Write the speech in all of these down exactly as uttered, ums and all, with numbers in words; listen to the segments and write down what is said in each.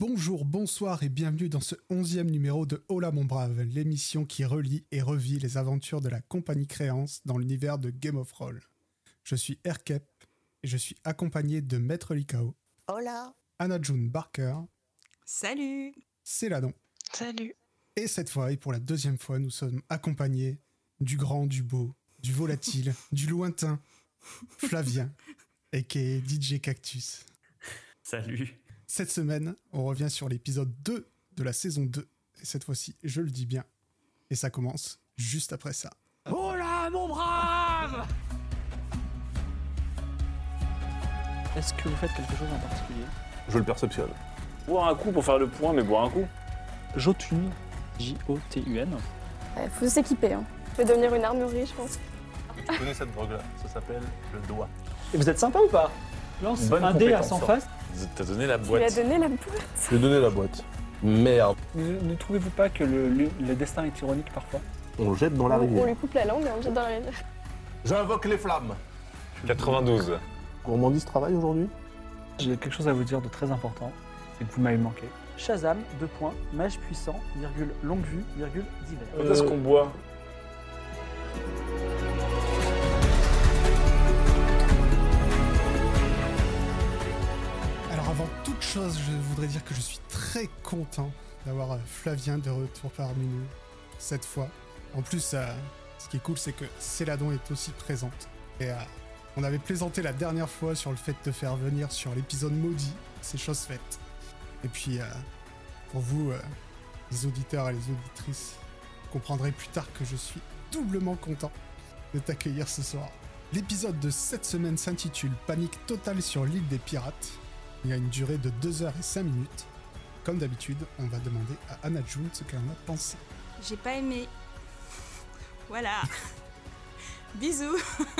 Bonjour, bonsoir et bienvenue dans ce onzième numéro de Hola mon brave, l'émission qui relie et revit les aventures de la compagnie Créance dans l'univers de Game of Roll. Je suis Erkep et je suis accompagné de Maître Likao. Hola. Anna-June Barker. Salut. Céladon. Salut. Et cette fois, et pour la deuxième fois, nous sommes accompagnés du grand, du beau, du volatile, du lointain, Flavien, aka D J Cactus. Salut. Cette semaine, on revient sur l'épisode deux de la saison deux. Et cette fois-ci, je le dis bien. Et ça commence juste après ça. Oh là, mon brave! Est-ce que vous faites quelque chose en particulier? Je le perceptionne. Boire un coup pour faire le point, mais boire un coup. Jotun, J O T U N. Il faut s'équiper. Hein. Je vais devenir une armurerie, je pense. Tu connais cette drogue-là, ça s'appelle le doigt. Et vous êtes sympa ou pas? Lance Bonne un dé à compétence, cent ça. faces. T'as donné la Tu boîte. lui as donné la boîte. Je lui ai donné la boîte. Merde. Ne, ne trouvez-vous pas que le, le, le destin est ironique parfois? On le jette dans la On, on rivière. lui coupe la langue et on le jette dans la rivière. J'invoque les flammes. quatre-vingt-douze. Gourmandise travaille aujourd'hui? J'ai quelque chose à vous dire de très important, c'est que vous m'avez manqué. Shazam, deux points, mage puissant, virgule, longue vue, virgule, divers. Quand est-ce qu'on boit? Alors avant toute chose, je voudrais dire que je suis très content d'avoir euh, Flavien de retour parmi nous cette fois. En plus, euh, ce qui est cool, c'est que Céladon est aussi présente. Et euh, on avait plaisanté la dernière fois sur le fait de faire venir sur l'épisode maudit, c'est chose faite. Et puis, euh, pour vous, euh, les auditeurs et les auditrices, vous comprendrez plus tard que je suis doublement content de t'accueillir ce soir. L'épisode de cette semaine s'intitule « Panique totale sur l'île des pirates ». Il a une durée de deux heures et cinq minutes. Comme d'habitude, on va demander à Anna-June ce qu'elle en a pensé. J'ai pas aimé. Voilà. Bisous.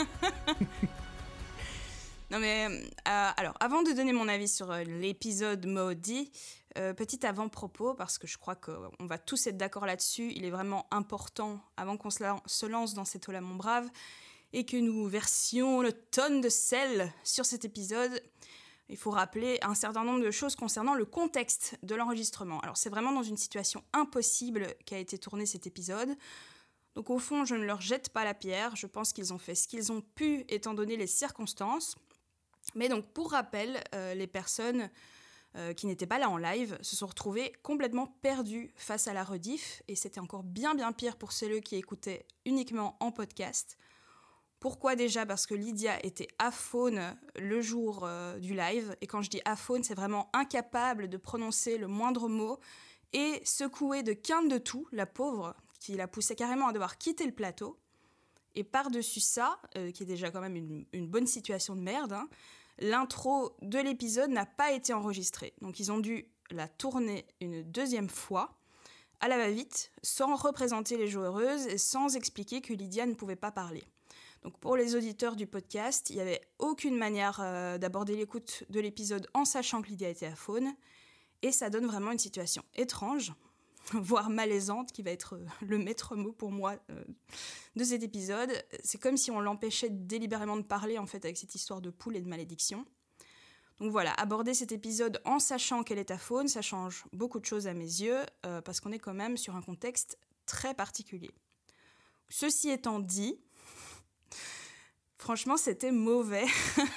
Non mais, euh, alors, avant de donner mon avis sur euh, l'épisode maudit, euh, petit avant-propos, parce que je crois qu'on va tous être d'accord là-dessus, il est vraiment important, avant qu'on se, la- se lance dans cet Hola mon brave, et que nous versions le tonne de sel sur cet épisode, il faut rappeler un certain nombre de choses concernant le contexte de l'enregistrement. Alors c'est vraiment dans une situation impossible qu'a été tourné cet épisode. Donc au fond, je ne leur jette pas la pierre, je pense qu'ils ont fait ce qu'ils ont pu étant donné les circonstances. Mais donc pour rappel, euh, les personnes euh, qui n'étaient pas là en live se sont retrouvées complètement perdues face à la rediff, et c'était encore bien bien pire pour ceux qui écoutaient uniquement en podcast. Pourquoi déjà? Parce que Lydia était aphone le jour euh, du live, et quand je dis aphone, c'est vraiment incapable de prononcer le moindre mot, et secouée de quinte de tout, la pauvre, qui la poussait carrément à devoir quitter le plateau. Et par-dessus ça, euh, qui est déjà quand même une, une bonne situation de merde, hein, l'intro de l'épisode n'a pas été enregistrée. Donc ils ont dû la tourner une deuxième fois, à la va-vite, sans représenter les joueuses et sans expliquer que Lydia ne pouvait pas parler. Donc pour les auditeurs du podcast, il n'y avait aucune manière euh, d'aborder l'écoute de l'épisode en sachant que Lydia était aphone, et ça donne vraiment une situation étrange, voire malaisante, qui va être euh, le maître mot pour moi euh, de cet épisode. C'est comme si on l'empêchait délibérément de parler en fait avec cette histoire de poule et de malédiction. Donc voilà, aborder cet épisode en sachant qu'elle est aphone, ça change beaucoup de choses à mes yeux, euh, parce qu'on est quand même sur un contexte très particulier. Ceci étant dit, franchement, c'était mauvais.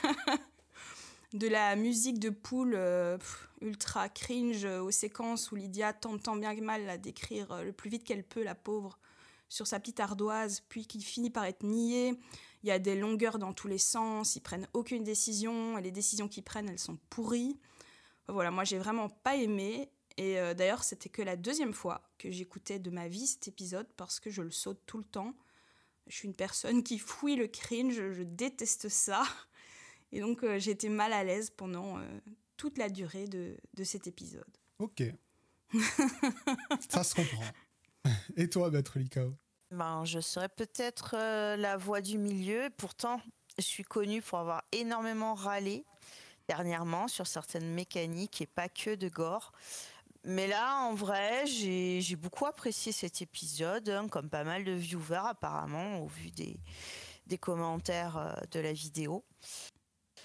De la musique de poule euh, pff, ultra cringe euh, aux séquences où Lydia tente tant bien que mal à décrire euh, le plus vite qu'elle peut, la pauvre, sur sa petite ardoise, puis qui finit par être niée. Il y a des longueurs dans tous les sens, ils prennent aucune décision, et les décisions qu'ils prennent, elles sont pourries. Voilà, moi, j'ai vraiment pas aimé. Et euh, d'ailleurs, c'était que la deuxième fois que j'écoutais de ma vie cet épisode, parce que je le saute tout le temps. Je suis une personne qui fouille le cringe, je déteste ça. Et donc, euh, j'ai été mal à l'aise pendant euh, toute la durée de, de cet épisode. Ok. Ça se comprend. Et toi, Maître Likao? Ben, je serais peut-être euh, la voix du milieu. Pourtant, je suis connue pour avoir énormément râlé dernièrement sur certaines mécaniques et pas que de gore. Mais là, en vrai, j'ai, j'ai beaucoup apprécié cet épisode, hein, comme pas mal de viewers apparemment, au vu des, des commentaires euh, de la vidéo.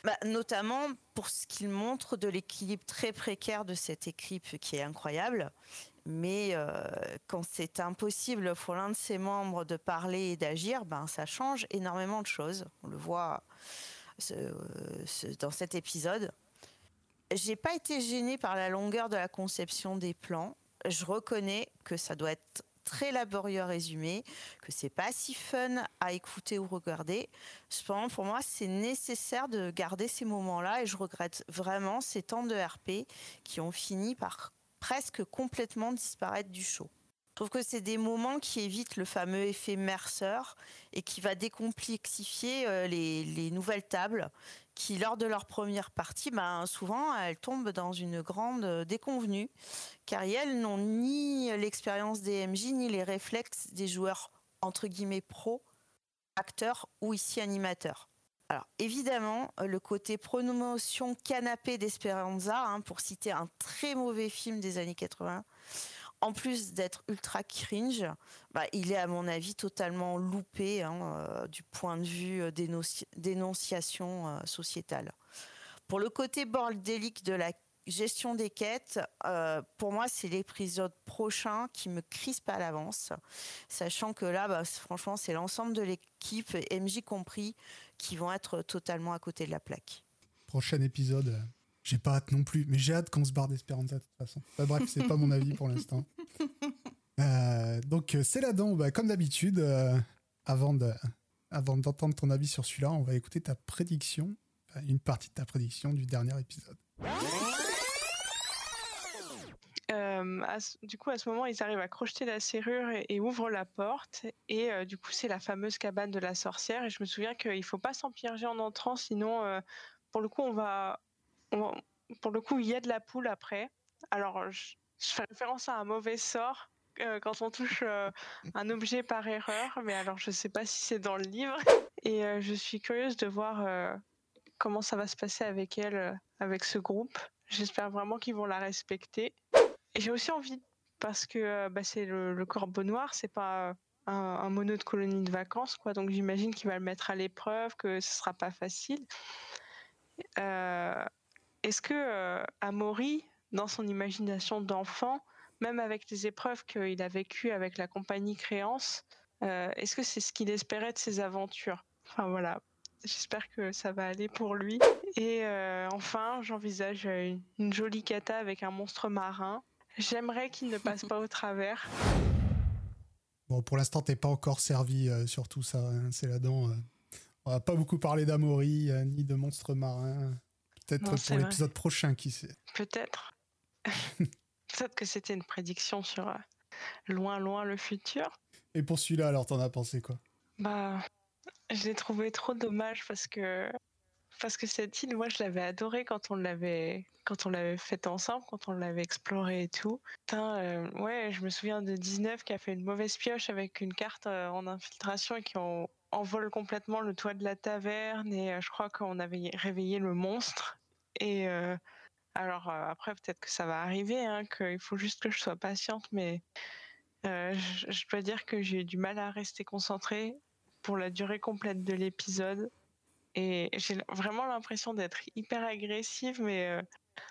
Bah, notamment pour ce qu'il montre de l'équilibre très précaire de cette équipe qui est incroyable. Mais euh, quand c'est impossible pour l'un de ses membres de parler et d'agir, ben, ça change énormément de choses. On le voit ce, ce, dans cet épisode. J'ai pas été gênée par la longueur de la conception des plans. Je reconnais que ça doit être très laborieux à résumer, que c'est pas si fun à écouter ou regarder. Cependant, pour moi, c'est nécessaire de garder ces moments-là et je regrette vraiment ces temps de R P qui ont fini par presque complètement disparaître du show. Je trouve que c'est des moments qui évitent le fameux effet Mercer et qui va décomplexifier euh, les, les nouvelles tables qui, lors de leur première partie, ben, souvent, elles tombent dans une grande déconvenue car elles n'ont ni l'expérience des M J ni les réflexes des joueurs entre guillemets pros, acteurs ou ici animateurs. Alors évidemment, le côté promotion canapé d'Esperanza, hein, pour citer un très mauvais film des années quatre-vingts, en plus d'être ultra cringe, bah, il est à mon avis totalement loupé hein, euh, du point de vue dénonci- dénonciation euh, sociétale. Pour le côté bordélique de la gestion des quêtes, euh, pour moi, c'est l'épisode prochain qui me crispe à l'avance, sachant que là, bah, franchement, c'est l'ensemble de l'équipe, M J compris, qui vont être totalement à côté de la plaque. Prochain épisode, euh, j'ai pas hâte non plus, mais j'ai hâte qu'on se barre d'Esperanza de toute façon. Bah, bref, c'est pas mon avis pour l'instant. Euh, donc, c'est là-dedans, bah, comme d'habitude, euh, avant, de, avant d'entendre ton avis sur celui-là, on va écouter ta prédiction, enfin, une partie de ta prédiction du dernier épisode. Euh, à ce- du coup, à ce moment, ils arrivent à crocheter la serrure et, et ouvrent la porte. Et euh, du coup, c'est la fameuse cabane de la sorcière. Et je me souviens qu'il ne faut pas s'empiéger en entrant, sinon, euh, pour le coup, on va, on va- pour le coup, il y a de la poule après. Alors, je, je fais référence à un mauvais sort euh, quand on touche euh, un objet par erreur. Mais alors, je ne sais pas si c'est dans le livre. Et euh, je suis curieuse de voir euh, comment ça va se passer avec elle, euh, avec ce groupe. J'espère vraiment qu'ils vont la respecter. Et j'ai aussi envie, parce que euh, bah, c'est le, le corbeau noir, c'est pas un, un mono de colonie de vacances, quoi. Donc j'imagine qu'il va le mettre à l'épreuve, que ce sera pas facile. Euh, est-ce que euh, Amaury, dans son imagination d'enfant, même avec les épreuves qu'il a vécues avec la compagnie Créance, euh, est-ce que c'est ce qu'il espérait de ses aventures ? Enfin voilà, j'espère que ça va aller pour lui. Et euh, enfin, j'envisage une, une jolie cata avec un monstre marin. J'aimerais qu'il ne passe pas au travers. Bon, pour l'instant, t'es pas encore servi euh, sur tout ça, hein, c'est là-dedans. Euh, on va pas beaucoup parler d'Amaury, euh, ni de monstres marins. Peut-être Non, pour c'est vrai. l'épisode prochain, qui sait. Peut-être. Peut-être que c'était une prédiction sur euh, loin, loin le futur. Et pour celui-là, alors, t'en as pensé quoi ? Bah, je l'ai trouvé trop dommage parce que parce que cette île, moi, je l'avais adorée quand on l'avait quand on l'avait faite ensemble, quand on l'avait explorée et tout. Putain, euh, ouais, je me souviens de dix-neuf qui a fait une mauvaise pioche avec une carte euh, en infiltration et qui en, envole complètement le toit de la taverne. Et euh, je crois qu'on avait réveillé le monstre. Et euh, alors euh, après, peut-être que ça va arriver, hein, qu'il faut juste que je sois patiente, mais euh, je, je dois dire que j'ai eu du mal à rester concentrée pour la durée complète de l'épisode. Et j'ai vraiment l'impression d'être hyper agressive, mais euh,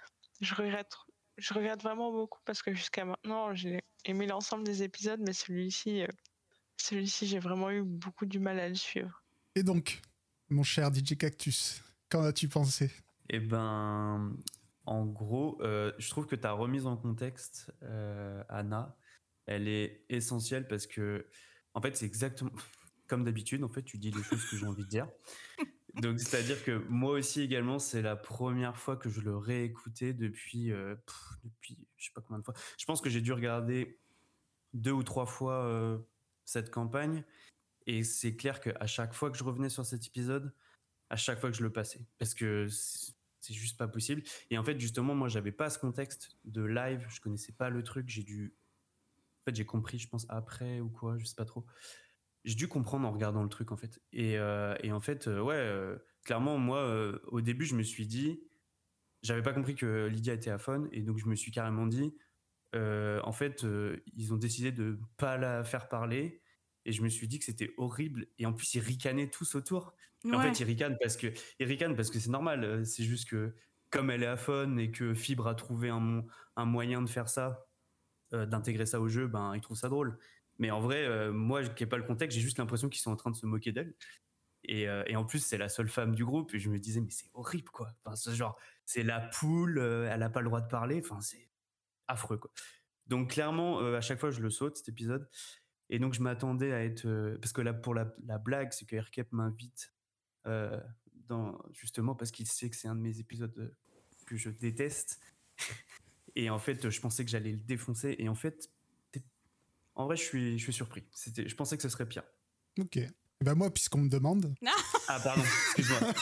je regrette, je regrette vraiment beaucoup parce que jusqu'à maintenant, j'ai aimé l'ensemble des épisodes, mais celui-ci, euh, celui-ci, j'ai vraiment eu beaucoup du mal à le suivre. Et donc, mon cher D J Cactus, qu'en as-tu pensé ? Eh ben, en gros, euh, je trouve que ta remise en contexte, euh, Anna, elle est essentielle parce que, en fait, c'est exactement comme d'habitude. En fait, tu dis les choses que j'ai envie de dire. Donc, c'est-à-dire que moi aussi également, c'est la première fois que je le réécoutais depuis, euh, pff, depuis, je sais pas combien de fois. Je pense que j'ai dû regarder deux ou trois fois euh, cette campagne, et c'est clair qu'à chaque fois que je revenais sur cet épisode, à chaque fois que je le passais, parce que c'est, c'est juste pas possible. Et en fait, justement, moi, j'avais pas ce contexte de live, je connaissais pas le truc, j'ai dû, en fait, j'ai compris, je pense après ou quoi, je sais pas trop. J'ai dû comprendre en regardant le truc, en fait. Et, euh, et en fait, euh, ouais, euh, clairement, moi, euh, au début, je me suis dit, j'avais pas compris que Lydia était aphone, et donc je me suis carrément dit, euh, en fait, euh, ils ont décidé de pas la faire parler, Et je me suis dit que c'était horrible. Et en plus, ils ricanaient tous autour. Ouais. En fait, ils ricanent parce que, ils ricanent parce que c'est normal. C'est juste que, comme elle est à Fun et que Fibre a trouvé un, un moyen de faire ça, euh, d'intégrer ça au jeu, ben, ils trouvent ça drôle. Mais en vrai, euh, moi, qui n'ai pas le contexte, j'ai juste l'impression qu'ils sont en train de se moquer d'elle. Et, euh, et en plus, c'est la seule femme du groupe. Et je me disais, mais c'est horrible, quoi. Enfin, c'est genre, c'est la poule, euh, elle n'a pas le droit de parler. Enfin, c'est affreux, quoi. Donc, clairement, euh, à chaque fois, je le saute, cet épisode. Et donc, je m'attendais à être. Euh, parce que là, pour la, la blague, c'est que R K m'invite, euh, dans, justement, parce qu'il sait que c'est un de mes épisodes que je déteste. Et en fait, je pensais que j'allais le défoncer. Et en fait, en vrai, je suis, je suis surpris. C'était, je pensais que ce serait pire. Ok. Et ben moi, puisqu'on me demande. Ah, pardon, excuse-moi.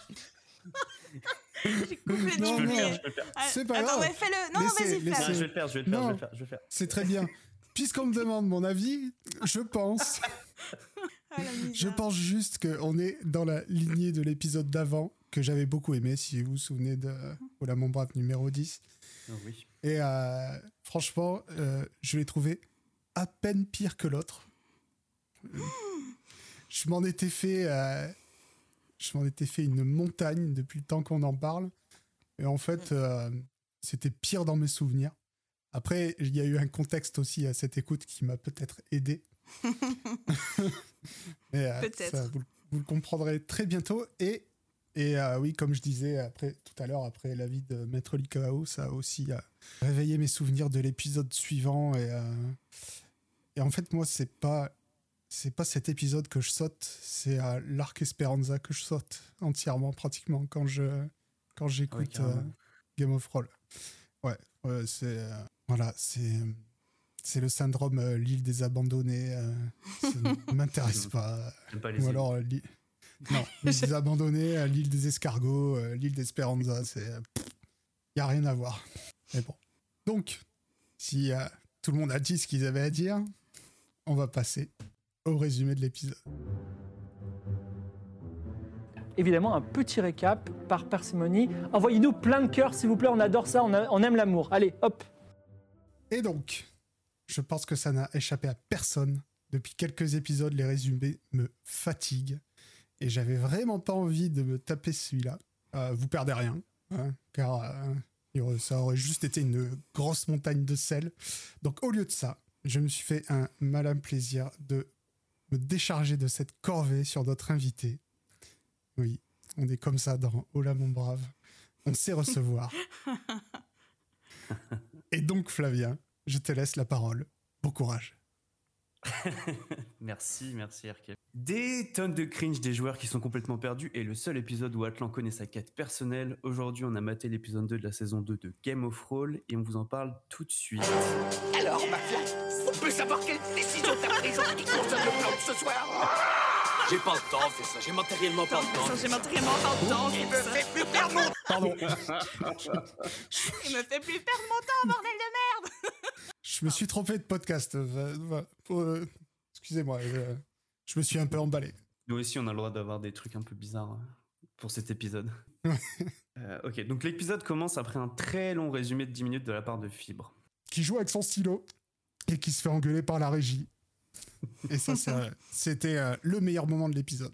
J'ai complètement Je peux le oublié. faire, je peux le faire. C'est pas Attends, grave. mais fais-le. Non, non, Laissez- vas-y, fais. laissez- Ah, je vais le faire, je vais le faire, Non. je vais le faire, je vais le faire. C'est très bien. Puisqu'on me demande mon avis, je pense, Ah, la misère. je pense juste qu'on est dans la lignée de l'épisode d'avant que j'avais beaucoup aimé, si vous vous souvenez de Ola mon brave numéro dix. Oh, oui. Et euh, franchement, euh, je l'ai trouvé à peine pire que l'autre. Euh, je m'en étais fait, euh, je m'en étais fait une montagne depuis le temps qu'on en parle. Et en fait, euh, c'était pire dans mes souvenirs. Après, il y a eu un contexte aussi à cette écoute qui m'a peut-être aidé. Mais, euh, Peut-être. ça, vous, vous le comprendrez très bientôt. Et, et euh, oui, comme je disais après, tout à l'heure, après l'avis de Maître Likao, ça a aussi euh, réveillé mes souvenirs de l'épisode suivant. Et, euh, et en fait, moi, c'est pas, c'est pas cet épisode que je saute, c'est euh, l'arc Esperanza que je saute entièrement, pratiquement, quand, je, quand j'écoute Ah oui, carrément. euh, Game of Roll. Ouais, ouais c'est. euh, voilà, c'est. C'est le syndrome euh, l'île des abandonnés. euh, ça ne m'intéresse pas. J'aime pas les Ou îles. alors, euh, l'île- non, l'île des abandonnés, euh, l'île des escargots, euh, l'île d'Esperanza, c'est. Il n'y a rien à voir. Mais bon. Donc, si euh, tout le monde a dit ce qu'ils avaient à dire, on va passer au résumé de l'épisode. Évidemment, un petit récap par parcimonie. Envoyez-nous plein de cœurs, s'il vous plaît, on adore ça, on, a- on aime l'amour. Allez, hop. Et donc, je pense que ça n'a échappé à personne. Depuis quelques épisodes, les résumés me fatiguent. Et j'avais vraiment pas envie de me taper celui-là. Euh, vous perdez rien, hein, car euh, il aurait- ça aurait juste été une grosse montagne de sel. Donc au lieu de ça, je me suis fait un malin plaisir de me décharger de cette corvée sur notre invité. Oui, on est comme ça dans Oh là mon brave. On sait recevoir. Et donc Flavien, je te laisse la parole. Bon courage. Merci, merci R K. Des tonnes de cringe des joueurs qui sont complètement perdus et le seul épisode où Atlan connaît sa quête personnelle. Aujourd'hui, on a maté l'épisode deux de la saison deux de Game of Roll et on vous en parle tout de suite. Alors, McFly, on peut savoir quelle décision t'as prise en ce qui concerne le plan de ce soir? J'ai pas le temps de faire ça, j'ai matériellement pas le temps. J'ai matériellement pas le temps. Il me fait plus perdre mon Pardon. Il me fait plus perdre mon temps, bordel de merde. Je me suis trompé de podcast. Euh, va- euh, Excusez-moi, je, je me suis un peu emballé. Nous aussi, on a le droit d'avoir des trucs un peu bizarres euh, pour cet épisode. Euh, ok, donc l'épisode commence après un très long résumé de dix minutes de la part de Fibre. Qui joue avec son stylo et qui se fait engueuler par la régie. Et ça, c'est, euh, c'était euh, le meilleur moment de l'épisode.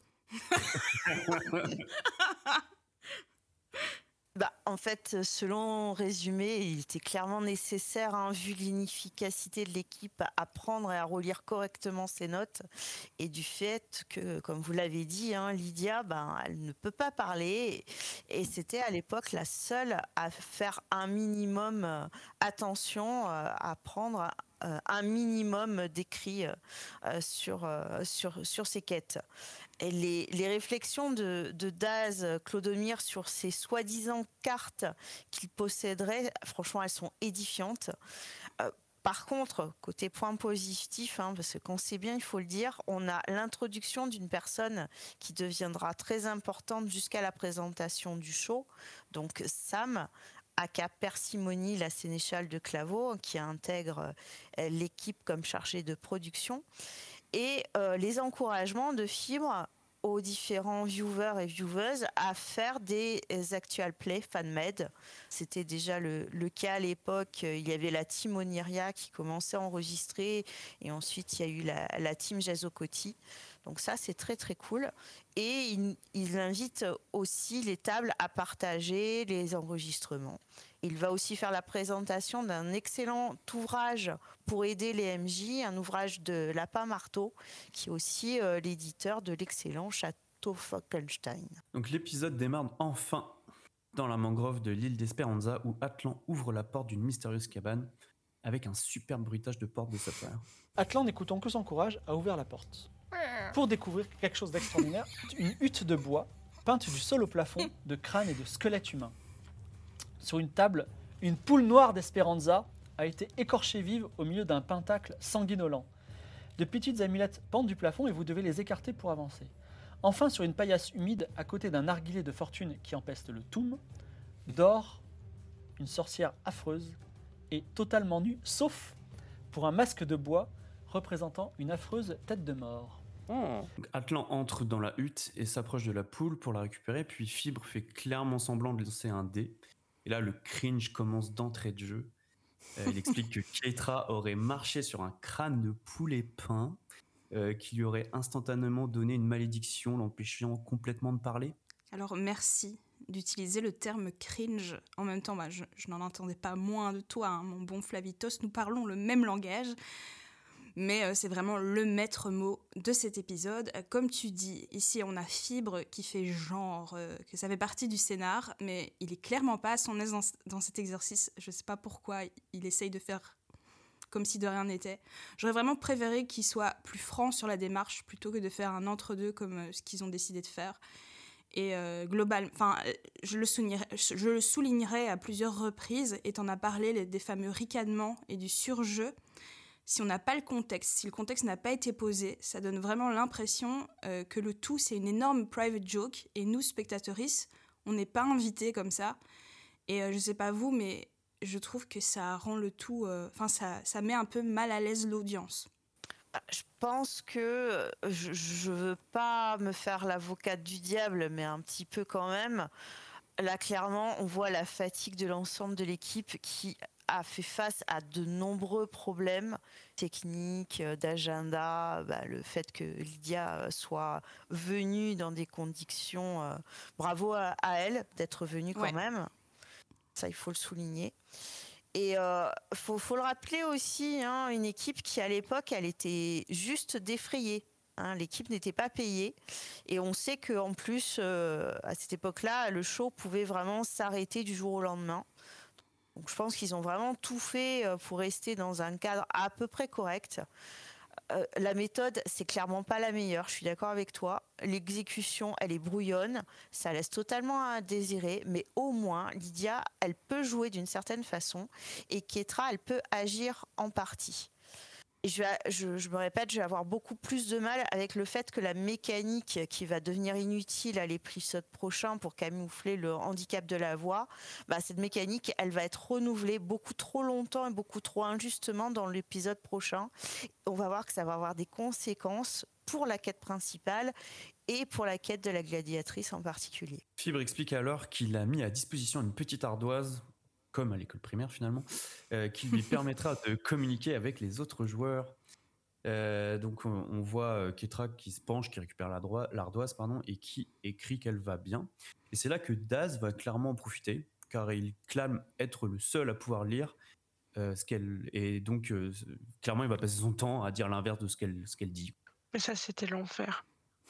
Bah, en fait, selon résumé, il était clairement nécessaire, hein, vu l'inefficacité de l'équipe, à apprendre et à relire correctement ses notes. Et du fait que, comme vous l'avez dit, hein, Lydia, ben, elle ne peut pas parler. Et c'était à l'époque la seule à faire un minimum euh, attention, euh, à prendre euh, un minimum d'écrit euh, sur, euh, sur, sur ses quêtes. Et les, les réflexions de, de Daz, Clodomir, sur ces soi-disant cartes qu'il posséderait, franchement, elles sont édifiantes. Euh, par contre, côté point positif, hein, parce qu'on sait bien, il faut le dire, on a l'introduction d'une personne qui deviendra très importante jusqu'à la présentation du show, donc Sam, aka Persimony, la sénéchale de Claveau, qui intègre euh, l'équipe comme chargée de production. Et euh, les encouragements de Fibre aux différents viewers et vieweuses à faire des actual play fan-made. C'était déjà le, le cas à l'époque. Il y avait la team Oniria qui commençait à enregistrer et ensuite il y a eu la, la team Jazokoti. Donc ça, c'est très très cool. Et ils, ils invitent aussi les tables à partager les enregistrements. Il va aussi faire la présentation d'un excellent ouvrage pour aider les M J, un ouvrage de Lapin Marteau, qui est aussi euh, l'éditeur de l'excellent Château Falkenstein. Donc l'épisode démarre enfin dans la mangrove de l'île d'Esperanza où Atlan ouvre la porte d'une mystérieuse cabane avec un superbe bruitage de porte de sa part. Atlan, n'écoutant que son courage, a ouvert la porte. Pour découvrir quelque chose d'extraordinaire, une hutte de bois peinte du sol au plafond de crânes et de squelettes humains. Sur une table, une poule noire d'Esperanza a été écorchée vive au milieu d'un pentacle sanguinolent. De petites amulettes pendent du plafond et vous devez les écarter pour avancer. Enfin, sur une paillasse humide, à côté d'un narguilé de fortune qui empeste le toum, dort une sorcière affreuse et totalement nue, sauf pour un masque de bois représentant une affreuse tête de mort. Oh. Atlan entre dans la hutte et s'approche de la poule pour la récupérer, puis Fibre fait clairement semblant de lancer un dé. Et là, le cringe commence d'entrée de jeu. Euh, il explique que Keitra aurait marché sur un crâne de poulet peint, euh, qui lui aurait instantanément donné une malédiction, l'empêchant complètement de parler. Alors merci d'utiliser le terme cringe. En même temps, bah, je, je n'en entendais pas moins de toi, hein, mon bon Flavitos. Nous parlons le même langage. Mais euh, c'est vraiment le maître mot de cet épisode. Euh, comme tu dis, ici on a Fibre qui fait genre euh, que ça fait partie du scénar, mais il est clairement pas à son aise dans, dans cet exercice. Je sais pas pourquoi il essaye de faire comme si de rien n'était. J'aurais vraiment préféré qu'il soit plus franc sur la démarche plutôt que de faire un entre-deux comme euh, ce qu'ils ont décidé de faire. Et euh, global, enfin, je le soulignerai, je le soulignerai à plusieurs reprises, et t'en as parlé les, des fameux ricanements et du surjeu. Si on n'a pas le contexte, si le contexte n'a pas été posé, ça donne vraiment l'impression euh, que le tout, c'est une énorme private joke. Et nous, spectatrices, on n'est pas invités comme ça. Et euh, je sais pas vous, mais je trouve que ça rend le tout... Enfin, euh, ça, ça met un peu mal à l'aise l'audience. Je pense que je ne veux pas me faire l'avocate du diable, mais un petit peu quand même. Là, clairement, on voit la fatigue de l'ensemble de l'équipe qui a fait face à de nombreux problèmes techniques, d'agenda, bah, le fait que Lydia soit venue dans des conditions... Euh, bravo à, à elle d'être venue quand ouais. même. Ça, il faut le souligner. Et il euh, faut, faut le rappeler aussi, hein, une équipe qui, à l'époque, elle était juste défrayée. Hein, l'équipe n'était pas payée. Et on sait qu'en plus, euh, à cette époque-là, le show pouvait vraiment s'arrêter du jour au lendemain. Donc je pense qu'ils ont vraiment tout fait pour rester dans un cadre à peu près correct. Euh, la méthode, c'est clairement pas la meilleure, je suis d'accord avec toi. L'exécution, elle est brouillonne, ça laisse totalement à désirer, mais au moins, Lydia, elle peut jouer d'une certaine façon et Keitra, elle peut agir en partie. Et je, vais, je, je me répète, je vais avoir beaucoup plus de mal avec le fait que la mécanique qui va devenir inutile à l'épisode prochain pour camoufler le handicap de la voix, bah cette mécanique, elle va être renouvelée beaucoup trop longtemps et beaucoup trop injustement dans l'épisode prochain. On va voir que ça va avoir des conséquences pour la quête principale et pour la quête de la gladiatrice en particulier. Fibre explique alors qu'il a mis à disposition une petite ardoise, comme à l'école primaire finalement, euh, qui lui permettra de communiquer avec les autres joueurs. Euh, donc on, on voit euh, Keitra qui se penche, qui récupère la droite, l'ardoise pardon, et qui écrit qu'elle va bien. Et c'est là que Daz va clairement en profiter, car il clame être le seul à pouvoir lire euh, ce qu'elle... Et donc euh, clairement il va passer son temps à dire l'inverse de ce qu'elle, ce qu'elle dit. Mais ça, c'était l'enfer.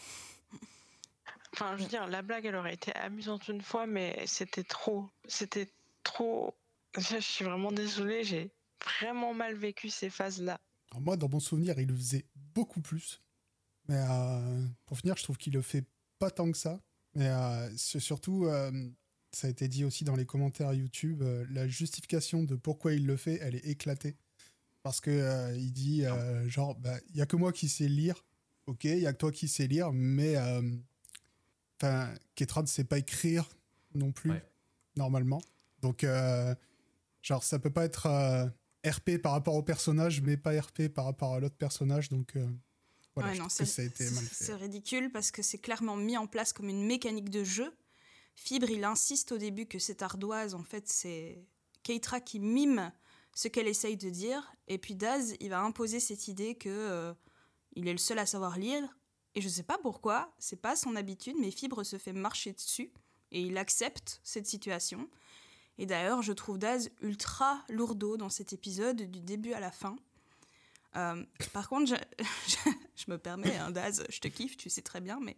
Enfin, je veux dire, la blague, elle aurait été amusante une fois, mais c'était trop. C'était trop... Je suis vraiment désolée, j'ai vraiment mal vécu ces phases-là. Alors moi, dans mon souvenir, il le faisait beaucoup plus. Mais euh, pour finir, je trouve qu'il le fait pas tant que ça. Mais euh, c'est surtout, euh, ça a été dit aussi dans les commentaires YouTube, euh, la justification de pourquoi il le fait, elle est éclatée. Parce que euh, il dit, euh, genre, bah, il y a que moi qui sais lire. Ok, il y a que toi qui sais lire, mais enfin, euh, Keitra ne sait pas écrire non plus, ouais. normalement. Donc, euh, genre, ça peut pas être euh, R P par rapport au personnage, mais pas R P par rapport à l'autre personnage. Donc, euh, Voilà, Ouais, je non, trouve que c'est, ça a été c'est- mal fait. c'est ridicule parce que c'est clairement mis en place comme une mécanique de jeu. Fibre, il insiste au début que cette ardoise, en fait, c'est Keitra qui mime ce qu'elle essaye de dire. Et puis Daz, il va imposer cette idée que euh, il est le seul à savoir lire. Et je sais pas pourquoi, c'est pas son habitude, mais Fibre se fait marcher dessus. Et il accepte cette situation. Et d'ailleurs, je trouve Daz ultra lourdeau dans cet épisode, du début à la fin. Euh, par contre, je, je, je me permets, hein, Daz, je te kiffe, tu sais très bien, mais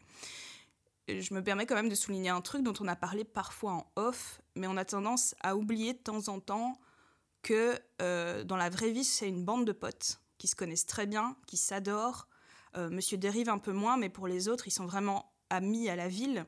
je me permets quand même de souligner un truc dont on a parlé parfois en off, mais on a tendance à oublier de temps en temps que euh, dans la vraie vie, c'est une bande de potes qui se connaissent très bien, qui s'adorent. Euh, Monsieur Dérive un peu moins, mais pour les autres, ils sont vraiment amis à la ville.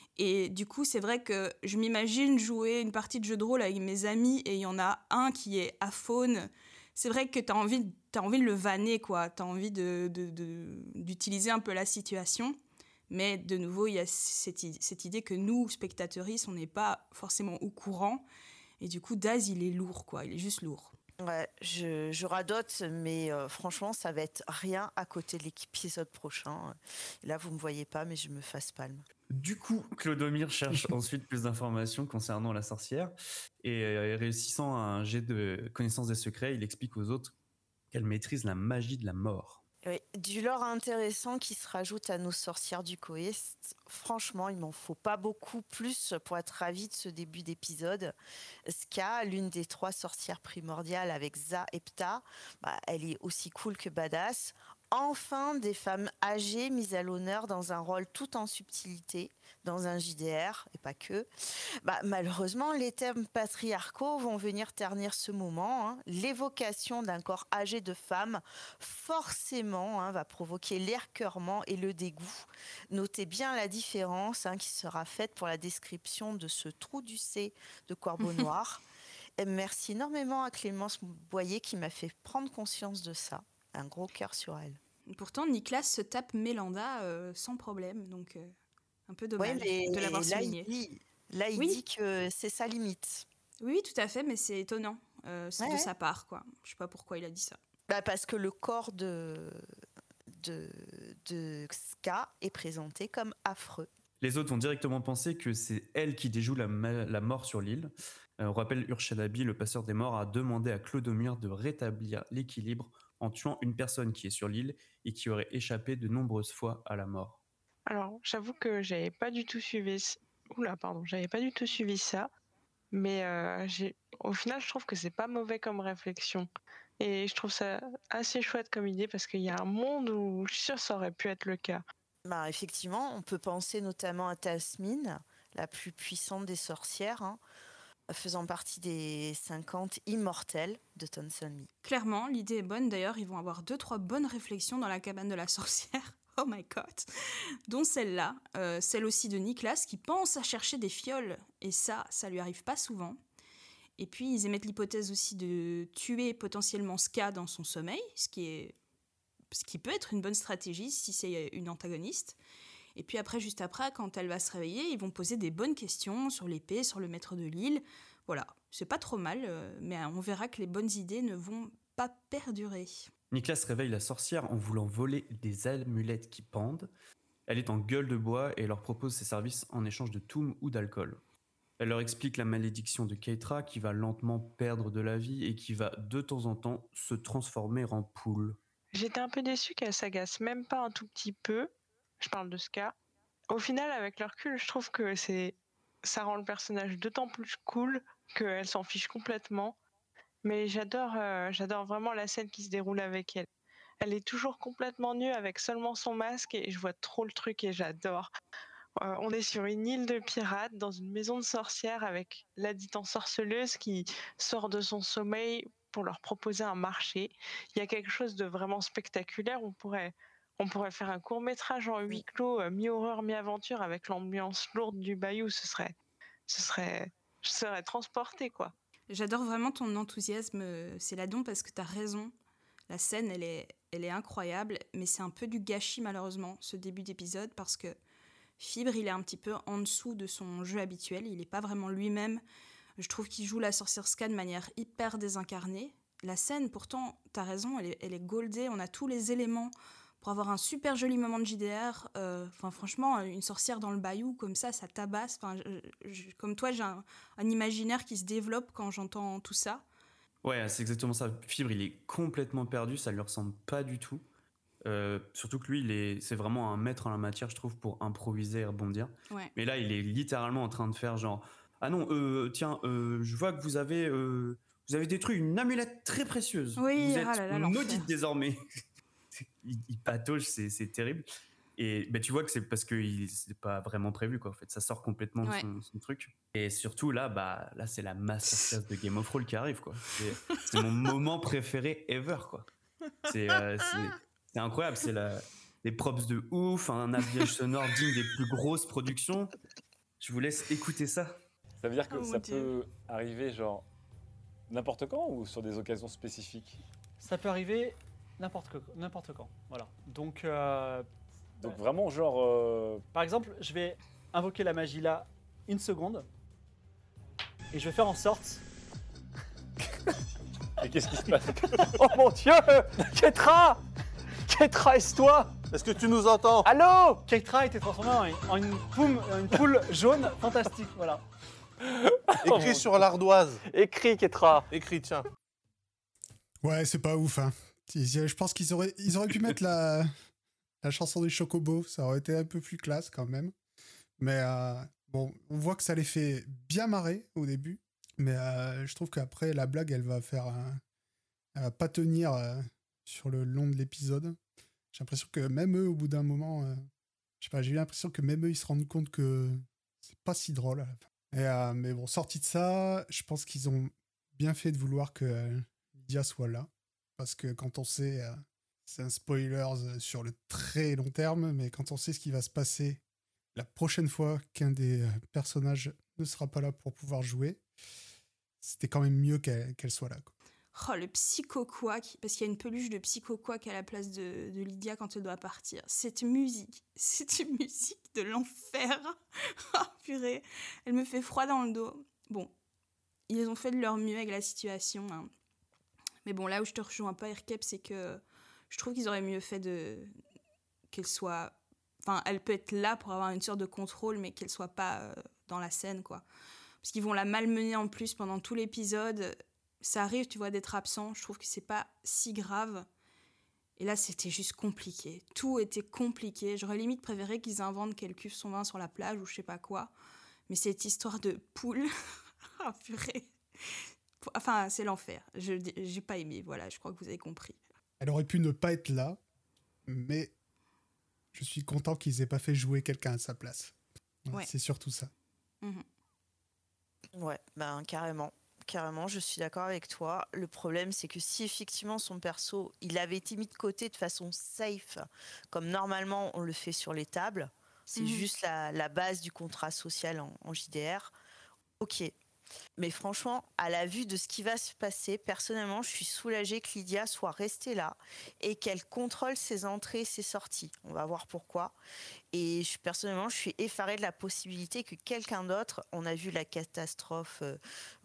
Et du coup, c'est vrai que je m'imagine jouer une partie de jeu de rôle avec mes amis et il y en a un qui est aphone. C'est vrai que tu as envie, t'as envie de le vanner, quoi. Tu as envie de, de, de, d'utiliser un peu la situation. Mais de nouveau, il y a cette, cette idée que nous, spectateuristes, on n'est pas forcément au courant. Et du coup, Daz, il est lourd, quoi. Il est juste lourd. Ouais, je, je radote, mais euh, franchement, ça va être rien à côté de l'épisode prochain. Là, vous me voyez pas, mais je me fasse palme. Du coup, Clodomir cherche ensuite plus d'informations concernant la sorcière et euh, réussissant à un jet de connaissance des secrets, il explique aux autres qu'elle maîtrise la magie de la mort. Oui, du lore intéressant qui se rajoute à nos sorcières du Coest. Franchement, il m'en faut pas beaucoup plus pour être ravie de ce début d'épisode. Ska, l'une des trois sorcières primordiales avec Za et Ptah, bah, elle est aussi cool que badass. Enfin, des femmes âgées mises à l'honneur dans un rôle tout en subtilité, dans un J D R, et pas que. Bah, malheureusement, les thèmes patriarcaux vont venir ternir ce moment. Hein. L'évocation d'un corps âgé de femme, forcément, hein, va provoquer l'écœurement et le dégoût. Notez bien la différence hein, qui sera faite pour la description de ce trou du C de Corbeau Noir. Et merci énormément à Clémence Boyer qui m'a fait prendre conscience de ça. Un gros cœur sur elle. Pourtant, Nicolas se tape Mélanda euh, sans problème, donc euh, un peu dommage ouais, de l'avoir là, souligné. Il dit, là, il oui. dit que c'est sa limite. Oui, oui, tout à fait, mais c'est étonnant euh, c'est ouais, de ouais. sa part, quoi. Je sais pas pourquoi il a dit ça. Bah, parce que le corps de, de, de Ska est présenté comme affreux. Les autres vont directement penser que c'est elle qui déjoue la, ma- la mort sur l'île. Euh, on rappelle Urshanabi, le passeur des morts, a demandé à Clodomir de rétablir l'équilibre en tuant une personne qui est sur l'île et qui aurait échappé de nombreuses fois à la mort. Alors, j'avoue que j'avais pas du tout suivi. Oula, pardon, j'avais pas du tout suivi ça, mais euh, j'ai... au final, je trouve que c'est pas mauvais comme réflexion. Et je trouve ça assez chouette comme idée parce qu'il y a un monde où je suis sûre que ça aurait pu être le cas. Bah, effectivement, on peut penser notamment à Tasmine, la plus puissante des sorcières, hein, faisant partie des cinquante immortels de Tonsonmi. Clairement, l'idée est bonne. D'ailleurs, ils vont avoir deux, trois bonnes réflexions dans la cabane de la sorcière. Oh my god. Dont celle-là, euh, celle aussi de Nicolas, qui pense à chercher des fioles. Et ça, ça lui arrive pas souvent. Et puis, ils émettent l'hypothèse aussi de tuer potentiellement Ska dans son sommeil, ce qui est, ce qui peut être une bonne stratégie si c'est une antagoniste. Et puis après, juste après, quand elle va se réveiller, ils vont poser des bonnes questions sur l'épée, sur le maître de l'île. Voilà, c'est pas trop mal, euh, mais on verra que les bonnes idées ne vont pas perdurer. Nicolas réveille la sorcière en voulant voler des amulettes qui pendent. Elle est en gueule de bois et leur propose ses services en échange de toum ou d'alcool. Elle leur explique la malédiction de Keitra qui va lentement perdre de la vie et qui va de temps en temps se transformer en poule. J'étais un peu déçue qu'elle s'agace même pas un tout petit peu. Je parle de Ska. Au final, avec le recul, je trouve que c'est... ça rend le personnage d'autant plus cool qu'elle s'en fiche complètement. Mais j'adore, euh, j'adore vraiment la scène qui se déroule avec elle. Elle est toujours complètement nue avec seulement son masque et je vois trop le truc et j'adore. Euh, on est sur une île de pirates, dans une maison de sorcières avec la dite ensorceleuse qui sort de son sommeil pour leur proposer un marché. Il y a quelque chose de vraiment spectaculaire. On pourrait, on pourrait faire un court-métrage en huis clos, euh, mi-horreur, mi-aventure, avec l'ambiance lourde du bayou. Ce serait, ce serait, je serais transportée, quoi. J'adore vraiment ton enthousiasme, Céladon, parce que t'as raison. La scène, elle est, elle est incroyable, mais c'est un peu du gâchis, malheureusement, ce début d'épisode, parce que Fibre, il est un petit peu en dessous de son jeu habituel. Il n'est pas vraiment lui-même. Je trouve qu'il joue la sorcière Ska de manière hyper désincarnée. La scène, pourtant, t'as raison, elle est, elle est goldée. On a tous les éléments pour avoir un super joli moment de J D R. Enfin, franchement, une sorcière dans le bayou, comme ça, ça tabasse. Enfin, je- je- comme toi, j'ai un, un imaginaire qui se développe quand j'entends tout ça. Ouais, c'est exactement ça. Fibre, il est complètement perdu, ça lui ressemble pas du tout. Euh, surtout que lui, il est, c'est vraiment un maître en la matière, je trouve, pour improviser et rebondir. Ouais. Mais là, il est littéralement en train de faire genre ah non, euh, tiens, euh, je vois que vous avez, euh, vous avez détruit une amulette très précieuse. Oui, vous êtes ah là là, l'enfer. maudite désormais. il, il patauge, c'est, c'est terrible. Et ben, tu vois que c'est parce que il, c'est pas vraiment prévu, quoi. En fait, ça sort complètement de Ouais. son, son truc. Et surtout là, bah là, c'est la masterclass de Game of Thrones qui arrive, quoi. C'est, c'est mon moment préféré ever, quoi. C'est, euh, c'est, c'est incroyable. C'est la, des props de ouf, un habillage sonore digne des plus grosses productions. Je vous laisse écouter ça. Ça veut dire que Oh mon ça Dieu. peut arriver genre n'importe quand ou sur des occasions spécifiques? Ça peut arriver n'importe que- n'importe quand. Voilà. Donc, euh, Donc vraiment genre... euh, par exemple, je vais invoquer la magie là une seconde et je vais faire en sorte. Et qu'est-ce qui se passe? Oh mon Dieu, Ketra, Ketra, est-ce-toi? Est-ce que tu nous entends? Allô? Ketra a été transformée en une, en une, poum- en une poule jaune fantastique. Voilà. Écrit sur l'ardoise. Écris, Ketra. Écrit, tiens. Ouais, c'est pas ouf, hein. Ils- Je pense qu'ils auraient, ils auraient pu mettre la, la chanson des Chocobos, ça aurait été un peu plus classe quand même. Mais euh, bon, on voit que ça les fait bien marrer au début, mais euh, je trouve qu'après, la blague, elle va faire... un- elle va pas tenir euh, sur le long de l'épisode. J'ai l'impression que même eux, au bout d'un moment, euh, je sais pas, j'ai eu l'impression que même eux, ils se rendent compte que c'est pas si drôle à la fin. Et, euh, mais bon, sorti de ça, je pense qu'ils ont bien fait de vouloir que euh, Lydia soit là. Parce que quand on sait, euh, c'est un spoiler euh, sur le très long terme, mais quand on sait ce qui va se passer la prochaine fois qu'un des euh, personnages ne sera pas là pour pouvoir jouer, c'était quand même mieux qu'elle qu'elle soit là, quoi. Oh, le psycho-quack, parce qu'il y a une peluche de psycho-quack à la place de, de Lydia quand elle doit partir. Cette musique, c'est une musique de l'enfer. Ah, purée, elle me fait froid dans le dos. Bon, ils ont fait de leur mieux avec la situation, hein. Mais bon, là où je te rejoins pas, Erkep, c'est que je trouve qu'ils auraient mieux fait de qu'elle soit... Enfin, elle peut être là pour avoir une sorte de contrôle, mais qu'elle soit pas euh, dans la scène, quoi. Parce qu'ils vont la malmener en plus pendant tout l'épisode. Ça arrive, tu vois, d'être absent. Je trouve que c'est pas si grave. Et là, c'était juste compliqué. Tout était compliqué. J'aurais limite préféré qu'ils inventent qu'elle cuve son vin sur la plage ou je sais pas quoi. Mais cette histoire de poule... Ah, purée. Enfin, c'est l'enfer. Je j'ai pas aimé, voilà, je crois que vous avez compris. Elle aurait pu ne pas être là, mais je suis content qu'ils aient pas fait jouer quelqu'un à sa place. Ouais, Ouais. C'est surtout ça. Mhm. Ouais, ben carrément. Carrément, je suis d'accord avec toi. Le problème, c'est que si effectivement son perso, il avait été mis de côté de façon safe, comme normalement on le fait sur les tables, c'est Mhm. juste la, la base du contrat social en, en J D R, ok. Mais franchement, à la vue de ce qui va se passer, personnellement, je suis soulagée que Lydia soit restée là et qu'elle contrôle ses entrées et ses sorties. On va voir pourquoi. Et je, personnellement, je suis effarée de la possibilité que quelqu'un d'autre, on a vu la catastrophe euh,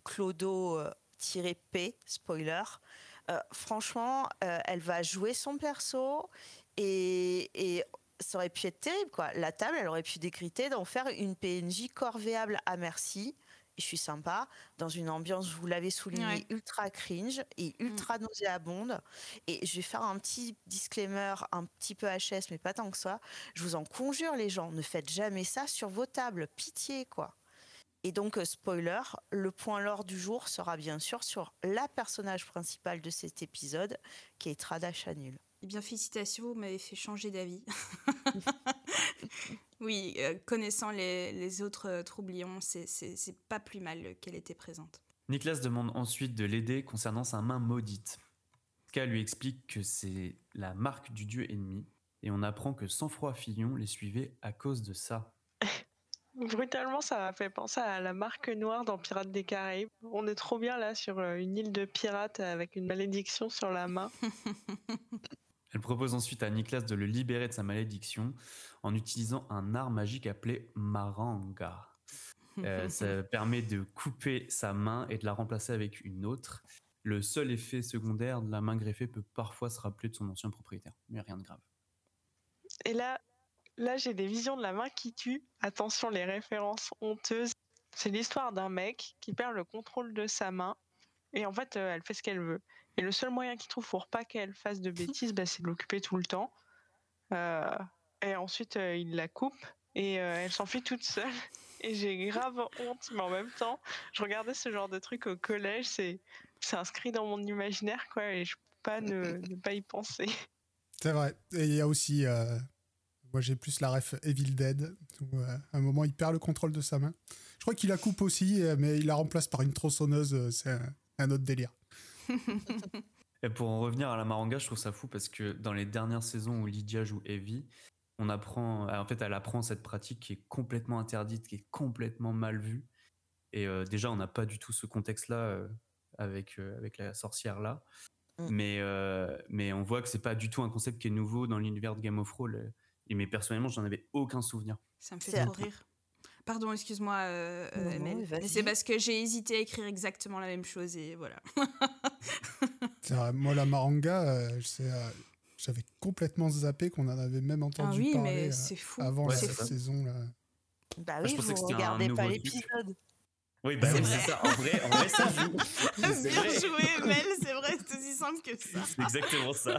Clodo-P, spoiler, euh, franchement, euh, elle va jouer son perso et, et ça aurait pu être terrible, quoi. La table, elle aurait pu décréter d'en faire une P N J corvéable à merci. Et je suis sympa, dans une ambiance, vous l'avez souligné, Ouais. ultra cringe et ultra nauséabonde. Et je vais faire un petit disclaimer, un petit peu H S, mais pas tant que ça. Je vous en conjure, les gens, ne faites jamais ça sur vos tables. Pitié, quoi. Et donc, euh, spoiler, le point lore du jour sera bien sûr sur la personnage principale de cet épisode, qui est Trada Chanul. Eh bien, félicitations, vous m'avez fait changer d'avis. Oui, euh, connaissant les, les autres euh, troublions, c'est, c'est, c'est pas plus mal qu'elle était présente. Nicolas demande ensuite de l'aider concernant sa main maudite. Ska lui explique que c'est la marque du dieu ennemi, et on apprend que Sang-Froid Fillon les suivait à cause de ça. Brutalement, ça m'a fait penser à la marque noire dans Pirates des Caraïbes. On est trop bien là sur euh, une île de pirates avec une malédiction sur la main. Elle propose ensuite à Nicolas de le libérer de sa malédiction en utilisant un art magique appelé Maranga. Euh, ça permet de couper sa main et de la remplacer avec une autre. Le seul effet secondaire de la main greffée peut parfois se rappeler de son ancien propriétaire, mais rien de grave. Et là, là, j'ai des visions de la main qui tue. Attention, les références honteuses. C'est l'histoire d'un mec qui perd le contrôle de sa main. Et en fait, euh, elle fait ce qu'elle veut. Et le seul moyen qu'il trouve pour pas qu'elle fasse de bêtises, bah, c'est de l'occuper tout le temps. Euh, et ensuite, euh, il la coupe et euh, elle s'enfuit toute seule. Et j'ai grave honte, mais en même temps, je regardais ce genre de truc au collège. C'est, c'est inscrit dans mon imaginaire, quoi. Et je peux pas ne, ne pas y penser. C'est vrai. Et il y a aussi... Euh, moi, j'ai plus la ref Evil Dead, où euh, à un moment, il perd le contrôle de sa main. Je crois qu'il la coupe aussi, mais il la remplace par une tronçonneuse. C'est un, un autre délire. Et pour en revenir à la Maranga, je trouve ça fou parce que dans les dernières saisons où Lydia joue Evie, on apprend, en fait, elle apprend cette pratique qui est complètement interdite, qui est complètement mal vue. Et euh, déjà, on n'a pas du tout ce contexte-là euh, avec, euh, avec la sorcière là. Mm. Mais, euh, mais on voit que c'est pas du tout un concept qui est nouveau dans l'univers de Game of Thrones. Et mais personnellement, j'en avais aucun souvenir. Ça me fait trop rire. Pardon, excuse-moi, euh, non, euh, non, mais c'est parce que j'ai hésité à écrire exactement la même chose et voilà. C'est vrai, moi, la Maranga, euh, c'est, euh, j'avais complètement zappé qu'on en avait même entendu ah oui, parler mais euh, c'est fou. avant ouais, la c'est saison. Là. Bah oui, ah, vous regardez pas l'épisode. Oui, bah c'est, oui, c'est ça. En vrai, en vrai, ça joue. C'est bien vrai. Joué, Mel, c'est vrai, c'est aussi simple que ça. C'est exactement ça.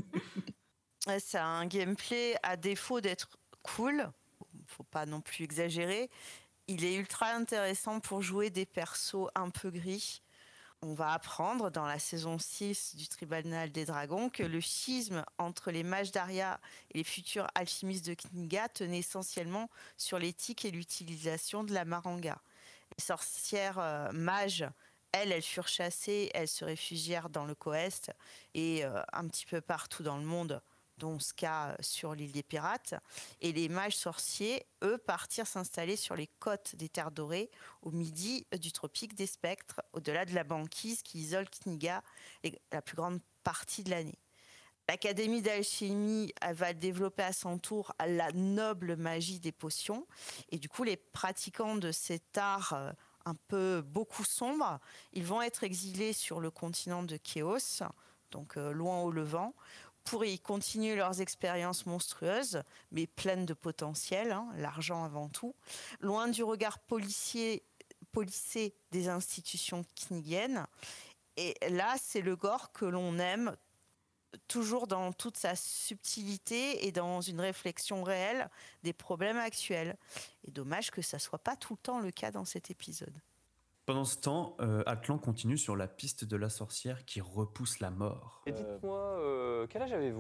Ouais, c'est un gameplay, à défaut d'être cool, faut pas non plus exagérer, il est ultra intéressant pour jouer des persos un peu gris. On va apprendre dans la saison six du Tribunal des Dragons que le schisme entre les mages d'Aria et les futurs alchimistes de Kniga tenait essentiellement sur l'éthique et l'utilisation de la Maranga. Les sorcières euh, mages, elles, elles furent chassées, elles se réfugièrent dans le Coest et euh, un petit peu partout dans le monde, dont Ska sur l'île des Pirates. Et les mages sorciers, eux, partirent s'installer sur les côtes des Terres Dorées, au midi du tropique des Spectres, au-delà de la banquise qui isole Kniga la plus grande partie de l'année. L'Académie d'alchimie va développer à son tour la noble magie des potions. Et du coup, les pratiquants de cet art un peu beaucoup sombre, ils vont être exilés sur le continent de Chaos, donc loin au Levant, pour y continuer leurs expériences monstrueuses, mais pleines de potentiel, hein, l'argent avant tout, loin du regard policier, policé des institutions knigiennes. Et là, c'est le gore que l'on aime, toujours dans toute sa subtilité et dans une réflexion réelle des problèmes actuels. Et dommage que ça ne soit pas tout le temps le cas dans cet épisode. Pendant ce temps, euh, Atlan continue sur la piste de la sorcière qui repousse la mort. Et dites-moi, euh, quel âge avez-vous ?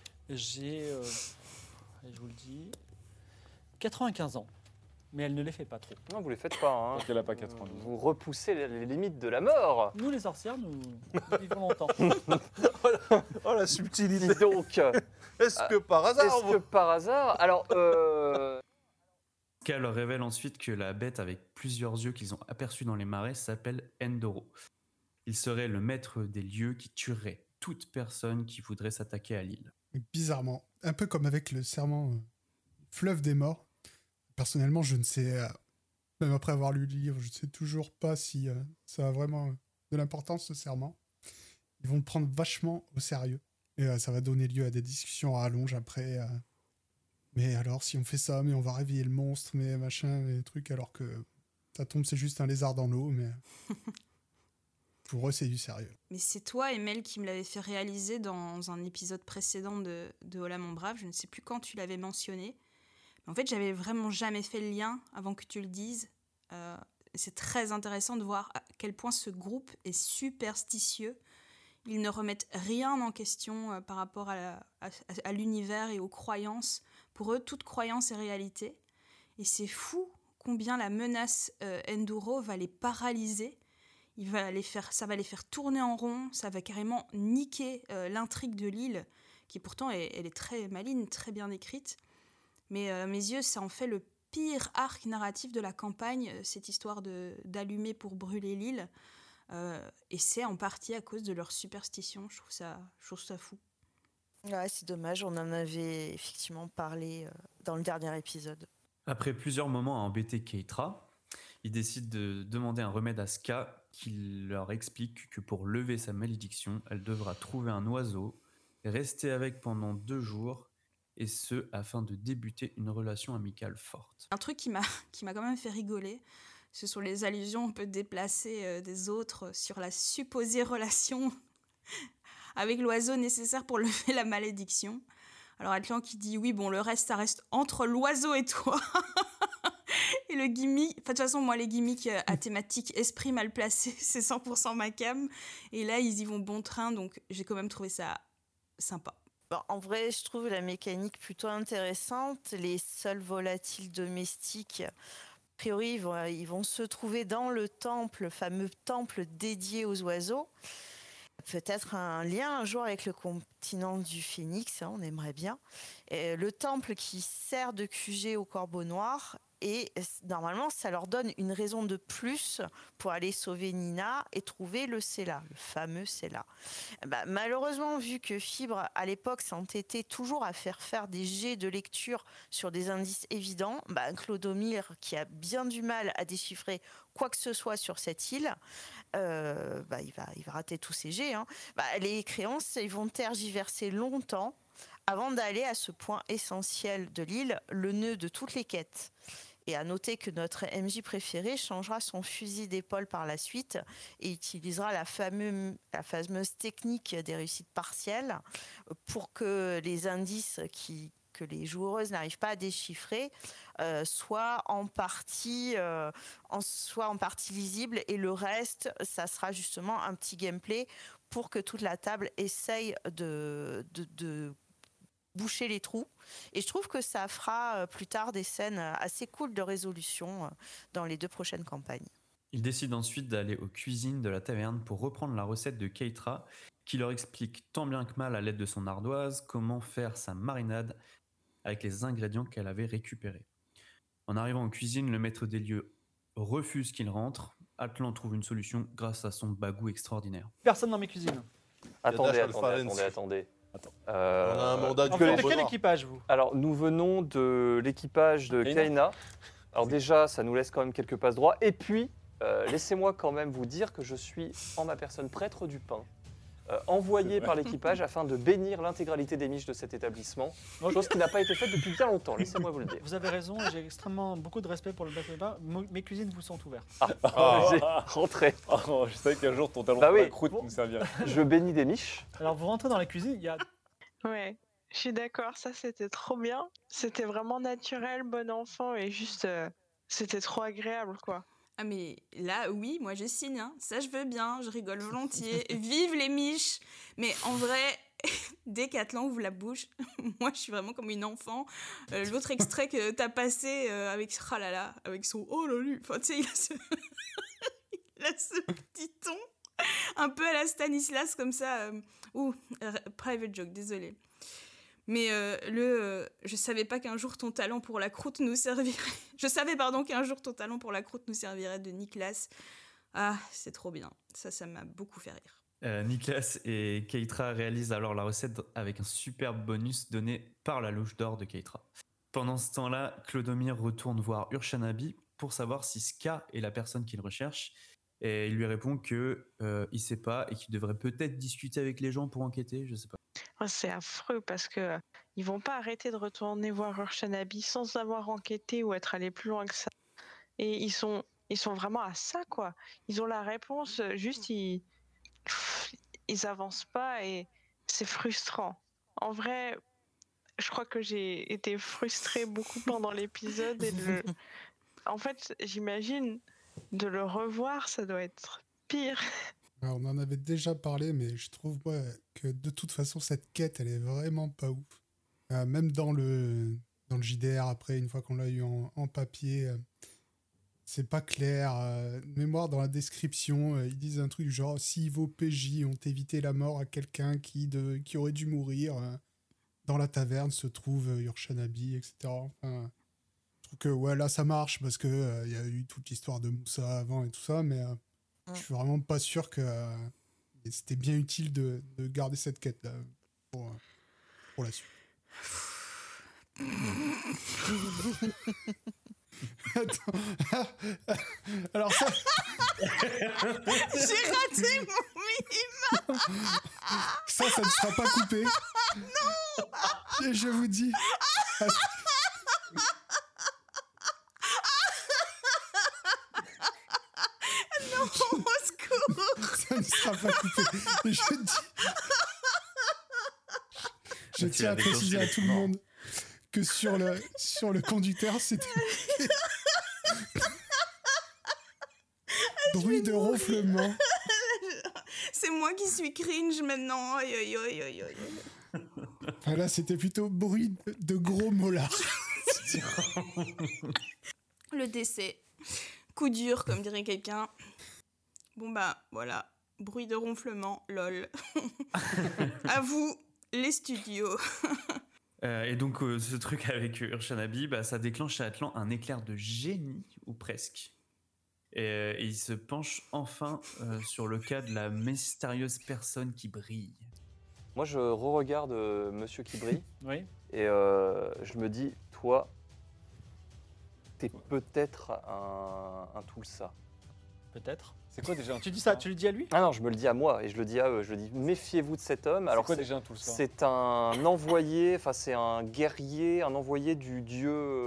J'ai, euh, je vous le dis, quatre-vingt-quinze ans. Mais elle ne les fait pas trop. Non, vous les faites pas, hein. Elle n'a pas quatre-vingt-dix. Vous repoussez les, les limites de la mort. Nous, les sorcières, nous, nous vivons longtemps. oh, la, oh la subtilité. Dis donc. Est-ce que par hasard Est-ce que par hasard Alors, euh... Ska leur révèle ensuite que la bête avec plusieurs yeux qu'ils ont aperçus dans les marais s'appelle Endoro. Il serait le maître des lieux qui tuerait toute personne qui voudrait s'attaquer à l'île. Bizarrement, un peu comme avec le serment euh, Fleuve des Morts. Personnellement, je ne sais, euh, même après avoir lu le livre, je ne sais toujours pas si euh, ça a vraiment euh, de l'importance, ce serment. Ils vont le prendre vachement au sérieux. Et euh, ça va donner lieu à des discussions à rallonge après. Euh, mais alors, si on fait ça, mais on va réveiller le monstre, mais machin, mais trucs, alors que ça tombe, c'est juste un lézard dans l'eau, mais pour eux, c'est du sérieux. Mais c'est toi, Emel, qui me l'avais fait réaliser dans un épisode précédent de, de Hola mon brave. Je ne sais plus quand tu l'avais mentionné. En fait, j'avais vraiment jamais fait le lien avant que tu le dises. Euh, c'est très intéressant de voir à quel point ce groupe est superstitieux. Ils ne remettent rien en question euh, par rapport à, la, à, à l'univers et aux croyances. Pour eux, toute croyance est réalité. Et c'est fou combien la menace euh, Enduro va les paralyser. Il va les faire, ça va les faire tourner en rond. Ça va carrément niquer euh, l'intrigue de l'île, qui pourtant est, elle est très maligne, très bien écrite. Mais à euh, mes yeux, ça en fait le pire arc narratif de la campagne, cette histoire de, d'allumer pour brûler l'île. Euh, et c'est en partie à cause de leur superstition. Je trouve ça, je trouve ça fou. Ouais, c'est dommage, on en avait effectivement parlé euh, dans le dernier épisode. Après plusieurs moments à embêter Keitra, ils décident de demander un remède à Ska qui leur explique que pour lever sa malédiction, elle devra trouver un oiseau, rester avec pendant deux jours et ce, afin de débuter une relation amicale forte. Un truc qui m'a, qui m'a quand même fait rigoler, ce sont les allusions un peu déplacées euh, des autres sur la supposée relation avec l'oiseau nécessaire pour lever la malédiction. Alors Atlan qui dit oui, bon, le reste, ça reste entre l'oiseau et toi. Et le gimmick, enfin de toute façon, moi, les gimmicks euh, à thématique esprit mal placé, c'est cent pour cent ma cam. Et là, ils y vont bon train, donc j'ai quand même trouvé ça sympa. Bon, en vrai, je trouve la mécanique plutôt intéressante. Les sols volatiles domestiques, a priori, ils vont, ils vont se trouver dans le temple, le fameux temple dédié aux oiseaux. Peut-être un lien un jour avec le continent du Phénix, hein, on aimerait bien. Et le temple qui sert de Q G au Corbeau Noir. Et normalement, ça leur donne une raison de plus pour aller sauver Nina et trouver le Cella, le fameux Cella. Bah, malheureusement, vu que Fibre, à l'époque, s'entêtait toujours à faire faire des jets de lecture sur des indices évidents, bah, Clodomir, qui a bien du mal à déchiffrer quoi que ce soit sur cette île, euh, bah, il va, il va rater tous ses jets. Hein. Bah, les créances, ils vont tergiverser longtemps avant d'aller à ce point essentiel de l'île, le nœud de toutes les quêtes. Et à noter que notre M J préféré changera son fusil d'épaule par la suite et utilisera la fameuse, la fameuse technique des réussites partielles pour que les indices qui, que les joueuses n'arrivent pas à déchiffrer euh, soient en partie, euh, en, soient en partie lisibles, et le reste, ça sera justement un petit gameplay pour que toute la table essaye de... de, de boucher les trous, et je trouve que ça fera plus tard des scènes assez cool de résolution dans les deux prochaines campagnes. Ils décident ensuite d'aller aux cuisines de la taverne pour reprendre la recette de Keitra, qui leur explique tant bien que mal à l'aide de son ardoise comment faire sa marinade avec les ingrédients qu'elle avait récupérés. En arrivant en cuisine, le maître des lieux refuse qu'il rentre. Atlan trouve une solution grâce à son bagou extraordinaire. Personne dans mes cuisines. Attendez, Dash attendez, Alpha attendez, attendez. Attends. Euh, On a un mandat du Vous venez de Corbeau quel Noir. équipage, vous? Alors, nous venons de l'équipage de Kaina. Kaina. Alors déjà, ça nous laisse quand même quelques passes droits. Et puis, euh, laissez-moi quand même vous dire que je suis, en ma personne, prêtre du pain, euh, envoyé par l'équipage afin de bénir l'intégralité des miches de cet établissement, Ok. chose qui n'a pas été faite depuis bien longtemps, laissez-moi vous le dire. Vous avez raison, et j'ai extrêmement beaucoup de respect pour le bateau de pain. Mo- Mes cuisines vous sont ouvertes. Ah, j'ai rentré. Oh, je savais qu'un jour ton talon Bah pour oui. la croûte Bon. nous servirait. Je bénis des miches. Alors vous rentrez dans la cuisine, il y a Ouais, je suis d'accord, ça c'était trop bien. C'était vraiment naturel, bon enfant, et juste, euh, c'était trop agréable, quoi. Ah mais là, oui, moi je signe, hein. Ça je veux bien, je rigole volontiers. Vive les miches. Mais en vrai, dès qu'Atlan ouvre la bouche, moi je suis vraiment comme une enfant. Euh, l'autre extrait que t'as passé euh, avec, oh là là, avec son oh là là, enfin tu sais, il a ce... il a ce petit ton un peu à la Stanislas comme ça. Euh... Ouh, euh, private joke, désolé. Mais euh, le, euh, je savais pas qu'un jour ton talent pour la croûte nous servirait. Je savais pardon qu'un jour ton talent pour la croûte nous servirait de Nicolas. Ah, c'est trop bien. Ça, ça m'a beaucoup fait rire. Euh, Nicolas et Keitra réalisent alors la recette avec un superbe bonus donné par la louche d'or de Keitra. Pendant ce temps-là, Clodomir retourne voir Urshanabi pour savoir si Ska est la personne qu'il recherche. Et il lui répond que euh, il sait pas et qu'il devrait peut-être discuter avec les gens pour enquêter, je sais pas. Oh, c'est affreux parce que euh, ils vont pas arrêter de retourner voir Urshanabi sans avoir enquêté ou être allés plus loin que ça. Et ils sont, ils sont vraiment à ça, quoi. Ils ont la réponse, euh, juste ils, pff, ils avancent pas et c'est frustrant. En vrai, je crois que j'ai été frustrée beaucoup pendant l'épisode et de le... En fait, j'imagine de le revoir, ça doit être pire. Alors, on en avait déjà parlé, mais je trouve ouais, que de toute façon, cette quête, elle est vraiment pas ouf. Euh, même dans le, dans le J D R, après, une fois qu'on l'a eu en, en papier, euh, c'est pas clair. Euh, mémoire dans la description, euh, ils disent un truc genre si vos P J ont évité la mort à quelqu'un qui, de, qui aurait dû mourir, euh, dans la taverne se trouve euh, Urshanabi, et cetera. Enfin, je trouve que ouais, là, ça marche parce qu'il euh, y a eu toute l'histoire de Moussa avant et tout ça, mais. Euh, Je suis vraiment pas sûr que euh, c'était bien utile de, de garder cette quête là pour, euh, pour la suite. Attends. Alors ça. J'ai raté mon mime. Ça, ça ne sera pas coupé. Non. Et je vous dis... Non, au secours. Ça ne sera pas coupé. Et je dis... Je Tu tiens as à préciser déclenché à tout le les monde que sur le, sur le conducteur, c'était... bruit de ronflement. C'est moi qui suis cringe maintenant. Aïe, aïe, aïe, aïe, aïe. Enfin, là, c'était plutôt bruit de, de gros molars. Le décès. Coup dur, comme dirait quelqu'un. Bon bah, voilà. Bruit de ronflement, lol. À vous, les studios. Euh, et donc, euh, ce truc avec Urshanabi, bah, ça déclenche chez Atlan un éclair de génie, ou presque. Et, euh, et il se penche enfin euh, sur le cas de la mystérieuse personne qui brille. Moi, je re-regarde euh, Monsieur qui brille. Oui. Et euh, je me dis, toi, t'es peut-être un, un Tulsa. Peut-être. C'est quoi déjà un Tu dis ça, tu le dis à lui? Ah non, je me le dis à moi et je le dis à eux. Je le dis, méfiez-vous de cet homme. C'est Alors quoi c'est- déjà un Tulsa? C'est un envoyé, enfin c'est un guerrier, un envoyé du dieu.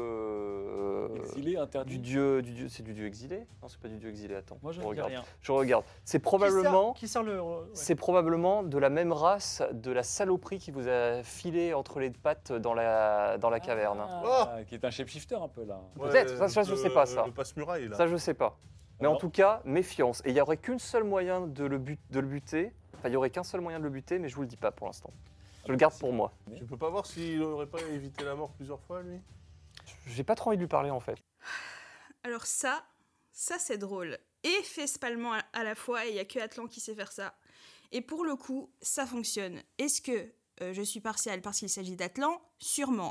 euh, Exilé, interdit. Du dieu, du dieu, c'est du dieu exilé? Non, c'est pas du dieu exilé. Attends. Moi, je ne dis regarde. rien. Je regarde. C'est probablement. Qui sert, qui sert le. ouais. C'est probablement de la même race de la saloperie qui vous a filé entre les pattes dans la, dans la caverne. Ah, qui est un shapeshifter un peu là. Peut-être, ça, ça, je le- sais pas ça. Le passe-muraille, là. Ça, je sais pas. Mais Alors en tout cas, méfiance. Et il n'y aurait qu'une seule moyen de le, but, de le buter. Enfin, il n'y aurait qu'un seul moyen de le buter, mais je vous le dis pas pour l'instant. Je le garde pour moi. Tu peux pas voir s'il aurait pas évité la mort plusieurs fois, lui? J'ai pas trop envie de lui parler en fait. Alors ça, ça c'est drôle. Et face-palmant à, à la fois, et il n'y a que Atlan qui sait faire ça. Et pour le coup, ça fonctionne. Est-ce que euh, je suis partiale parce qu'il s'agit d'Atlan? Sûrement.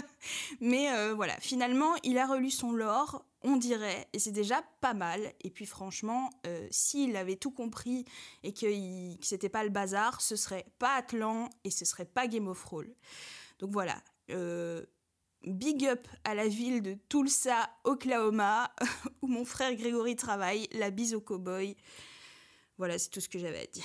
Mais euh, voilà, finalement, il a relu son lore, on dirait, et c'est déjà pas mal. Et puis franchement, euh, s'il avait tout compris et que, il, que c'était pas le bazar, ce serait pas Atlan et ce serait pas Game of Thrones. Donc voilà, euh, big up à la ville de Tulsa, Oklahoma, où mon frère Grégory travaille, la bise au cow-boy. Voilà, c'est tout ce que j'avais à dire.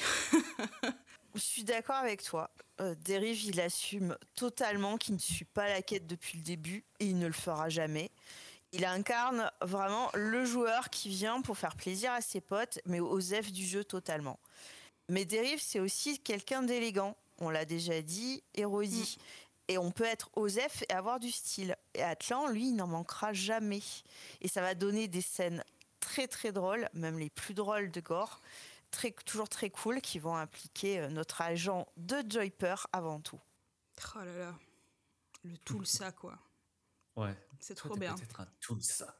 Je suis d'accord avec toi. Euh, Dérive, il assume totalement qu'il ne suit pas la quête depuis le début et il ne le fera jamais. Il incarne vraiment le joueur qui vient pour faire plaisir à ses potes, mais aux F du jeu totalement. Mais Dérive, c'est aussi quelqu'un d'élégant. On l'a déjà dit, érudit. Mm. Et on peut être Osef et avoir du style. Et Atlan, lui, il n'en manquera jamais. Et ça va donner des scènes très très drôles, même les plus drôles de Gore, très, toujours très cool, qui vont impliquer notre agent de Joyper avant tout. Oh là là, le Tulsa quoi. Ouais. C'est Toi, trop t'es bien. peut-être un Tulsa.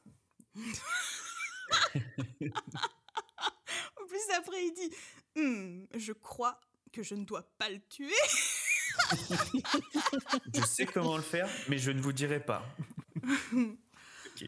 En plus après il dit hm, je crois que je ne dois pas le tuer. Je sais comment le faire, mais je ne vous dirai pas. Okay.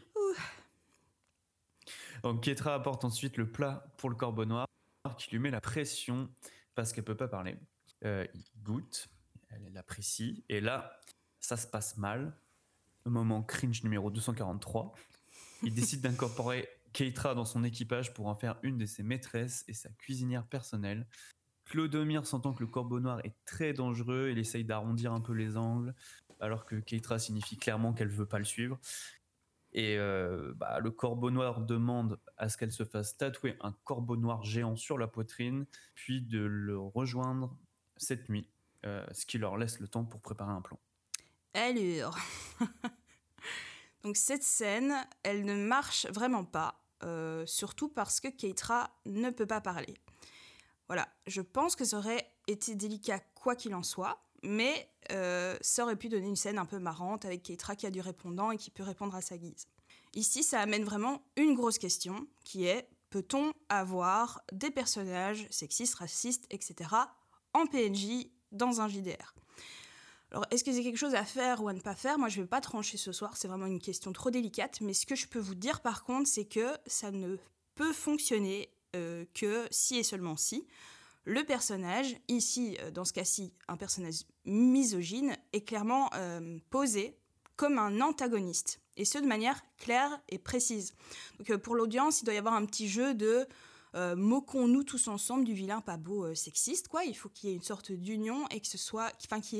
Donc Keitra apporte ensuite le plat pour le corbeau noir, qui lui met la pression parce qu'elle peut pas parler. Euh, il goûte, elle l'apprécie, et là, ça se passe mal. Au moment cringe numéro deux cent quarante-trois, il décide d'incorporer Keitra dans son équipage pour en faire une de ses maîtresses et sa cuisinière personnelle. Clodomir sentant que le corbeau noir est très dangereux, il essaye d'arrondir un peu les angles, alors que Keitra signifie clairement qu'elle veut pas le suivre. Et euh, bah, le corbeau noir demande à ce qu'elle se fasse tatouer un corbeau noir géant sur la poitrine, puis de le rejoindre cette nuit, euh, ce qui leur laisse le temps pour préparer un plan. Alors, donc cette scène, elle ne marche vraiment pas, euh, surtout parce que Keitra ne peut pas parler. Voilà, je pense que ça aurait été délicat quoi qu'il en soit, mais euh, ça aurait pu donner une scène un peu marrante avec Keitra qui a du répondant et qui peut répondre à sa guise. Ici, ça amène vraiment une grosse question, qui est, peut-on avoir des personnages sexistes, racistes, et cetera en P N J dans un J D R? Alors, est-ce que c'est quelque chose à faire ou à ne pas faire? Moi, je ne vais pas trancher ce soir, c'est vraiment une question trop délicate, mais ce que je peux vous dire par contre, c'est que ça ne peut fonctionner euh, que si et seulement si le personnage, ici, dans ce cas-ci, un personnage misogyne, est clairement euh, posé comme un antagoniste, et ce, de manière claire et précise. Donc euh, pour l'audience, il doit y avoir un petit jeu de euh, moquons-nous tous ensemble du vilain pas beau euh, sexiste, quoi. Il faut qu'il y ait une sorte d'union, et que ce soit, enfin, qu'il y ait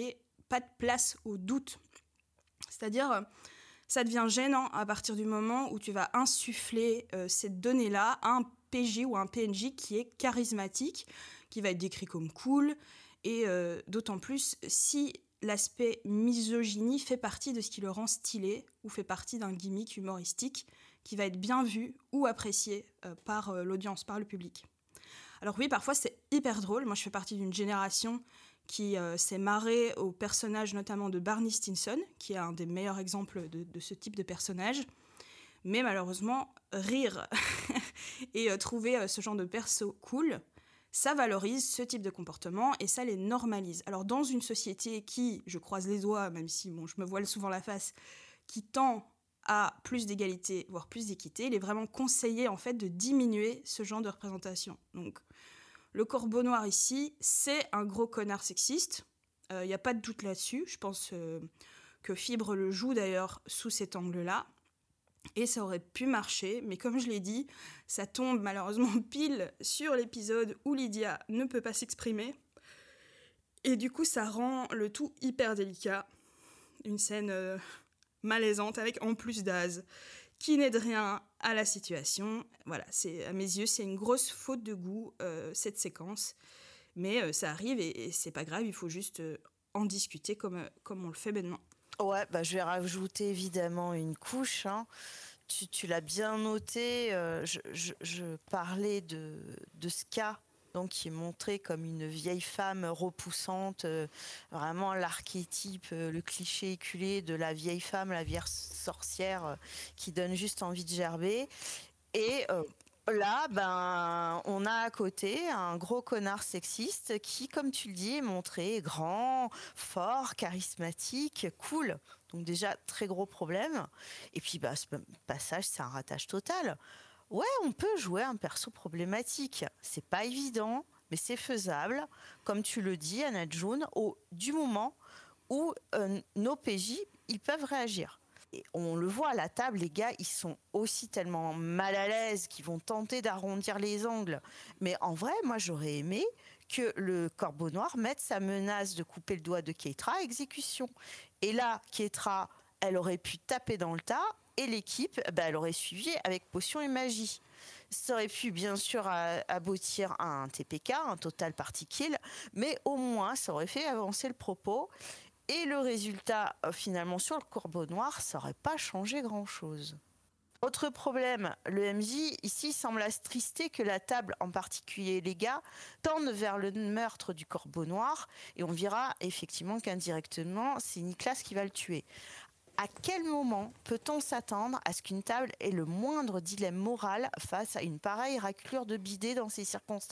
pas de place au doute. C'est-à-dire, euh, ça devient gênant à partir du moment où tu vas insuffler euh, cette donnée-là à un P J ou un P N J qui est charismatique, qui va être décrit comme cool, et euh, d'autant plus si l'aspect misogynie fait partie de ce qui le rend stylé ou fait partie d'un gimmick humoristique qui va être bien vu ou apprécié euh, par euh, l'audience, par le public. Alors oui, parfois c'est hyper drôle. Moi, je fais partie d'une génération qui euh, s'est marrée au personnage notamment de Barney Stinson, qui est un des meilleurs exemples de, de ce type de personnage. Mais malheureusement, rire et euh, trouver euh, ce genre de perso cool, ça valorise ce type de comportement et ça les normalise. Alors dans une société qui, je croise les doigts, même si bon, je me voile souvent la face, qui tend à plus d'égalité, voire plus d'équité, il est vraiment conseillé en fait de diminuer ce genre de représentation. Donc le Corbeau Noir ici, c'est un gros connard sexiste, il euh, n'y a pas de doute là-dessus, je pense euh, que Fibre le joue d'ailleurs sous cet angle-là. Et ça aurait pu marcher, mais comme je l'ai dit, ça tombe malheureusement pile sur l'épisode où Lydia ne peut pas s'exprimer. Et du coup, ça rend le tout hyper délicat. Une scène euh, malaisante avec en plus Daz, qui n'aide rien à la situation. Voilà, c'est, à mes yeux, c'est une grosse faute de goût, euh, cette séquence. Mais euh, ça arrive et, et c'est pas grave, il faut juste euh, en discuter comme, euh, comme on le fait maintenant. Ouais, bah, je vais rajouter évidemment une couche. Hein. Tu, tu l'as bien noté. Euh, je, je, je parlais de, de Ska, donc, qui est montrée comme une vieille femme repoussante, euh, vraiment l'archétype, euh, le cliché éculé de la vieille femme, la vieille sorcière euh, qui donne juste envie de gerber. Et euh, là, ben, on a à côté un gros connard sexiste qui, comme tu le dis, est montré grand, fort, charismatique, cool. Donc déjà, très gros problème. Et puis, bah, ce passage, c'est un ratage total. Ouais, on peut jouer un perso problématique. C'est pas évident, mais c'est faisable. Comme tu le dis, Anna June, au, du moment où euh, nos P J, ils peuvent réagir. Et on le voit à la table, les gars, ils sont aussi tellement mal à l'aise qu'ils vont tenter d'arrondir les angles. Mais en vrai, moi, j'aurais aimé que le Corbeau Noir mette sa menace de couper le doigt de Keitra à exécution. Et là, Keitra, elle aurait pu taper dans le tas et l'équipe, bah, elle aurait suivi avec potion et magie. Ça aurait pu, bien sûr, aboutir à un T P K, un total party kill, mais au moins, ça aurait fait avancer le propos. Et le résultat, euh, finalement, sur le Corbeau Noir, ça n'aurait pas changé grand-chose. Autre problème, le M J, ici, semble attrister que la table, en particulier les gars, tendent vers le meurtre du Corbeau Noir, et on verra effectivement qu'indirectement, c'est Nicolas qui va le tuer. À quel moment peut-on s'attendre à ce qu'une table ait le moindre dilemme moral face à une pareille raclure de bidet dans ces circonstances ?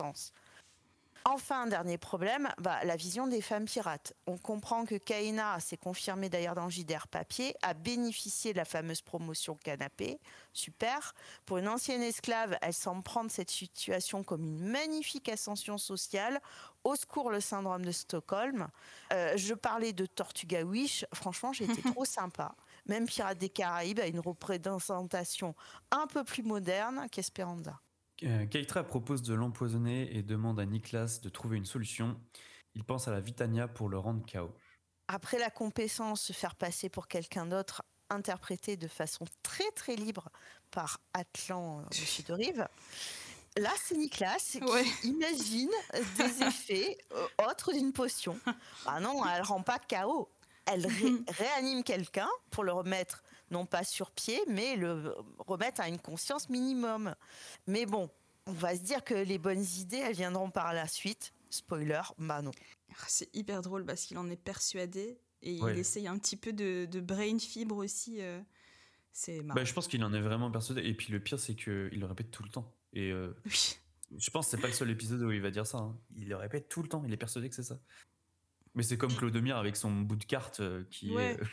Enfin, dernier problème, bah, la vision des femmes pirates. On comprend que Kaina, c'est confirmé d'ailleurs dans J D R Papier, a bénéficié de la fameuse promotion canapé. Super. Pour une ancienne esclave, elle semble prendre cette situation comme une magnifique ascension sociale. Au secours, le syndrome de Stockholm. Euh, je parlais de Tortuga Wish. Franchement, j'étais trop sympa. Même Pirates des Caraïbes a une représentation un peu plus moderne qu'Esperanda. Euh, Keitra propose de l'empoisonner et demande à Nicolas de trouver une solution. Il pense à la Vitania pour le rendre K O. Après la compétence, se faire passer pour quelqu'un d'autre, interprété de façon très très libre par Atlan, euh, Monsieur de Rive. Là, c'est Nicolas qui ouais. imagine des effets euh, autres d'une potion. Ah non, elle rend pas K O. Elle ré- réanime quelqu'un pour le remettre non pas sur pied, mais le remettre à une conscience minimum. Mais bon, on va se dire que les bonnes idées, elles viendront par la suite. Spoiler, bah non. C'est hyper drôle parce qu'il en est persuadé et ouais. il essaye un petit peu de, de brain fibre aussi. Euh, c'est marrant. Bah, je pense qu'il en est vraiment persuadé. Et puis le pire, c'est qu'il le répète tout le temps. Et euh, oui. Je pense que c'est pas le seul épisode où il va dire ça. Hein. Il le répète tout le temps. Il est persuadé que c'est ça. Mais c'est comme Clodomir avec son bout de carte euh, qui ouais. est.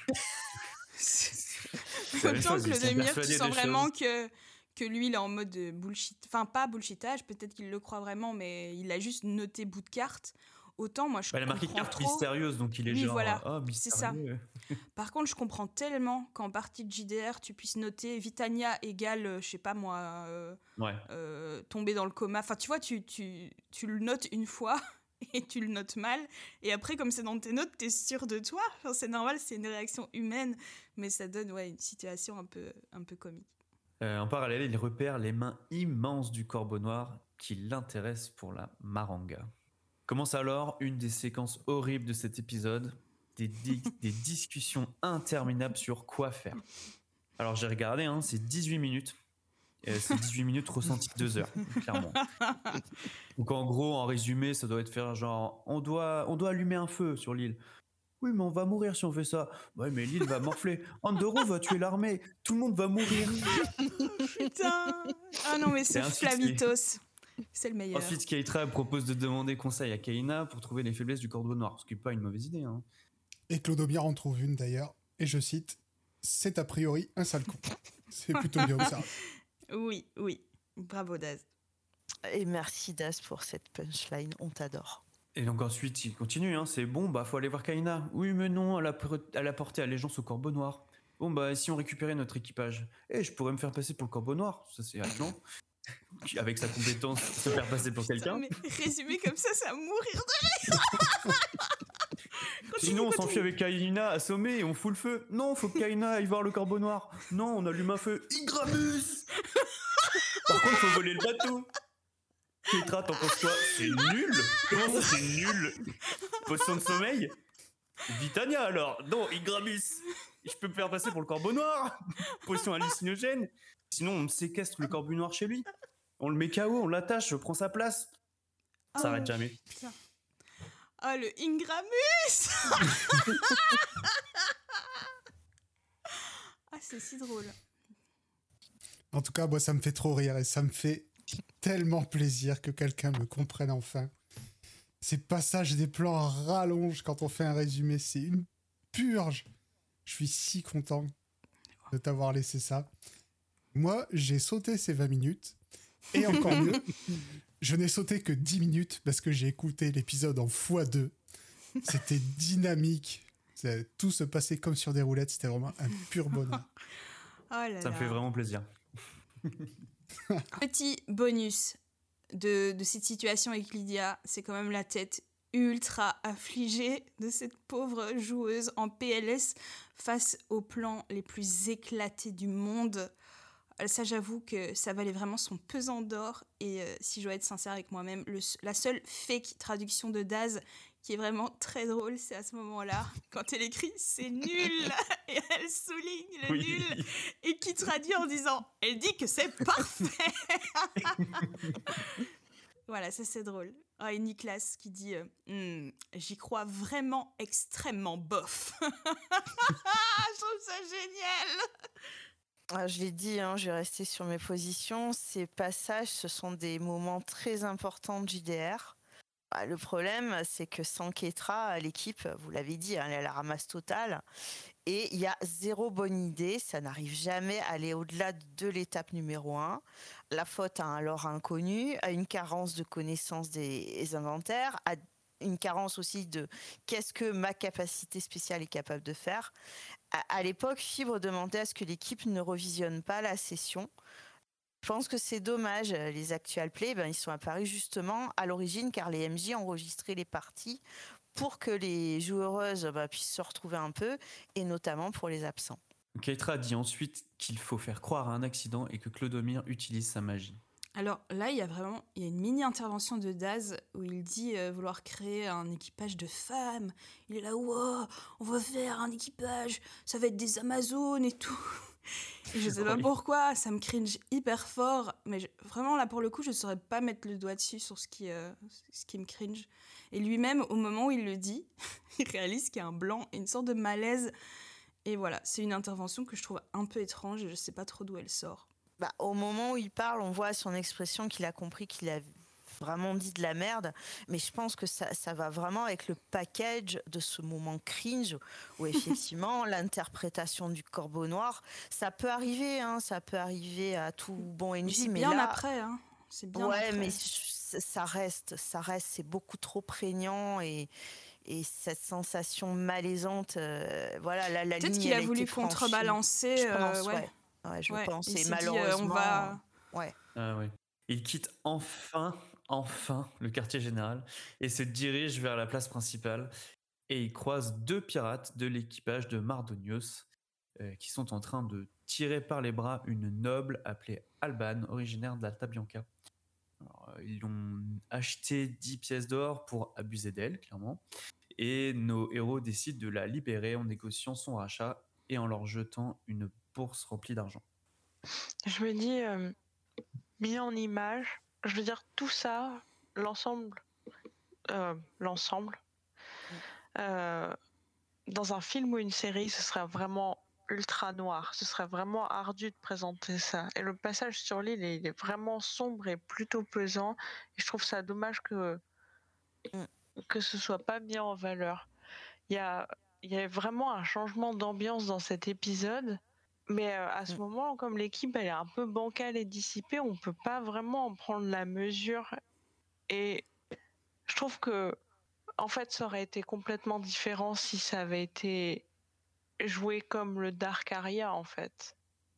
Autant que Clodomir, tu sens vraiment que, que lui, il est en mode bullshit. Enfin, pas bullshitage, peut-être qu'il le croit vraiment, mais il a juste noté bout de carte. Autant, moi, je bah, comprends. Il a marqué carte trop... mystérieuse, donc il est oui, genre. Voilà, oh, c'est ça. Par contre, je comprends tellement qu'en partie de J D R, tu puisses noter Vitania égale, je sais pas moi, euh, ouais. euh, tomber dans le coma. Enfin, tu vois, tu, tu, tu le notes une fois et tu le notes mal. Et après, comme c'est dans tes notes, t'es sûr de toi. Enfin, c'est normal, c'est une réaction humaine, mais ça donne ouais, une situation un peu, un peu comique. Euh, en parallèle, il repère les mains immenses du corbeau noir qui l'intéressent pour la maranga. Commence alors une des séquences horribles de cet épisode, des, di- des discussions interminables sur quoi faire. Alors j'ai regardé, hein, c'est dix-huit minutes. Euh, c'est dix-huit minutes ressenties deux heures, clairement. Donc en gros, en résumé, ça doit être faire genre, on doit, on doit allumer un feu sur l'île. Oui, mais on va mourir si on fait ça. Ouais, mais l'île va morfler. Andorro va tuer l'armée. Tout le monde va mourir. Putain. Ah non, mais c'est Flavitos. C'est le meilleur. Ensuite, Keitra propose de demander conseil à Kaina pour trouver les faiblesses du corbeau noir, ce qui n'est pas une mauvaise idée. Hein. Et Clodomir en trouve une d'ailleurs, et je cite, c'est a priori un sale con. C'est plutôt bien ça. Oui, oui. Bravo Daz. Et merci Daz pour cette punchline, on t'adore. Et donc ensuite, il continue, hein, c'est bon, bah faut aller voir Kaina. Oui, mais non, elle a, elle a porté allégeance au corbeau noir. Bon, bah si on récupérait notre équipage, eh, je pourrais me faire passer pour le corbeau noir, ça c'est Atlan. Avec sa compétence, se faire passer pour quelqu'un. Mais résumé comme ça, ça va mourir de rire. Sinon, on s'enfuit avec Kaina assommé et on fout le feu. Non, faut que Kaina aille voir le corbeau noir. Non, on allume un feu. Igramus. Par contre, faut voler le bateau. Keitra, t'en penses quoi? C'est nul. Comment ça, c'est nul? Potion de sommeil? Vitania alors. Non, Igramus. Je peux me faire passer pour le corbeau noir. Potion hallucinogène. Sinon, on séquestre le corbeau noir chez lui. On le met K O, on l'attache, je prends sa place. Ça s'arrête oh, jamais. Putain. Oh, le Ingramus. Ah, c'est si drôle. En tout cas, moi, ça me fait trop rire et ça me fait tellement plaisir que quelqu'un me comprenne enfin. Ces passages des plans à rallonge quand on fait un résumé, c'est une purge. Je suis si content de t'avoir laissé ça. Moi, j'ai sauté ces vingt minutes, et encore mieux, je n'ai sauté que dix minutes parce que j'ai écouté l'épisode en fois deux. C'était dynamique, tout se passait comme sur des roulettes, c'était vraiment un pur bonheur. Oh là Ça me là. fait vraiment plaisir. Petit bonus de, de cette situation avec Lydia, c'est quand même la tête ultra affligée de cette pauvre joueuse en P L S face aux plans les plus éclatés du monde. Ça, j'avoue que ça valait vraiment son pesant d'or. Et euh, si je dois être sincère avec moi-même, le, la seule fake traduction de Daz qui est vraiment très drôle, c'est à ce moment-là, quand elle écrit « c'est nul » et elle souligne le oui. nul, et qui traduit en disant « elle dit que c'est parfait ». Voilà, ça c'est drôle. Ah, et Niklas qui dit euh, hm, « j'y crois vraiment extrêmement bof ». Je trouve ça génial. Ah, je l'ai dit, hein, je vais rester sur mes positions. Ces passages, ce sont des moments très importants de J D R. Bah, le problème, c'est que sans Keitra, l'équipe, vous l'avez dit, hein, elle est à la ramasse totale. Et il y a zéro bonne idée. Ça n'arrive jamais à aller au-delà de l'étape numéro un. La faute à un lore inconnu, à une carence de connaissance des, des inventaires, à une carence aussi de qu'est-ce que ma capacité spéciale est capable de faire. À, à l'époque, Fibre demandait à ce que l'équipe ne revisionne pas la session. Je pense que c'est dommage. Les actual play, ben, ils sont apparus justement à l'origine car les M J enregistraient les parties pour que les joueuses ben, puissent se retrouver un peu et notamment pour les absents. Keitra dit ensuite qu'il faut faire croire à un accident et que Clodomir utilise sa magie. Alors là, il y a vraiment il y a une mini-intervention de Daz où il dit euh, vouloir créer un équipage de femmes. Il est là, wow, on va faire un équipage, ça va être des Amazones et tout. Et je sais pas pourquoi, ça me cringe hyper fort, mais je, vraiment là pour le coup, je saurais pas mettre le doigt dessus sur ce qui, euh, ce qui me cringe. Et lui-même, au moment où il le dit, il réalise qu'il y a un blanc et une sorte de malaise. Et voilà, c'est une intervention que je trouve un peu étrange et je sais pas trop d'où elle sort. Bah, au moment où il parle, on voit à son expression qu'il a compris qu'il a vraiment dit de la merde, mais je pense que ça, ça va vraiment avec le package de ce moment cringe où effectivement l'interprétation du corbeau noir, ça peut arriver, hein, ça peut arriver à tout bon M J, c'est mais bien là, après, hein. C'est bien ouais, après. mais ça reste, ça reste, c'est beaucoup trop prégnant et et cette sensation malaisante, euh, voilà, la, la Peut-être ligne. qu'il a voulu contrebalancer, je pense, euh, ouais. ouais. Ouais, je ouais. pense. Et et dit, malheureusement, euh, on va... ouais. Ah ouais. Il quitte enfin enfin le quartier général et se dirige vers la place principale. Et il croise deux pirates de l'équipage de Mardonios euh, qui sont en train de tirer par les bras une noble appelée Alban, originaire d'Alta Bianca. Alors, euh, ils ont acheté dix pièces d'or pour abuser d'elle, clairement. Et nos héros décident de la libérer en négociant son rachat et en leur jetant une bourse remplie d'argent. Je me dis, euh, mis en image, je veux dire tout ça, l'ensemble, euh, l'ensemble, euh, dans un film ou une série, ce serait vraiment ultra noir. Ce serait vraiment ardu de présenter ça. Et le passage sur l'île, il est vraiment sombre et plutôt pesant. Et je trouve ça dommage que que ce soit pas mis en valeur. Il y a, il y a vraiment un changement d'ambiance dans cet épisode. Mais euh, à ce moment, comme l'équipe elle est un peu bancale et dissipée, on peut pas vraiment en prendre la mesure. Et je trouve que, en fait, ça aurait été complètement différent si ça avait été joué comme le Dark Aria, en fait.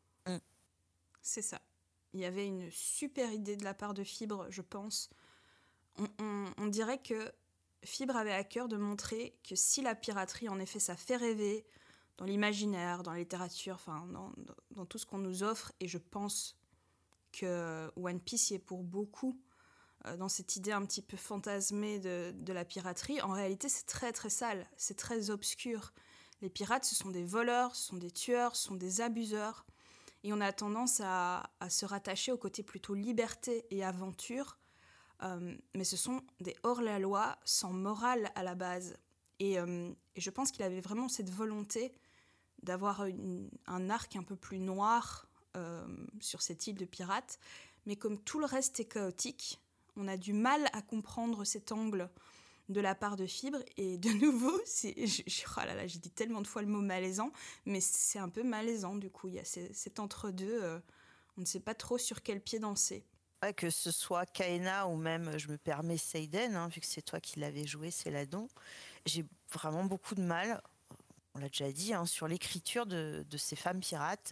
C'est ça. Il y avait une super idée de la part de Fibre, je pense. On, on, on dirait que Fibre avait à cœur de montrer que si la piraterie, en effet, ça fait rêver, dans l'imaginaire, dans la littérature, enfin, dans, dans, dans tout ce qu'on nous offre, et je pense que One Piece y est pour beaucoup, euh, dans cette idée un petit peu fantasmée de, de la piraterie. En réalité, c'est très très sale, c'est très obscur. Les pirates, ce sont des voleurs, ce sont des tueurs, ce sont des abuseurs, et on a tendance à, à se rattacher au côté plutôt liberté et aventure, euh, mais ce sont des hors-la-loi sans morale à la base. Et, euh, et je pense qu'il avait vraiment cette volonté d'avoir une, un arc un peu plus noir euh, sur cette île de pirates. Mais comme tout le reste est chaotique, on a du mal à comprendre cet angle de la part de Fibre. Et de nouveau, c'est, je, je, oh là là, j'ai dit tellement de fois le mot malaisant, mais c'est un peu malaisant du coup. Il y a ces, cet entre-deux, euh, on ne sait pas trop sur quel pied danser. Ouais, que ce soit Kaena ou même, je me permets, Seiden, hein, vu que c'est toi qui l'avais joué, c'est Ladon, j'ai vraiment beaucoup de mal, on l'a déjà dit, hein, sur l'écriture de, de ces femmes pirates.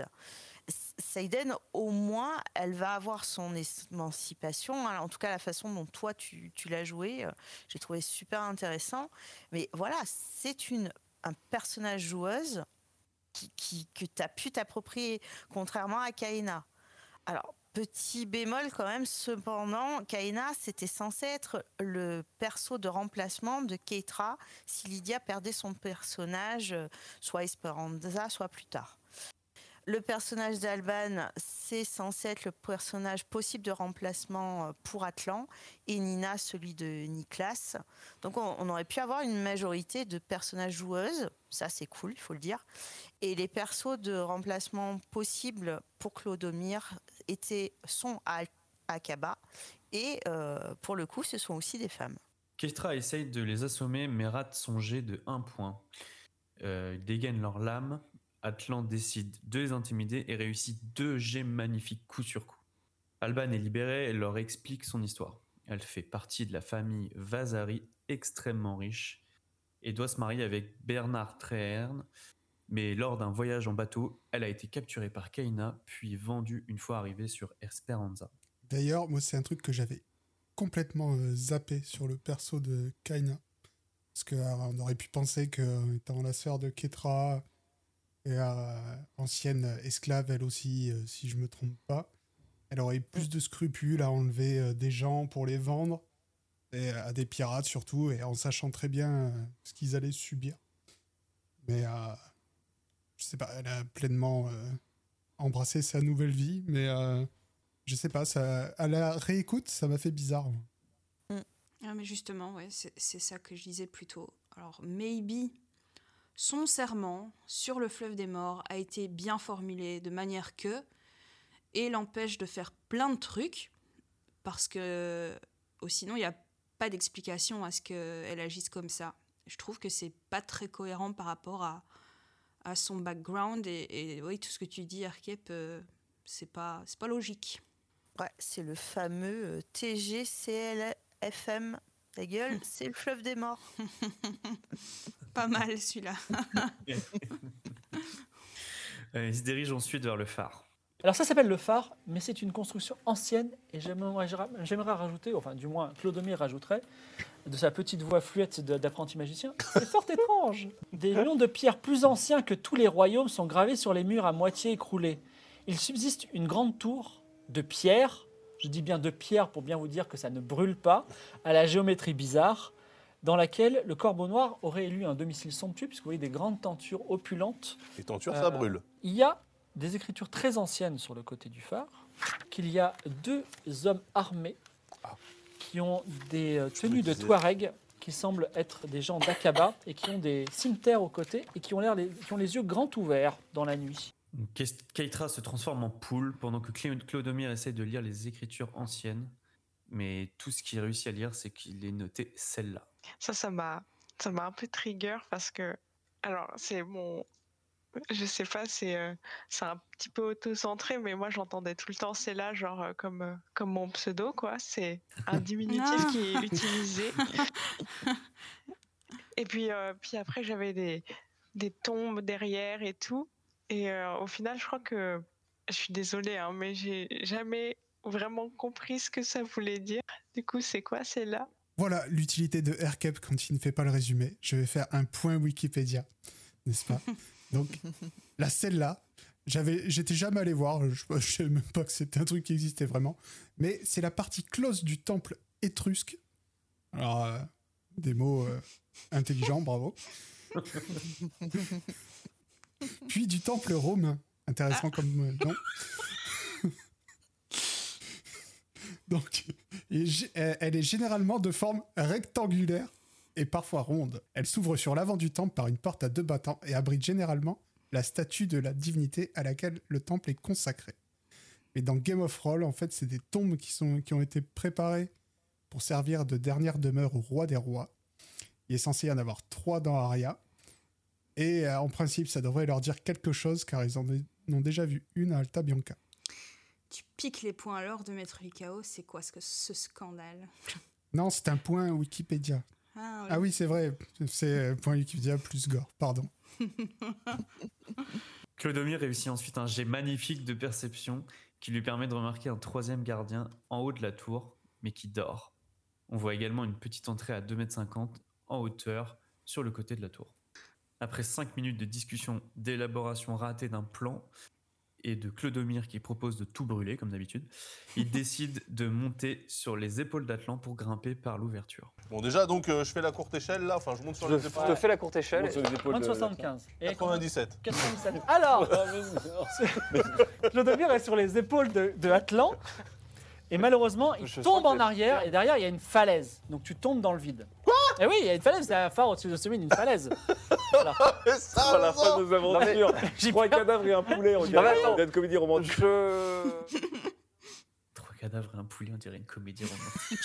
Seiden, au moins, elle va avoir son émancipation, hein, en tout cas la façon dont toi tu, tu l'as joué, euh, j'ai trouvé super intéressant. Mais voilà, c'est une, un personnage joueuse qui, qui, que tu as pu t'approprier, contrairement à Kaena. Alors, petit bémol quand même, cependant, Kaena, c'était censé être le perso de remplacement de Keitra si Lydia perdait son personnage, soit Esperanza, soit plus tard. Le personnage d'Alban, c'est censé être le personnage possible de remplacement pour Atlan, et Nina, celui de Niklas. Donc on, on aurait pu avoir une majorité de personnages joueuses, ça c'est cool, il faut le dire. Et les persos de remplacement possibles pour Clodomir étaient, sont à Akaba, et euh, pour le coup, ce sont aussi des femmes. Keitra essaye de les assommer, mais rate son jet de un point. Euh, ils dégainent leurs lames. Atlan décide de les intimider et réussit deux jets magnifiques coup sur coup. Alban est libérée et leur explique son histoire. Elle fait partie de la famille Vasari, extrêmement riche, et doit se marier avec Bernard Treherne, mais lors d'un voyage en bateau, elle a été capturée par Kaena, puis vendue une fois arrivée sur Esperanza. D'ailleurs, moi, c'est un truc que j'avais complètement euh, zappé sur le perso de Kaena. Parce qu'on aurait pu penser que, étant la sœur de Keitra, et euh, ancienne esclave, elle aussi, euh, si je me trompe pas, elle aurait eu plus de scrupules à enlever euh, des gens pour les vendre, et à des pirates surtout, et en sachant très bien euh, ce qu'ils allaient subir. Mais euh, je sais pas, elle a pleinement euh, embrassé sa nouvelle vie, mais euh, je sais pas, ça, à la réécoute, ça m'a fait bizarre. Ah, mais justement, ouais, c'est, c'est ça que je disais plus tôt. Alors, maybe son serment sur le fleuve des morts a été bien formulé de manière que, et l'empêche de faire plein de trucs, parce que oh, sinon il n'y a pas d'explication à ce qu'elle agisse comme ça. Je trouve que c'est pas très cohérent par rapport à, à son background, et, et oui, tout ce que tu dis, Arkhep, euh, c'est pas, c'est pas logique. Ouais, c'est le fameux T G C L F M. Ta gueule, c'est le fleuve des morts. Pas mal celui-là. Ils se dirigent ensuite vers le phare. Alors ça s'appelle le phare, mais c'est une construction ancienne et j'aimerais, j'aimerais rajouter, enfin du moins Clodomir rajouterait, de sa petite voix fluette de- d'apprenti magicien, c'est fort étrange. Des noms de pierres plus anciens que tous les royaumes sont gravés sur les murs à moitié écroulés. Il subsiste une grande tour de pierre, je dis bien de pierre pour bien vous dire que ça ne brûle pas, à la géométrie bizarre, dans laquelle le Corbeau Noir aurait élu un domicile somptueux, puisque vous voyez des grandes tentures opulentes. Les tentures, Euh, ça brûle. Il y a des écritures très anciennes sur le côté du phare, qu'il y a deux hommes armés qui ont des euh, tenues de disais. Touareg, qui semblent être des gens d'Aqaba, et qui ont des cimeterres aux côtés, et qui ont, l'air les, qui ont les yeux grands ouverts dans la nuit. Keitra se transforme en poule pendant que Clé- Clodomir essaie de lire les écritures anciennes. Mais tout ce qu'il réussit à lire, c'est qu'il est noté celle-là. Ça, ça m'a, ça m'a un peu trigger parce que, alors, c'est mon, je sais pas, c'est, euh, c'est un petit peu auto-centré, mais moi, j'entendais tout le temps c'est là, genre euh, comme, euh, comme mon pseudo, quoi. C'est un diminutif Ah. qui est utilisé. Et puis, euh, puis après, j'avais des, des tombes derrière et tout. Et euh, au final, je crois que, je suis désolée, hein, mais j'ai jamais vraiment compris ce que ça voulait dire. Du coup, c'est quoi, c'est là? Voilà l'utilité de AirCap quand il ne fait pas le résumé. Je vais faire un point Wikipédia, n'est-ce pas? Donc, la celle-là, j'avais, j'étais jamais allé voir, je ne savais même pas que c'était un truc qui existait vraiment, mais c'est la partie close du temple étrusque. Alors, euh, des mots euh, intelligents, bravo. Puis du temple romain, intéressant comme euh, nom. Donc, et gé- elle elle est généralement de forme rectangulaire et parfois ronde. Elle s'ouvre sur l'avant du temple par une porte à deux battants et abrite généralement la statue de la divinité à laquelle le temple est consacré. Mais dans Game of Roll, en fait, c'est des tombes qui, sont, qui ont été préparées pour servir de dernière demeure au roi des rois. Il est censé y en avoir trois dans Aria. Et euh, en principe, ça devrait leur dire quelque chose car ils en ont déjà vu une à Alta Bianca. Tu piques les points à l'or de Maître Likao, c'est quoi ce, que, ce scandale? Non, c'est un point Wikipédia. Ah oui, Ah oui, c'est vrai. C'est point Wikipédia plus gore, pardon. Clodomir réussit ensuite un jet magnifique de perception qui lui permet de remarquer un troisième gardien en haut de la tour, mais qui dort. On voit également une petite entrée à deux mètres cinquante en hauteur sur le côté de la tour. Après cinq minutes de discussion, d'élaboration ratée d'un plan et de Clodomir qui propose de tout brûler, comme d'habitude, il décide de monter sur les épaules d'Atlan pour grimper par l'ouverture. Bon, déjà, donc, euh, je fais la courte échelle, là. Enfin, je monte sur Je les épaules. te fais la courte échelle. Monte sur les épaules Moins de de- soixante-quinze. Et quatre-vingt-dix-sept. quatre-vingt-dix-sept. Alors, Clodomir est sur les épaules de, de Atlan. Et malheureusement, il Je tombe sens en que- arrière et derrière, il y a une falaise. Donc tu tombes dans le vide. Quoi? Eh oui, il y a une falaise, c'est un phare au-dessus de sommet d'une falaise. Et ça, Oh, la ça fameuse aventure. J'ai Trois peur. cadavres et un poulet, on Non, mais dirait attends. une comédie romantique. Je... Trois cadavres et un poulet, on dirait une comédie romantique.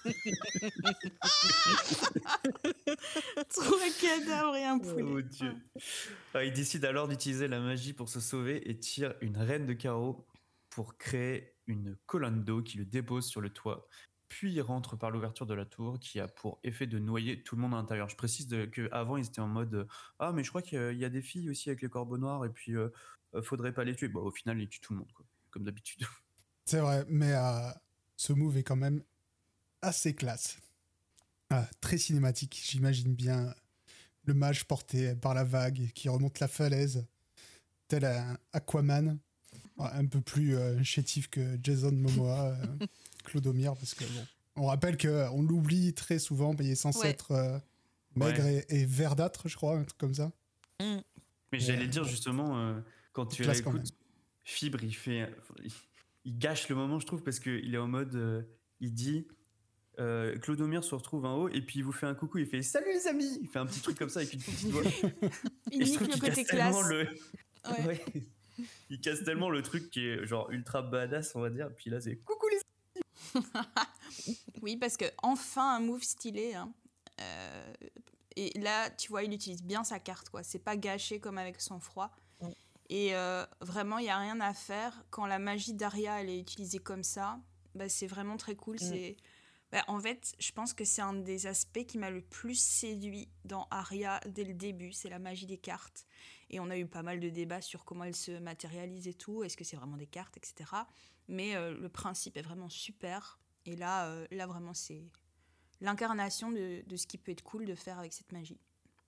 trois cadavres et un poulet. Oh mon Dieu. Ah, il décide alors d'utiliser la magie pour se sauver et tire une reine de carreau pour créer une colonne d'eau qui le dépose sur le toit. Puis il rentre par l'ouverture de la tour qui a pour effet de noyer tout le monde à l'intérieur. Je précise de- qu'avant ils étaient en mode euh, ah mais je crois qu'il y a- il y a des filles aussi avec les corbeaux noirs et puis euh, euh, faudrait pas les tuer. Bon, au final ils tuent tout le monde quoi, comme d'habitude. C'est vrai, mais euh, ce move est quand même assez classe. Ah, très cinématique, j'imagine bien le mage porté par la vague qui remonte la falaise, tel un Aquaman, un peu plus euh, chétif que Jason Momoa, euh, Clodomir, parce que bon, on rappelle qu'on l'oublie très souvent, mais il est censé Ouais. être euh, maigre Ouais. et, et verdâtre, je crois, un truc comme ça. Mais Et, j'allais euh, dire justement euh, quand tu classe quand réécoutes, Fibre il fait, il, il gâche le moment je trouve parce qu'il est en mode, euh, il dit. Euh, Clodomir se retrouve en haut et puis il vous fait un coucou, il fait salut les amis, il fait un petit truc comme ça avec une petite voix. Il Et je nique trouve le qu'il côté casse tellement classe. le... Ouais. Ouais. Il casse tellement le truc qui est genre ultra badass on va dire, puis là c'est coucou les Oui, parce que enfin un move stylé. Hein. Euh, et là, tu vois, il utilise bien sa carte, quoi. C'est pas gâché comme avec son froid. Et euh, vraiment, il n'y a rien à faire. Quand la magie d'Aria elle est utilisée comme ça, bah, c'est vraiment très cool. Mm. C'est, Bah, en fait, je pense que c'est un des aspects qui m'a le plus séduit dans Aria dès le début, c'est la magie des cartes. Et on a eu pas mal de débats sur comment elle se matérialise et tout, est-ce que c'est vraiment des cartes, et cetera. Mais euh, le principe est vraiment super. Et là, euh, là vraiment, c'est l'incarnation de, de ce qui peut être cool de faire avec cette magie.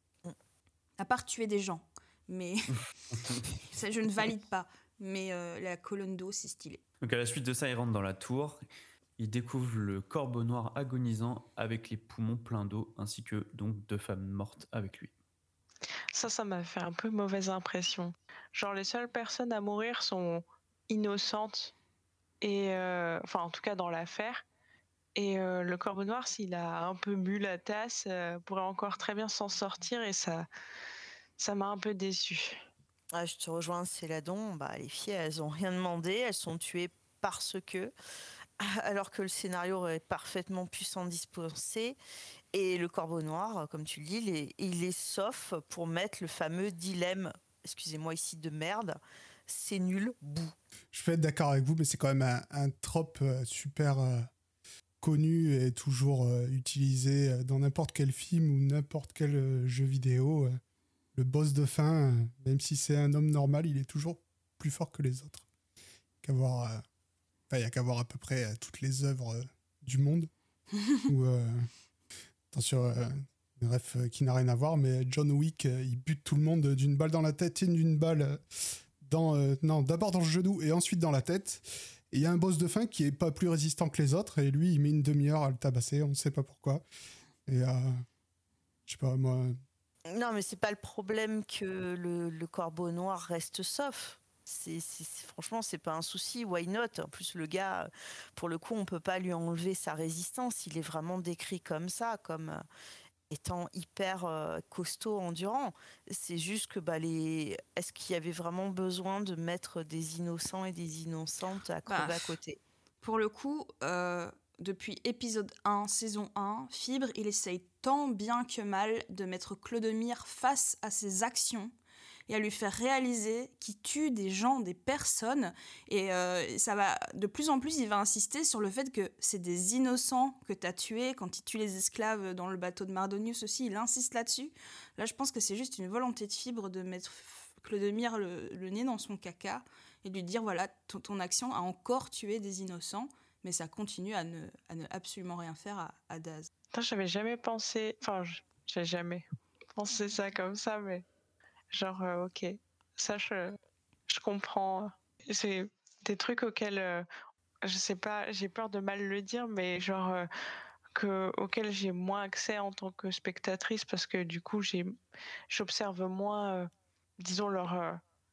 À part tuer des gens, mais ça, je ne valide pas. Mais euh, la colonne d'eau, c'est stylé. Donc à la suite de ça, il rentre dans la tour. Il découvre le corbeau noir agonisant avec les poumons pleins d'eau, ainsi que donc deux femmes mortes avec lui. Ça, ça m'a fait un peu mauvaise impression. Genre, les seules personnes à mourir sont innocentes, et euh, enfin, en tout cas dans l'affaire. Et euh, le corbeau noir, s'il a un peu bu la tasse, euh, pourrait encore très bien s'en sortir, et ça, ça m'a un peu déçue. Ah, je te rejoins, Céladon. Bah, les filles, elles ont rien demandé, elles sont tuées parce que, alors que le scénario aurait parfaitement pu s'en dispenser. Et le corbeau noir, comme tu le dis, il est, il est sauf pour mettre le fameux dilemme, excusez-moi ici, de merde, c'est nul, bout. Je peux être d'accord avec vous, mais c'est quand même un, un trope euh, super euh, connu et toujours euh, utilisé euh, dans n'importe quel film ou n'importe quel euh, jeu vidéo. Euh, le boss de fin, euh, même si c'est un homme normal, il est toujours plus fort que les autres. Il n'y euh, a qu'à voir à peu près euh, toutes les œuvres euh, du monde. où, euh, attention, euh, bref, euh, qui n'a rien à voir, mais John Wick, euh, il bute tout le monde d'une balle dans la tête et d'une balle euh, dans, euh, non, d'abord dans le genou et ensuite dans la tête. Et il y a un boss de fin qui est pas plus résistant que les autres, et lui, il met une demi-heure à le tabasser, on ne sait pas pourquoi. Et euh, je sais pas, moi... Non, mais c'est pas le problème que le, le corbeau noir reste sauf. C'est, c'est, c'est, franchement, c'est pas un souci, why not? En plus, le gars, pour le coup, on peut pas lui enlever sa résistance. Il est vraiment décrit comme ça, comme euh, étant hyper euh, costaud, endurant. C'est juste que, bah, les... est-ce qu'il y avait vraiment besoin de mettre des innocents et des innocentes à crever Bah, à côté? Pour le coup, euh, depuis épisode un, saison un, Fibre, il essaye tant bien que mal de mettre Clodomir face à ses actions et à lui faire réaliser qu'il tue des gens, des personnes. Et euh, ça va, de plus en plus, il va insister sur le fait que c'est des innocents que tu as tués. Quand il tue les esclaves dans le bateau de Mardonius aussi, il insiste là-dessus. Là, je pense que c'est juste une volonté de Fibre de mettre Clodomir le, le nez dans son caca et de lui dire, voilà, ton, ton action a encore tué des innocents, mais ça continue à ne, à ne absolument rien faire à, à Daz. Putain, j'avais jamais pensé... Enfin, j'ai jamais pensé ça comme ça, mais... Genre, euh, ok, ça, je, je comprends. C'est des trucs auxquels, euh, je sais pas, j'ai peur de mal le dire, mais genre, euh, que, auxquels j'ai moins accès en tant que spectatrice, parce que du coup, j'ai, j'observe moins, euh, disons, leur, euh,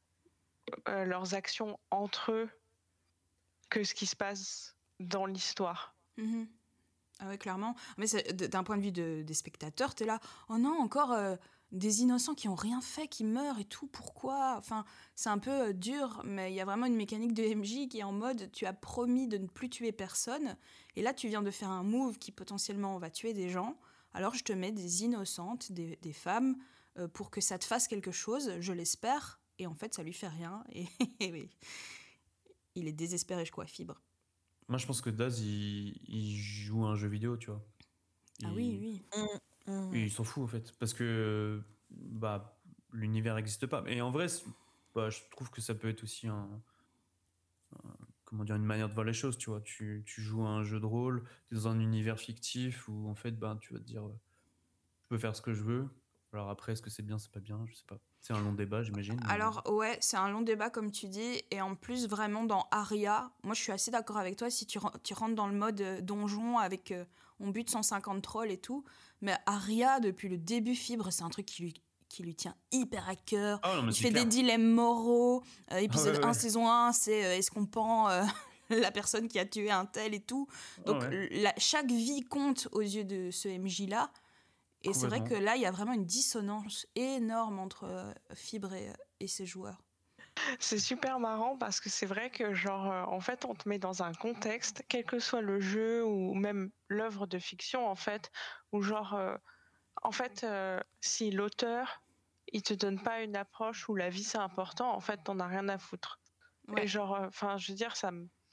euh, leurs actions entre eux que ce qui se passe dans l'histoire. Mmh. Ah ouais, clairement. Mais c'est, d'un point de vue de, des spectateurs, t'es là, oh non, encore... Euh, des innocents qui ont rien fait, qui meurent et tout, pourquoi? Enfin, c'est un peu euh, dur, mais il y a vraiment une mécanique de M J qui est en mode, tu as promis de ne plus tuer personne, et là tu viens de faire un move qui potentiellement va tuer des gens, alors je te mets des innocentes, des, des femmes, euh, pour que ça te fasse quelque chose, je l'espère, et en fait ça lui fait rien, et, et oui, il est désespéré, je crois, Fibre. Moi je pense que Daz, il, il joue à un jeu vidéo, tu vois. Il... Ah oui, oui. Mmh. Mmh. Et il s'en fout en fait, parce que bah, l'univers n'existe pas. Et en vrai, bah, je trouve que ça peut être aussi un, un, comment dire, une manière de voir les choses, tu vois. Tu, tu joues à un jeu de rôle, tu es dans un univers fictif où en fait, bah, tu vas te dire, je peux faire ce que je veux. Alors après, est-ce que c'est bien, c'est pas bien, je sais pas. C'est un long débat, j'imagine. Mais... Alors ouais, c'est un long débat comme tu dis, et en plus vraiment dans Aria, moi je suis assez d'accord avec toi si tu, tu rentres dans le mode euh, donjon avec euh, on bute cent cinquante trolls et tout, mais Aria depuis le début, Fibre, c'est un truc qui lui, qui lui tient hyper à cœur. Oh, non, il fait clair. des dilemmes moraux, euh, épisode ah, ouais, un, ouais. saison un, c'est euh, est-ce qu'on pend euh, la personne qui a tué un tel et tout. Donc oh, ouais. la, chaque vie compte aux yeux de ce M J là. Et c'est vrai que là, il y a vraiment une dissonance énorme entre euh, Fibre et, et ses joueurs. C'est super marrant parce que c'est vrai que genre euh, en fait on te met dans un contexte, quel que soit le jeu ou même l'œuvre de fiction en fait, où genre euh, en fait euh, si l'auteur il te donne pas une approche où la vie c'est important, en fait t'en as rien à foutre. Ouais. Et genre enfin euh, je veux dire ça me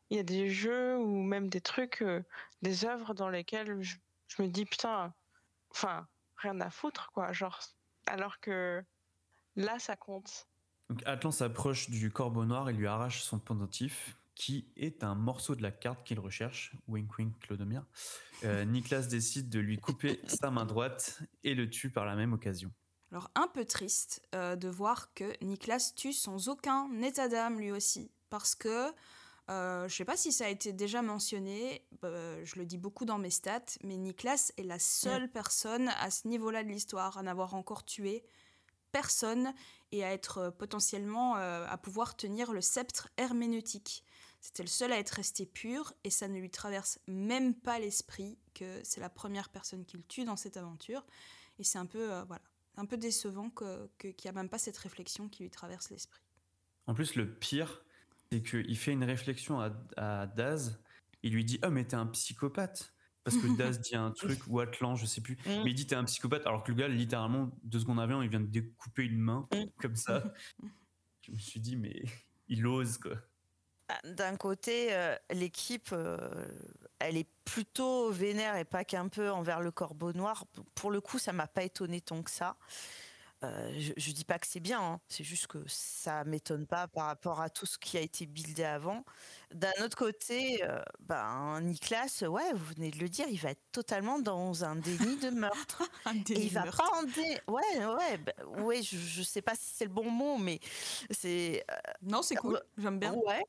il y a des jeux ou même des trucs, euh, des œuvres dans lesquelles je, je me dis putain, enfin, rien à foutre, quoi. Genre, alors que là, ça compte. Donc Atlan s'approche du corbeau noir et lui arrache son pendentif, qui est un morceau de la carte qu'il recherche. Wink wink Clodomir. Euh, Nicolas décide de lui couper sa main droite et le tue par la même occasion. Alors un peu triste euh, de voir que Nicolas tue sans aucun état d'âme lui aussi, parce que euh, je sais pas si ça a été déjà mentionné, euh, je le dis beaucoup dans mes stats, mais Nicolas est la seule mmh. personne à ce niveau-là de l'histoire à n'avoir encore tué personne et à être euh, potentiellement euh, à pouvoir tenir le sceptre herméneutique. C'était le seul à être resté pur et ça ne lui traverse même pas l'esprit que c'est la première personne qu'il tue dans cette aventure. Et c'est un peu, euh, voilà, un peu décevant que, que, qu'il n'y a même pas cette réflexion qui lui traverse l'esprit. En plus, le pire, c'est qu'il fait une réflexion à, à Daz. Il lui dit « Oh, mais t'es un psychopathe !» Parce que Daz dit un truc, ou Atlan, je sais plus. Mais il dit « T'es un psychopathe !» alors que le gars, littéralement, deux secondes avant, il vient de découper une main, comme ça. Je me suis dit « Mais il ose, quoi !» D'un côté, euh, l'équipe, euh, elle est plutôt vénère et pas qu'un peu envers le corbeau noir. Pour le coup, ça m'a pas étonné tant que ça. Euh, je, je dis pas que c'est bien, hein. C'est juste que ça m'étonne pas par rapport à tout ce qui a été buildé avant. D'un autre côté, euh, ben Nicolas, ouais, vous venez de le dire, il va être totalement dans un déni de meurtre. un déni et il va meurtre. pas en dé... ouais, ouais, bah, ouais, je, je sais pas si c'est le bon mot, mais c'est. Euh, non, c'est cool, j'aime bien. Ouais.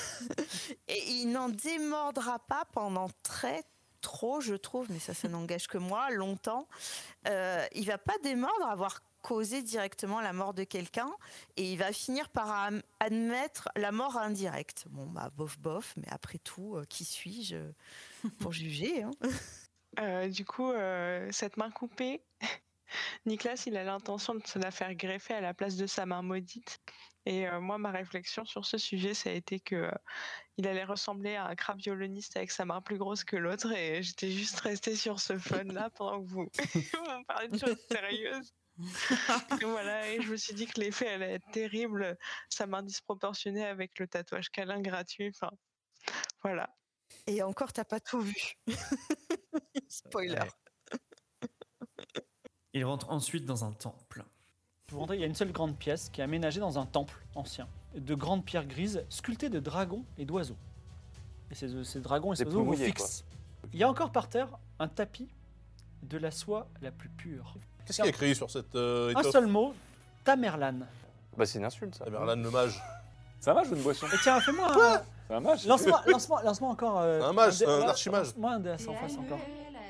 Et il n'en démordra pas pendant très trop, je trouve, mais ça, ça n'engage que moi, longtemps. Euh, il va pas démordre, avoir causer directement la mort de quelqu'un et il va finir par am- admettre la mort indirecte. Bon, bah, bof, bof, mais après tout, euh, qui suis-je pour juger, hein. Euh, du coup, euh, cette main coupée, Nicolas, il a l'intention de se la faire greffer à la place de sa main maudite. Et euh, moi, ma réflexion sur ce sujet, ça a été que euh, il allait ressembler à un crabe violoniste avec sa main plus grosse que l'autre et j'étais juste restée sur ce fun-là pendant que vous, vous me parlez de choses sérieuses. Et voilà, et je me suis dit que l'effet allait être terrible, sa main disproportionnée avec le tatouage câlin gratuit, enfin, voilà. Et encore, t'as pas tout vu. Spoiler. Ouais. Il rentre ensuite dans un temple. Pour rentrer, il y a une seule grande pièce qui est aménagée dans un temple ancien, de grandes pierres grises sculptées de dragons et d'oiseaux. Et ces, ces dragons et ces oiseaux vous fixent. Il y a encore par terre un tapis de la soie la plus pure. Qu'est-ce qu'il y a écrit sur cette euh, Un seul mot, Tamerlan. Bah c'est une insulte ça. Tamerlan le mage. C'est un mage ou une boisson? Et tiens, fais-moi un... C'est un mage. Lance-moi, lance-moi, lance-moi encore... Euh, un mage, un, un, un archimage. Lance-moi un dé à cent face encore.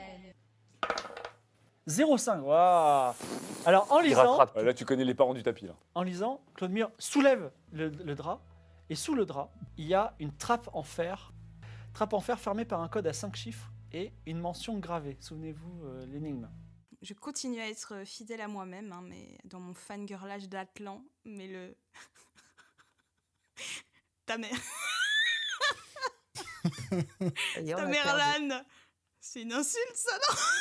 zéro virgule cinq, waouh. Alors en lisant... Là tu connais les parents du tapis là. En lisant, Clodomir soulève le, le drap, et sous le drap, il y a une trappe en fer. Trappe en fer fermée par un code à cinq chiffres et une mention gravée. Souvenez-vous euh, l'énigme. Je continue à être fidèle à moi-même, hein, mais dans mon fangirlage d'Atlan, mais le... Ta mère... Ta mère Lan, c'est une insulte ça,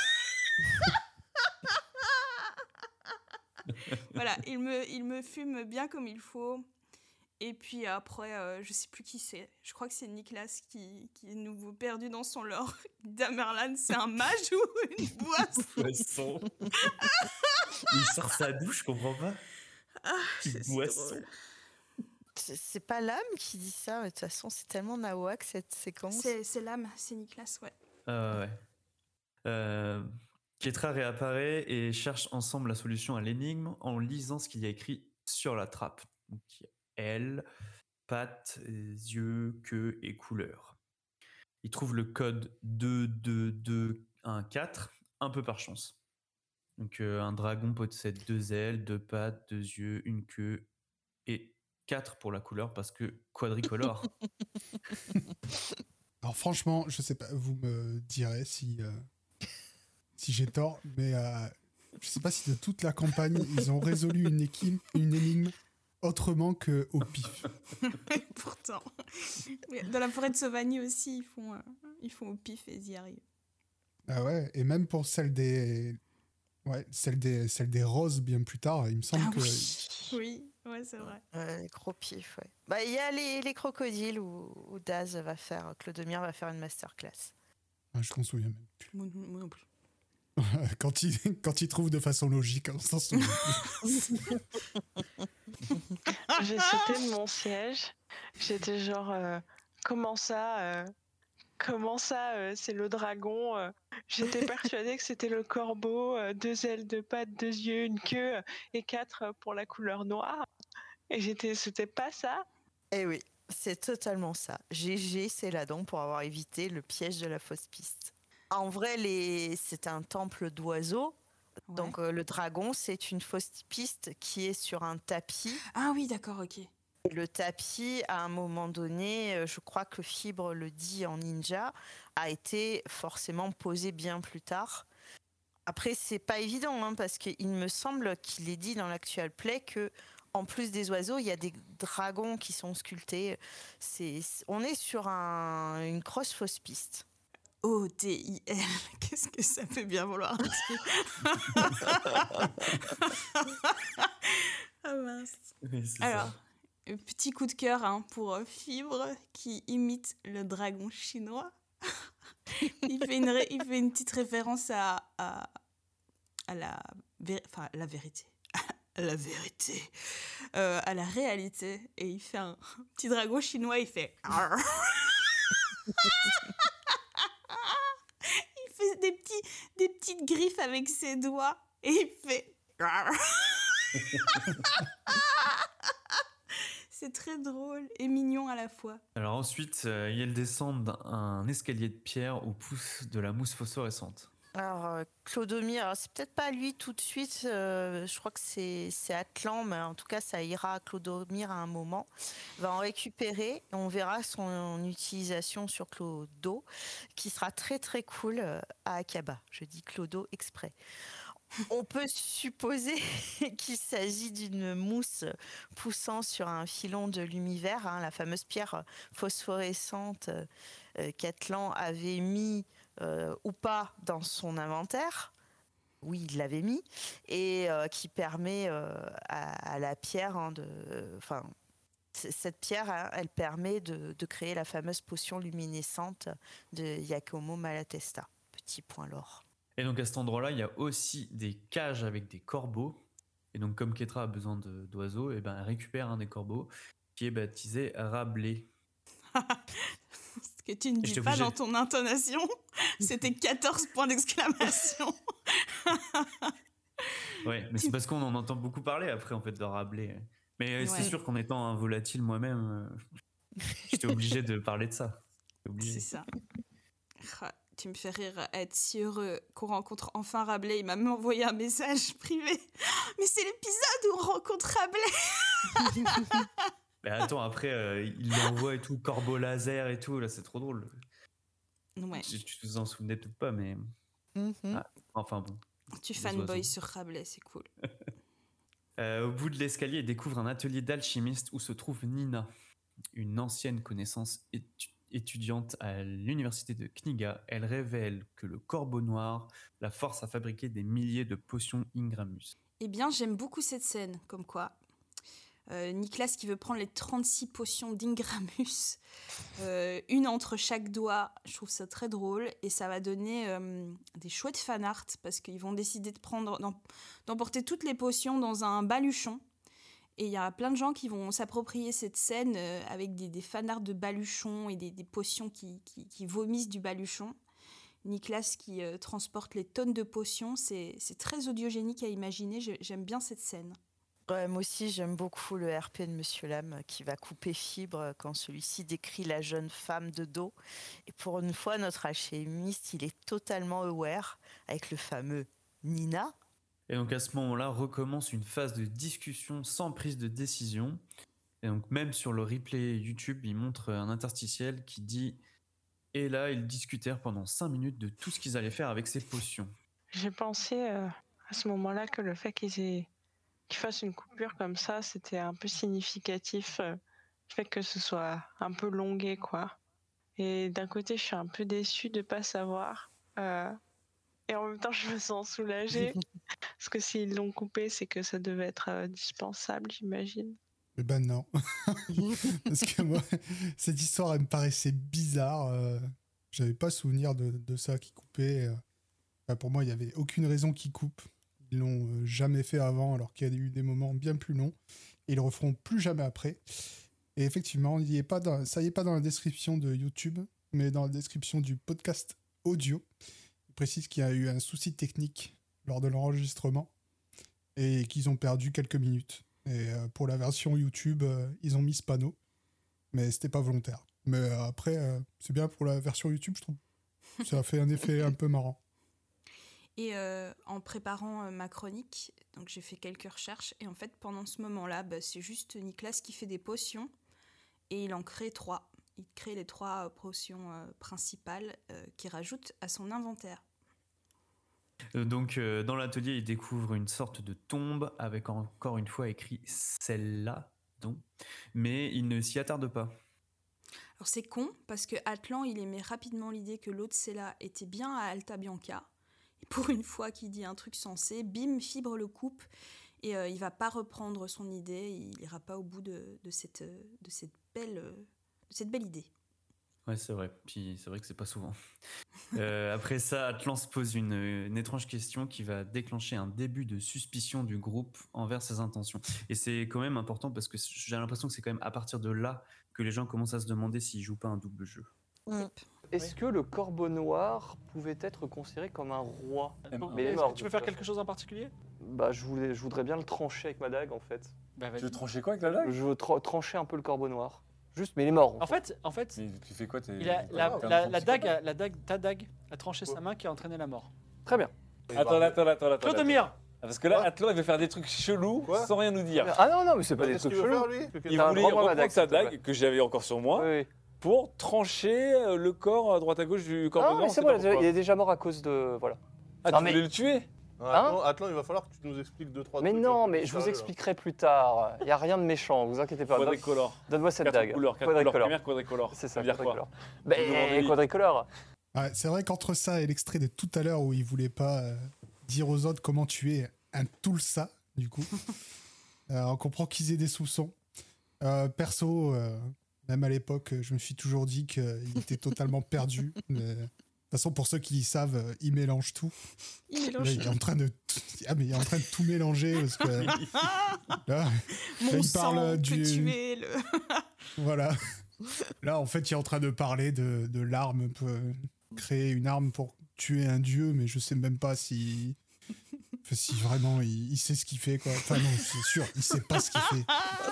non? Voilà, il me, il me fume bien comme il faut. Et puis après, euh, je sais plus qui c'est. Je crois que c'est Nicolas qui, qui est nouveau perdu dans son lore. Damerlan, c'est un mage ou une boisson? Il sort sa douche, je comprends pas. Ah, une c'est boisson. C'est, c'est pas l'âme qui dit ça, mais de toute façon, c'est tellement nawak cette séquence. C'est, c'est l'âme, c'est Nicolas, ouais. Euh, ouais. Euh, Ketra réapparaît et cherche ensemble la solution à l'énigme en lisant ce qu'il y a écrit sur la trappe. Donc, il y a ailes, pattes, yeux, queue et couleur. Il trouve le code deux deux deux un quatre, un peu par chance. Donc euh, un dragon possède deux ailes, deux pattes, deux yeux, une queue et quatre pour la couleur parce que quadricolore. Alors franchement, je sais pas, vous me direz si, euh, si j'ai tort, mais euh, je sais pas si de toute la campagne, ils ont résolu une, équipe, une énigme autrement qu'au pif. Pourtant. Dans la forêt de Sauvagny aussi, ils font, euh, ils font au pif et ils y arrivent. Ah ouais, et même pour celle des... Ouais, celle des, celle des roses bien plus tard, il me semble ah que oui. Oui, ouais, c'est vrai. Ouais, les gros pifs, ouais. Bah, il y a les, les crocodiles où, où Daz va faire, Clodomir va faire une masterclass. Ah, je m'en souviens même plus. Moi, moi non plus. quand, il, quand il trouve de façon logique, on s'en souvient plus. J'ai sauté de mon siège. J'étais genre, euh, comment ça euh, Comment ça, euh, c'est le dragon euh, J'étais persuadée que c'était le corbeau, euh, deux ailes, deux pattes, deux yeux, une queue euh, et quatre euh, pour la couleur noire. Et j'étais, c'était pas ça. Eh oui, c'est totalement ça. G G, c'est Céladon pour avoir évité le piège de la fausse piste. En vrai, les... c'est un temple d'oiseaux. Ouais. Donc euh, le dragon, c'est une fausse piste qui est sur un tapis. Ah oui, d'accord, ok. Le tapis, à un moment donné, euh, je crois que Fibre le dit en ninja, a été forcément posé bien plus tard. Après, c'est pas évident, hein, parce qu'il me semble qu'il est dit dans l'actual play que, en plus des oiseaux, il y a des dragons qui sont sculptés. C'est, on est sur un, une grosse fausse piste. O T I L, qu'est-ce que ça peut bien vouloir dire? Ah mince. Oui, c'est Alors, ça. un petit coup de cœur hein, pour euh, Fibre qui imite le dragon chinois. il, fait une ré- il fait une petite référence à, à, à la, vé- enfin, la vérité. La vérité. Euh, à la réalité. Et il fait un petit dragon chinois, il fait... il fait des, petits, des petites griffes avec ses doigts et il fait... C'est très drôle et mignon à la fois. Alors ensuite, euh, ils descendent un escalier de pierre où pousse de la mousse phosphorescente. Alors, euh, Clodomir, alors, c'est peut-être pas lui tout de suite, euh, je crois que c'est, c'est Atlan, mais en tout cas, ça ira à Clodomir à un moment. Va en récupérer et on verra son utilisation sur Clodo, qui sera très très cool euh, à Akaba. Je dis Clodo exprès. On peut supposer qu'il s'agit d'une mousse poussant sur un filon de l'univers, hein, la fameuse pierre phosphorescente euh, qu'Atlan avait mis euh, ou pas dans son inventaire. Oui, il l'avait mis, et euh, qui permet euh, à, à la pierre hein, de... Enfin, cette pierre, hein, elle permet de, de créer la fameuse potion luminescente de Giacomo Malatesta. Petit point lore. Et donc à cet endroit-là, il y a aussi des cages avec des corbeaux. Et donc comme Ketra a besoin de, d'oiseaux, et ben elle récupère un des corbeaux qui est baptisé Rabelais. Ce que tu ne dis pas obligé. dans ton intonation, c'était quatorze points d'exclamation. Ouais, mais c'est parce qu'on en entend beaucoup parler après en fait de Rabelais. Mais c'est Ouais. sûr qu'en étant un volatile moi-même, euh, j'étais obligé de parler de ça. J'étais obligé. C'est ça. Ah, tu me fais rire à être si heureux qu'on rencontre enfin Rabelais. Il m'a même envoyé un message privé. Mais c'est l'épisode où on rencontre Rabelais. Mais attends, après, euh, il l'envoie et tout, corbeau laser et tout, là c'est trop drôle. Ouais. Tu, tu vous en souvenais peut-être pas, mais. Mm-hmm. Ah, enfin bon. Tu Les fanboy oiseaux. sur Rabelais, c'est cool. Euh, au bout de l'escalier, il découvre un atelier d'alchimiste où se trouve Nina, une ancienne connaissance étu- étudiante à l'université de Kniga. Elle révèle que le corbeau noir la force à fabriquer des milliers de potions Ingramus. Eh bien, j'aime beaucoup cette scène, comme quoi. Euh, Nicolas qui veut prendre les trente-six potions d'Ingramus, euh, une entre chaque doigt, je trouve ça très drôle et ça va donner euh, des chouettes fanarts parce qu'ils vont décider de prendre, d'em- d'emporter toutes les potions dans un baluchon et il y a plein de gens qui vont s'approprier cette scène euh, avec des, des fanarts de baluchon et des, des potions qui, qui, qui vomissent du baluchon. Nicolas qui euh, transporte les tonnes de potions, c'est, c'est très audiogénique à imaginer, J'ai- j'aime bien cette scène. Ouais, moi aussi, j'aime beaucoup le R P de Monsieur Lame qui va couper Fibre quand celui-ci décrit la jeune femme de dos. Et pour une fois, notre alchimiste, il est totalement aware avec le fameux Nina. Et donc à ce moment-là, recommence une phase de discussion sans prise de décision. Et donc même sur le replay YouTube, il montre un interstitiel qui dit « Et là, ils discutèrent pendant cinq minutes de tout ce qu'ils allaient faire avec ces potions. » J'ai pensé euh, à ce moment-là que le fait qu'ils aient qu'ils fassent une coupure comme ça, c'était un peu significatif. euh, Le fait que ce soit un peu longué, quoi. Et d'un côté, je suis un peu déçue de pas savoir. Euh, Et en même temps, je me sens soulagée. Parce que s'ils l'ont coupé, c'est que ça devait être euh, dispensable, j'imagine. Eh ben non. Parce que moi, cette histoire, elle me paraissait bizarre. Euh, j'avais pas souvenir de, de ça qui coupait. Euh. Enfin, pour moi, il n'y avait aucune raison qu'ils coupent. Ils l'ont euh, jamais fait avant, alors qu'il y a eu des moments bien plus longs. Et ils le referont plus jamais après. Et effectivement, il y est pas dans, ça y est pas dans la description de YouTube, mais dans la description du podcast audio. Il précise qu'il y a eu un souci technique lors de l'enregistrement et qu'ils ont perdu quelques minutes. Et euh, pour la version YouTube, euh, ils ont mis ce panneau, mais c'était pas volontaire. Mais euh, après, euh, c'est bien pour la version YouTube, je trouve. Ça a fait un effet un peu marrant. Et euh, en préparant euh, ma chronique, donc j'ai fait quelques recherches, et en fait, pendant ce moment-là, bah, c'est juste Nicolas qui fait des potions, et il en crée trois. Il crée les trois euh, potions euh, principales euh, qu'il rajoute à son inventaire. Donc, euh, dans l'atelier, il découvre une sorte de tombe avec encore une fois écrit « celle-là », donc, mais il ne s'y attarde pas. Alors c'est con, parce que Atlan, il émet rapidement l'idée que l'autre Cella était bien à Alta Bianca. Et pour une fois qu'il dit un truc sensé, bim, Fibre le coupe, et euh, il va pas reprendre son idée, il ira pas au bout de, de, cette, de, cette, belle, de cette belle idée. Ouais, c'est vrai. Puis c'est vrai que c'est pas souvent. Euh, après ça, Atlan se pose une, une étrange question qui va déclencher un début de suspicion du groupe envers ses intentions. Et c'est quand même important parce que j'ai l'impression que c'est quand même à partir de là que les gens commencent à se demander s'ils jouent pas un double jeu. Mm. Est-ce que le corbeau noir pouvait être considéré comme un roi? Mais est-ce que tu veux faire quelque chose en particulier? Bah, je, voulais, je voudrais bien le trancher avec ma dague en fait. Bah, tu veux trancher quoi avec la dague? Je veux tra- trancher un peu le corbeau noir. Juste, mais il est mort. En, en fait, en fait. Mais tu fais quoi? Il a, la, la, la, la dague, a, la dague, ta dague a tranché ouais. sa main qui a entraîné la mort. Très bien. Attends, attends, attends, attends. Clodomir. Parce que là, Atlan, il veut faire des trucs chelous quoi sans rien nous dire. Ah non, non, mais c'est pas des trucs chelous. Il voulait reprendre sa dague que j'avais encore sur moi oui. pour trancher le corps à droite à gauche du corbeau noir. Non, mais c'est bon, il est déjà mort à cause de voilà. Ah, tu voulais le tuer? Atlan, Atlan, il va falloir que tu nous expliques deux, trois mais trucs. Mais non, mais je vous expliquerai là. Plus tard. Il n'y a rien de méchant, vous inquiétez pas. Quadricolore. Donne-moi cette quatre dague. Couleurs, quatre couleurs, première quadricolore. C'est ça, quadricolore. Ben, quadricolore. Ouais, c'est vrai qu'entre ça et l'extrait de tout à l'heure où il voulait pas euh, dire aux autres comment tuer un Tulsa, du coup, euh, on comprend qu'ils aient des soupçons. Euh, perso, euh, même à l'époque, je me suis toujours dit qu'il était totalement perdu. Mais... De toute façon, pour ceux qui le savent, euh, il mélange tout. Il mélange là, il est en train de, ah, mais il est en train de tout mélanger parce que là, là, Mon il sang parle du. Tuer le... Voilà. Là, en fait, il est en train de parler de, de l'arme, peut créer une arme pour tuer un dieu, mais je sais même pas si, si vraiment il, il sait ce qu'il fait, quoi. Enfin non, c'est sûr, il sait pas ce qu'il fait.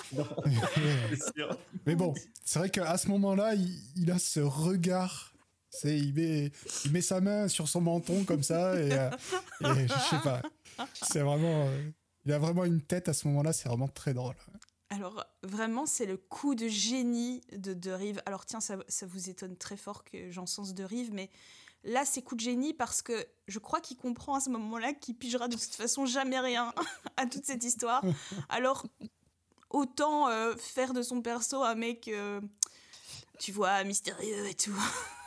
mais, mais bon, c'est vrai qu'à ce moment-là, il, il a ce regard. C'est, il, met, il met sa main sur son menton comme ça et, euh, et je sais pas. C'est vraiment, euh, il a vraiment une tête à ce moment-là, c'est vraiment très drôle. Alors vraiment, c'est le coup de génie de De Rive. Alors tiens, ça, ça vous étonne très fort que j'encense De Rive, mais là, c'est coup de génie parce que je crois qu'il comprend à ce moment-là qu'il pigera de toute façon jamais rien à toute cette histoire. Alors autant euh, faire de son perso un mec, euh, tu vois, mystérieux et tout.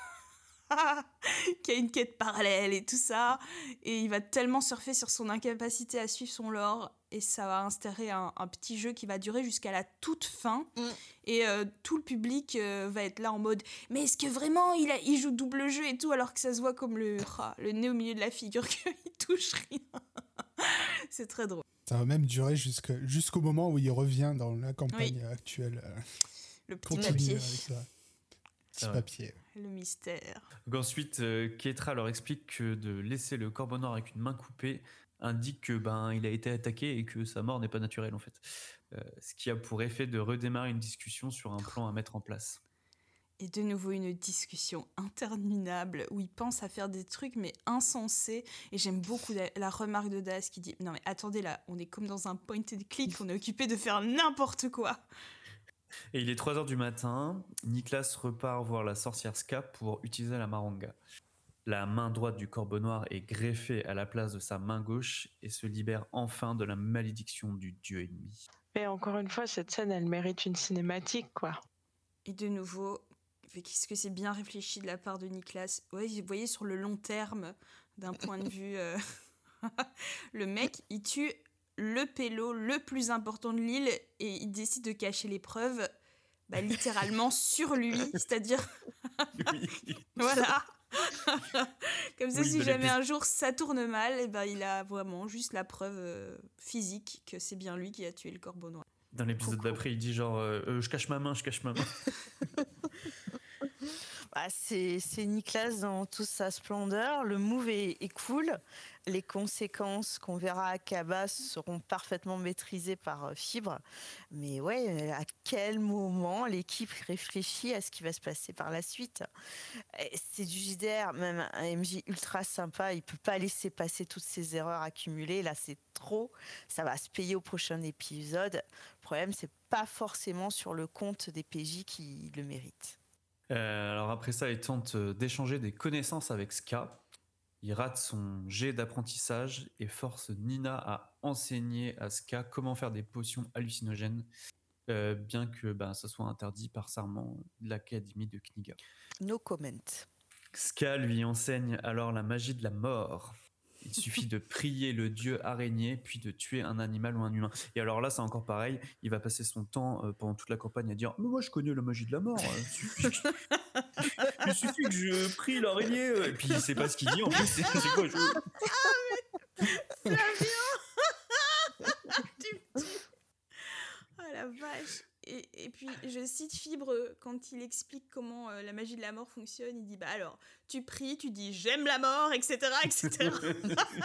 qui a une quête parallèle et tout ça, et il va tellement surfer sur son incapacité à suivre son lore, et ça va instaurer un, un petit jeu qui va durer jusqu'à la toute fin, mm. et euh, tout le public euh, va être là en mode mais est-ce que vraiment il, a, il joue double jeu et tout, alors que ça se voit comme le, oh, le nez au milieu de la figure qu'il touche rien. C'est très drôle. Ça va même durer jusqu'au, jusqu'au moment où il revient dans la campagne oui. actuelle. Le petit papier. Petit papier. Le mystère. Donc ensuite, euh, Keitra leur explique que de laisser le corbeau noir avec une main coupée indique que ben il a été attaqué et que sa mort n'est pas naturelle en fait. Euh, ce qui a pour effet de redémarrer une discussion sur un plan à mettre en place. Et de nouveau une discussion interminable où il pense à faire des trucs mais insensés. Et j'aime beaucoup la remarque de Das qui dit non mais attendez là, on est comme dans un point and click, on est occupé de faire n'importe quoi. Et il est trois heures du matin, Nicolas repart voir la sorcière Ska pour utiliser la maranga. La main droite du corbeau noir est greffée à la place de sa main gauche et se libère enfin de la malédiction du dieu ennemi. Mais encore une fois, cette scène, elle mérite une cinématique, quoi. Et de nouveau, qu'est-ce que c'est bien réfléchi de la part de Nicolas. Ouais, vous voyez, sur le long terme, d'un point de vue... Euh... le mec, il tue le pélo le plus important de l'île et il décide de cacher les preuves, bah, littéralement sur lui, c'est-à-dire... Oui. Voilà. Comme ça, Oui, si bah, jamais l'épis- un jour ça tourne mal, et ben il a vraiment juste la preuve euh, physique que c'est bien lui qui a tué le corbeau noir. Dans l'épisode Coucou. d'après, il dit genre euh, Euh, je cache ma main, je cache ma main. Bah, c'est, c'est Nicolas dans toute sa splendeur. Le move est, est cool. Les conséquences qu'on verra à Cabas seront parfaitement maîtrisées par euh, Fibre. Mais ouais, à quel moment l'équipe réfléchit à ce qui va se passer par la suite? Et c'est du J D R, même un M J ultra sympa. Il peut pas laisser passer toutes ces erreurs accumulées. Là, c'est trop. Ça va se payer au prochain épisode. Le problème, c'est pas forcément sur le compte des P J qui le méritent. Euh, alors après ça, il tente euh, d'échanger des connaissances avec Ska. Il rate son jet d'apprentissage et force Nina à enseigner à Ska comment faire des potions hallucinogènes, euh, bien que ben, ça soit interdit par serment de l'Académie de Kniga. No comment. Ska lui enseigne alors la magie de la mort. Il suffit de prier le dieu araignée, puis de tuer un animal ou un humain. Et alors là, c'est encore pareil. Il va passer son temps euh, pendant toute la campagne à dire « Mais moi, je connais la magie de la mort. Il suffit que, il suffit que je prie l'araignée. » Et puis, il sait pas ce qu'il dit. En plus, c'est, c'est quoi je... Tu me tues. Oh la vache. Et, et puis, je cite Fibre quand il explique comment euh, la magie de la mort fonctionne. Il dit, bah alors, tu pries, tu dis, j'aime la mort, et cetera, et cetera. Le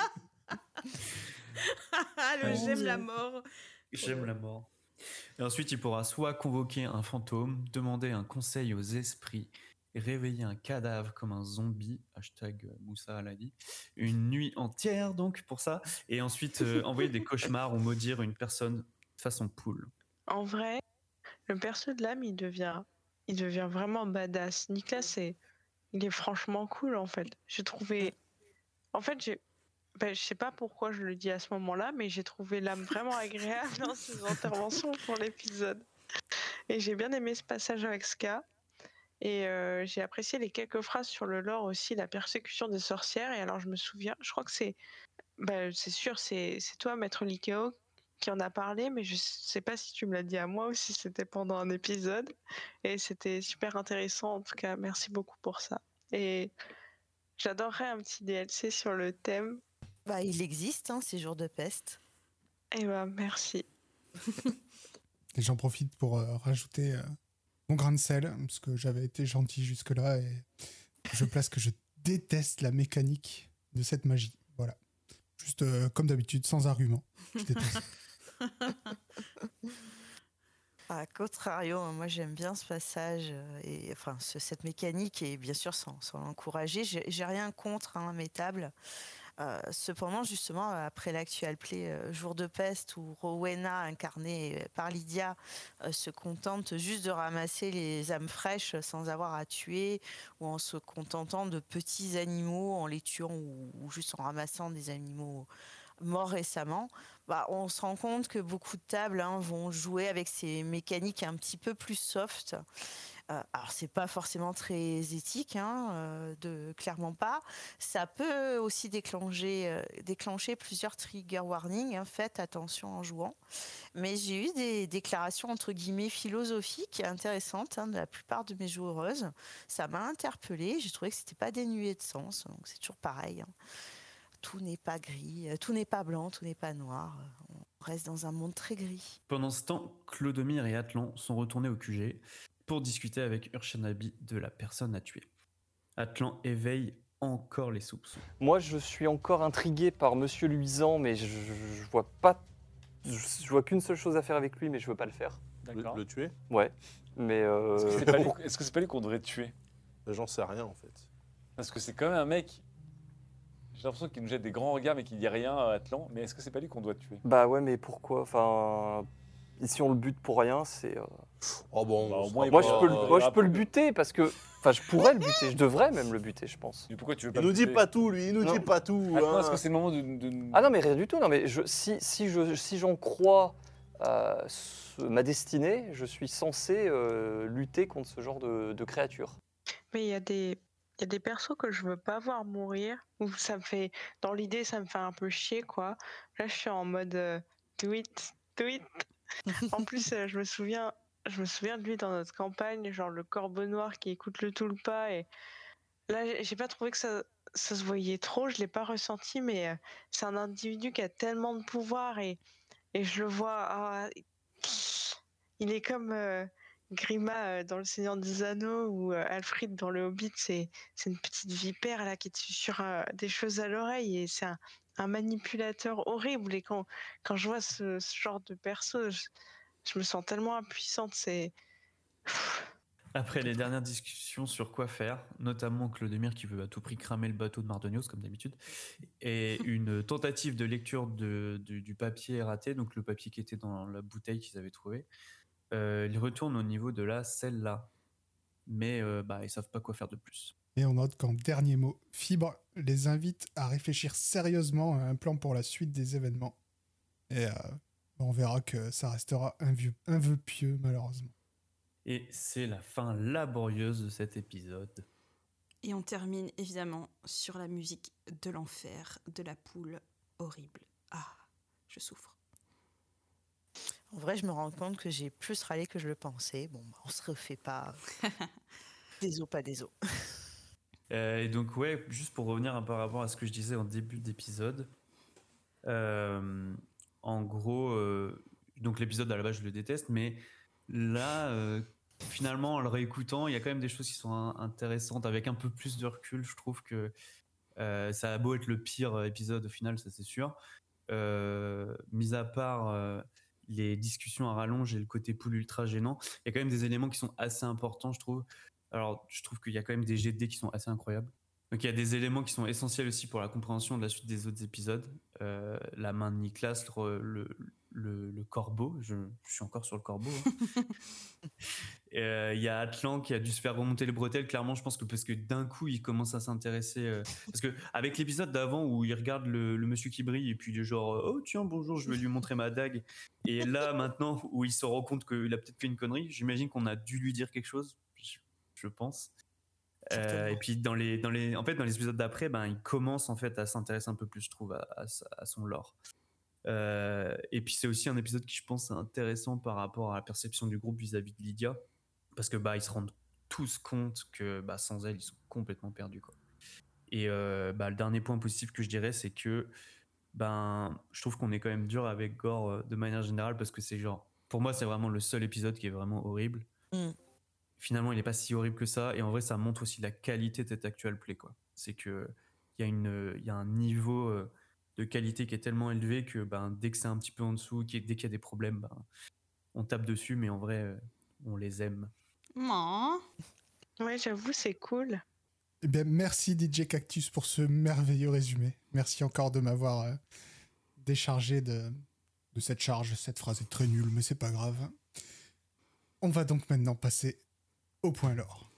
Oh, j'aime Dieu. la mort. J'aime la mort. Et ensuite, il pourra soit convoquer un fantôme, demander un conseil aux esprits, réveiller un cadavre comme un zombie, hashtag Moussa l'a dit, une nuit entière donc pour ça, et ensuite euh, envoyer des cauchemars ou maudire une personne façon poule. En vrai, le perso de l'âme, il devient, il devient vraiment badass. Nicolas, c'est, il est franchement cool en fait. J'ai trouvé, en fait, j'ai, ben, je sais pas pourquoi je le dis à ce moment-là, mais j'ai trouvé l'âme vraiment agréable dans ses interventions pour l'épisode. Et j'ai bien aimé ce passage avec Ska. Et euh, j'ai apprécié les quelques phrases sur le lore aussi, la persécution des sorcières. Et alors, je me souviens, je crois que c'est, ben, c'est sûr, c'est, c'est toi, Maître Likeo, qui en a parlé, mais je sais pas si tu me l'as dit à moi ou si c'était pendant un épisode. Et c'était super intéressant, en tout cas, merci beaucoup pour ça. Et j'adorerais un petit D L C sur le thème. Bah, il existe, hein, ces jours de peste. Eh ben, merci. Et j'en profite pour euh, rajouter euh, mon grain de sel, parce que j'avais été gentil jusque-là, et je place que je déteste la mécanique de cette magie. Voilà. Juste euh, comme d'habitude, sans argument. Je déteste. A contrario, moi j'aime bien ce passage euh, et enfin ce- cette mécanique et bien sûr sans, sans l'encourager, j'ai, j'ai rien contre hein, mes tables. Euh, cependant, justement, après l'actual play euh, Jour de peste où Rowena, incarnée par Lydia, euh, se contente juste de ramasser les âmes fraîches sans avoir à tuer ou en se contentant de petits animaux en les tuant ou, ou juste en ramassant des animaux morts récemment, bah, on se rend compte que beaucoup de tables hein, vont jouer avec ces mécaniques un petit peu plus soft. Euh, alors c'est pas forcément très éthique, hein, euh, de, clairement pas. Ça peut aussi déclencher, euh, déclencher plusieurs trigger warnings. Hein, faites attention en jouant. Mais j'ai eu des déclarations entre guillemets philosophiques intéressantes hein, de la plupart de mes joueuses. Ça m'a interpellée. J'ai trouvé que c'était pas dénué de sens. Donc c'est toujours pareil. Hein. Tout n'est pas gris, tout n'est pas blanc, tout n'est pas noir. On reste dans un monde très gris. Pendant ce temps, Clodomir et Atlan sont retournés au Q G pour discuter avec Urshanabi de la personne à tuer. Atlan éveille encore les soupçons. Moi, je suis encore intrigué par Monsieur Luisant, mais je, je, je vois pas, je, je vois qu'une seule chose à faire avec lui, mais je veux pas le faire. Le, le tuer. Ouais, mais euh... Est-ce que c'est pas lui, est-ce que c'est pas lui qu'on devrait tuer? J'en sais rien en fait. Parce que c'est quand même un mec. J'ai l'impression qu'il nous jette des grands regards mais qu'il dit rien à Atlan. Mais est-ce que c'est pas lui qu'on doit tuer? Bah ouais, mais pourquoi? Enfin, ici on le bute pour rien, c'est. Euh... Oh bon. Bah, au moins, il moi, peut- je peux, le, euh, moi il je peux le rappe- buter parce que, enfin, je pourrais le buter, je devrais même le buter, je pense. Mais pourquoi tu veux pas Il nous le dit tuer? pas tout, lui. Il nous Non. dit pas tout. Atlan, hein. est-ce que c'est le moment de. de- Ah non, mais rien du tout. Non, mais je, si si je si j'en crois euh, ce- ma destinée, je suis censé euh, lutter contre ce genre de, de créatures. Mais il y a des, Il y a des persos que je veux pas voir mourir, ou ça me fait, dans l'idée, ça me fait un peu chier, quoi. Là, je suis en mode euh, do it, do it. En plus, euh, je me souviens, je me souviens de lui dans notre campagne, genre le corbeau noir qui écoute le tulpa, et là, j'ai j'ai pas trouvé que ça, ça se voyait trop, je l'ai pas ressenti, mais euh, c'est un individu qui a tellement de pouvoir, et, et je le vois, ah, il est comme euh, Grima euh, dans Le Seigneur des Anneaux, ou euh, Alfred dans Le Hobbit, c'est c'est une petite vipère là qui te susurre euh, des choses à l'oreille, et c'est un, un manipulateur horrible, et quand, quand je vois ce, ce genre de perso, je, je me sens tellement impuissante, c'est... Après les dernières discussions sur quoi faire, notamment Clodemir qui veut à tout prix cramer le bateau de Mardonios comme d'habitude, et une tentative de lecture de, du, du papier raté, donc le papier qui était dans la bouteille qu'ils avaient trouvé, euh, ils retournent au niveau de la celle-là, mais euh, bah, ils savent pas quoi faire de plus. Et on note qu'en dernier mot, Fibre les invite à réfléchir sérieusement à un plan pour la suite des événements. Et euh, on verra que ça restera un, vieux, un vœu pieux, malheureusement. Et c'est la fin laborieuse de cet épisode. Et on termine évidemment sur la musique de l'enfer, de la poule horrible. Ah, je souffre. En vrai, je me rends compte que j'ai plus râlé que je le pensais. Bon, bah, on se refait pas. Des os, pas des os. Euh, et donc, ouais, juste pour revenir un peu par rapport à ce que je disais en début d'épisode, euh, en gros, euh, donc l'épisode à la base, je le déteste, mais là, euh, finalement, en le réécoutant, il y a quand même des choses qui sont in- intéressantes. Avec un peu plus de recul, je trouve que euh, ça a beau être le pire épisode au final, ça c'est sûr. Euh, mis à part euh, les discussions à rallonge et le côté poule ultra gênant, il y a quand même des éléments qui sont assez importants, je trouve. Alors, je trouve qu'il y a quand même des jets de dés qui sont assez incroyables. Donc, il y a des éléments qui sont essentiels aussi pour la compréhension de la suite des autres épisodes. Euh, la main de Niklas, le, le, le, le corbeau. Je, je suis encore sur le corbeau. Hein. Et, euh, il y a Atlan qui a dû se faire remonter les bretelles. Clairement, je pense que parce que d'un coup, il commence à s'intéresser. Euh, parce que avec l'épisode d'avant où il regarde le, le monsieur qui brille et puis il est genre euh, oh tiens bonjour, je vais lui montrer ma dague. Et là maintenant où il se rend compte qu'il a peut-être fait une connerie, j'imagine qu'on a dû lui dire quelque chose. Je, je pense. Euh, et puis dans les, dans les, en fait, dans les épisodes d'après, ben, il commence en fait à s'intéresser un peu plus, je trouve, à, à, à son lore. Euh, et puis c'est aussi un épisode qui, je pense, est intéressant par rapport à la perception du groupe vis-à-vis de Lydia, parce que bah ils se rendent tous compte que bah, sans elle, ils sont complètement perdus, quoi. Et euh, bah, le dernier point positif que je dirais, c'est que ben, je trouve qu'on est quand même dur avec Gore euh, de manière générale, parce que c'est genre, pour moi, c'est vraiment le seul épisode qui est vraiment horrible. Mm. Finalement, il n'est pas si horrible que ça. Et en vrai, ça montre aussi la qualité de cette actual play, quoi. C'est qu'il y, y a un niveau de qualité qui est tellement élevé que ben, dès que c'est un petit peu en dessous, dès qu'il y a des problèmes, ben, on tape dessus, mais en vrai, on les aime. Non. Ouais, j'avoue, c'est cool. Eh bien, merci D J Cactus pour ce merveilleux résumé. Merci encore de m'avoir euh, déchargé de, de cette charge. Cette phrase est très nulle, mais c'est pas grave. On va donc maintenant passer au point lore.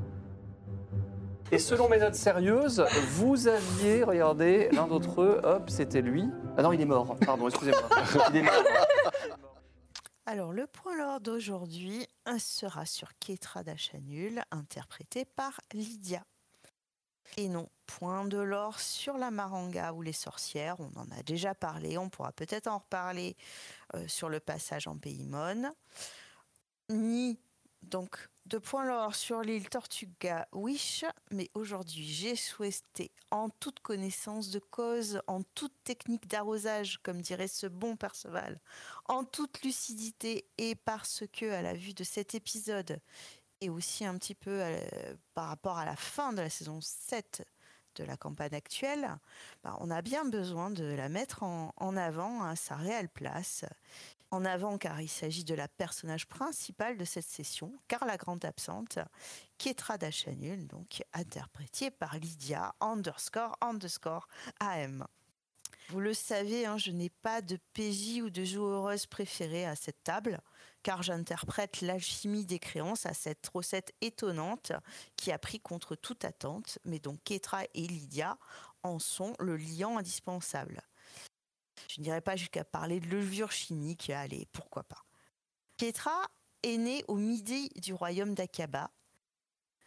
Et selon mes notes sérieuses, vous aviez, regardez, l'un d'entre eux, hop, c'était lui. Ah non, il est mort, pardon, excusez-moi. Il est mort. Alors, le point lore d'aujourd'hui sera sur Kétra d'Achanul, interprétée par Lydia. Et non, point de lore sur la Maranga ou les sorcières, on en a déjà parlé, on pourra peut-être en reparler euh, sur le passage en Paymon. Ni donc de point lore sur l'île Tortuga Wish, mais aujourd'hui j'ai souhaité, en toute connaissance de cause, en toute technique d'arrosage, comme dirait ce bon Perceval, en toute lucidité, et parce que à la vue de cet épisode, et aussi un petit peu euh, par rapport à la fin de la saison sept de la campagne actuelle, bah, on a bien besoin de la mettre en, en avant à sa réelle place. En avant car il s'agit de la personnage principale de cette session, car la grande absente, Kétra d'Achanul, donc interprétée par Lydia underscore underscore A M. Vous le savez, hein, je n'ai pas de P J ou de joueuse préférée à cette table, car j'interprète l'alchimie des créances à cette recette étonnante qui a pris contre toute attente, mais dont Kétra et Lydia en sont le liant indispensable. Je n'irai pas jusqu'à parler de levure chimique, allez, pourquoi pas. Kétra est née au midi du royaume d'Akaba.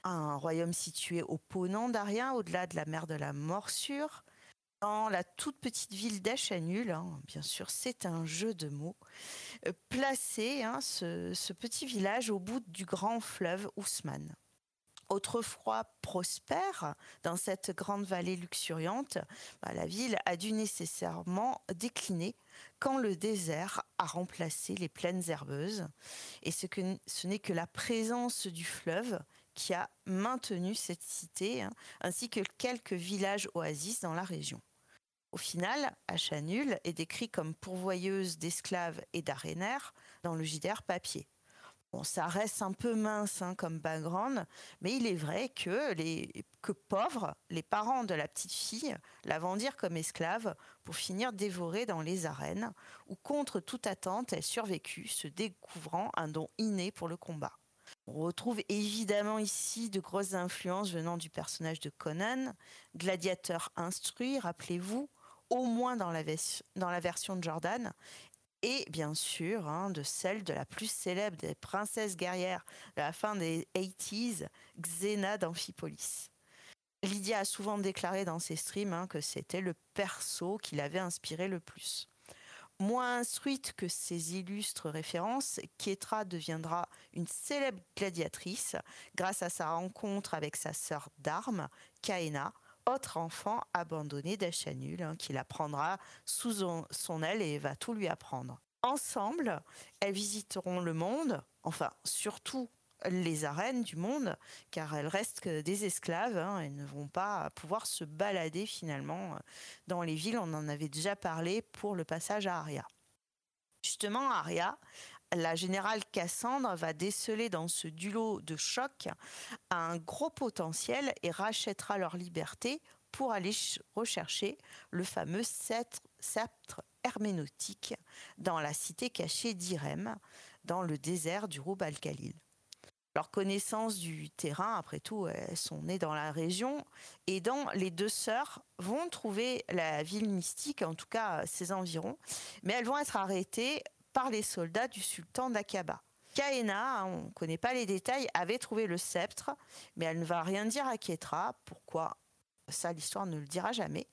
un royaume situé au Ponant d'Aria, au-delà de la mer de la Morsure, dans la toute petite ville d'Achanul, hein, bien sûr, c'est un jeu de mots, euh, placé hein, ce, ce petit village au bout du grand fleuve Ousmane. Autrefois prospère, dans cette grande vallée luxuriante, bah, la ville a dû nécessairement décliner quand le désert a remplacé les plaines herbeuses. Et ce, que, ce n'est que la présence du fleuve qui a maintenu cette cité, hein, ainsi que quelques villages oasis dans la région. Au final, Achanul est décrit comme pourvoyeuse d'esclaves et d'arénaires dans le J D R papier. Bon, ça reste un peu mince hein, comme background, mais il est vrai que, les, que pauvres, les parents de la petite fille la vendirent comme esclave pour finir dévorée dans les arènes, où contre toute attente, elle survécut, se découvrant un don inné pour le combat. On retrouve évidemment ici de grosses influences venant du personnage de Conan, gladiateur instruit, rappelez-vous, au moins dans la, vers- dans la version de Jordan, et bien sûr hein, de celle de la plus célèbre des princesses guerrières de la fin des quatre-vingt-dix, Xena d'Amphipolis. Lydia a souvent déclaré dans ses streams hein, que c'était le perso qui l'avait inspiré le plus. Moins instruite que ses illustres références, Kétra deviendra une célèbre gladiatrice grâce à sa rencontre avec sa sœur d'armes, Kaena, autre enfant abandonné d'Achanul, hein, qui la prendra sous son, son aile et va tout lui apprendre. Ensemble, elles visiteront le monde, enfin surtout les arènes du monde, car elles restent que des esclaves, hein, elles ne vont pas pouvoir se balader finalement dans les villes, on en avait déjà parlé pour le passage à Aria. Justement, à Aria, la générale Cassandre va déceler dans ce duo de choc un gros potentiel et rachètera leur liberté pour aller rechercher le fameux sceptre, sceptre herméneutique dans la cité cachée d'Irem, dans le désert du Roub al-Khalil. Leur connaissance du terrain, après tout, elles sont nées dans la région, et dans les deux sœurs vont trouver la ville mystique, en tout cas ses environs, mais elles vont être arrêtées par les soldats du sultan d'Aqaba. Kaena, on ne connaît pas les détails, avait trouvé le sceptre, mais elle ne va rien dire à Kétra. Pourquoi ? Ça, l'histoire ne le dira jamais.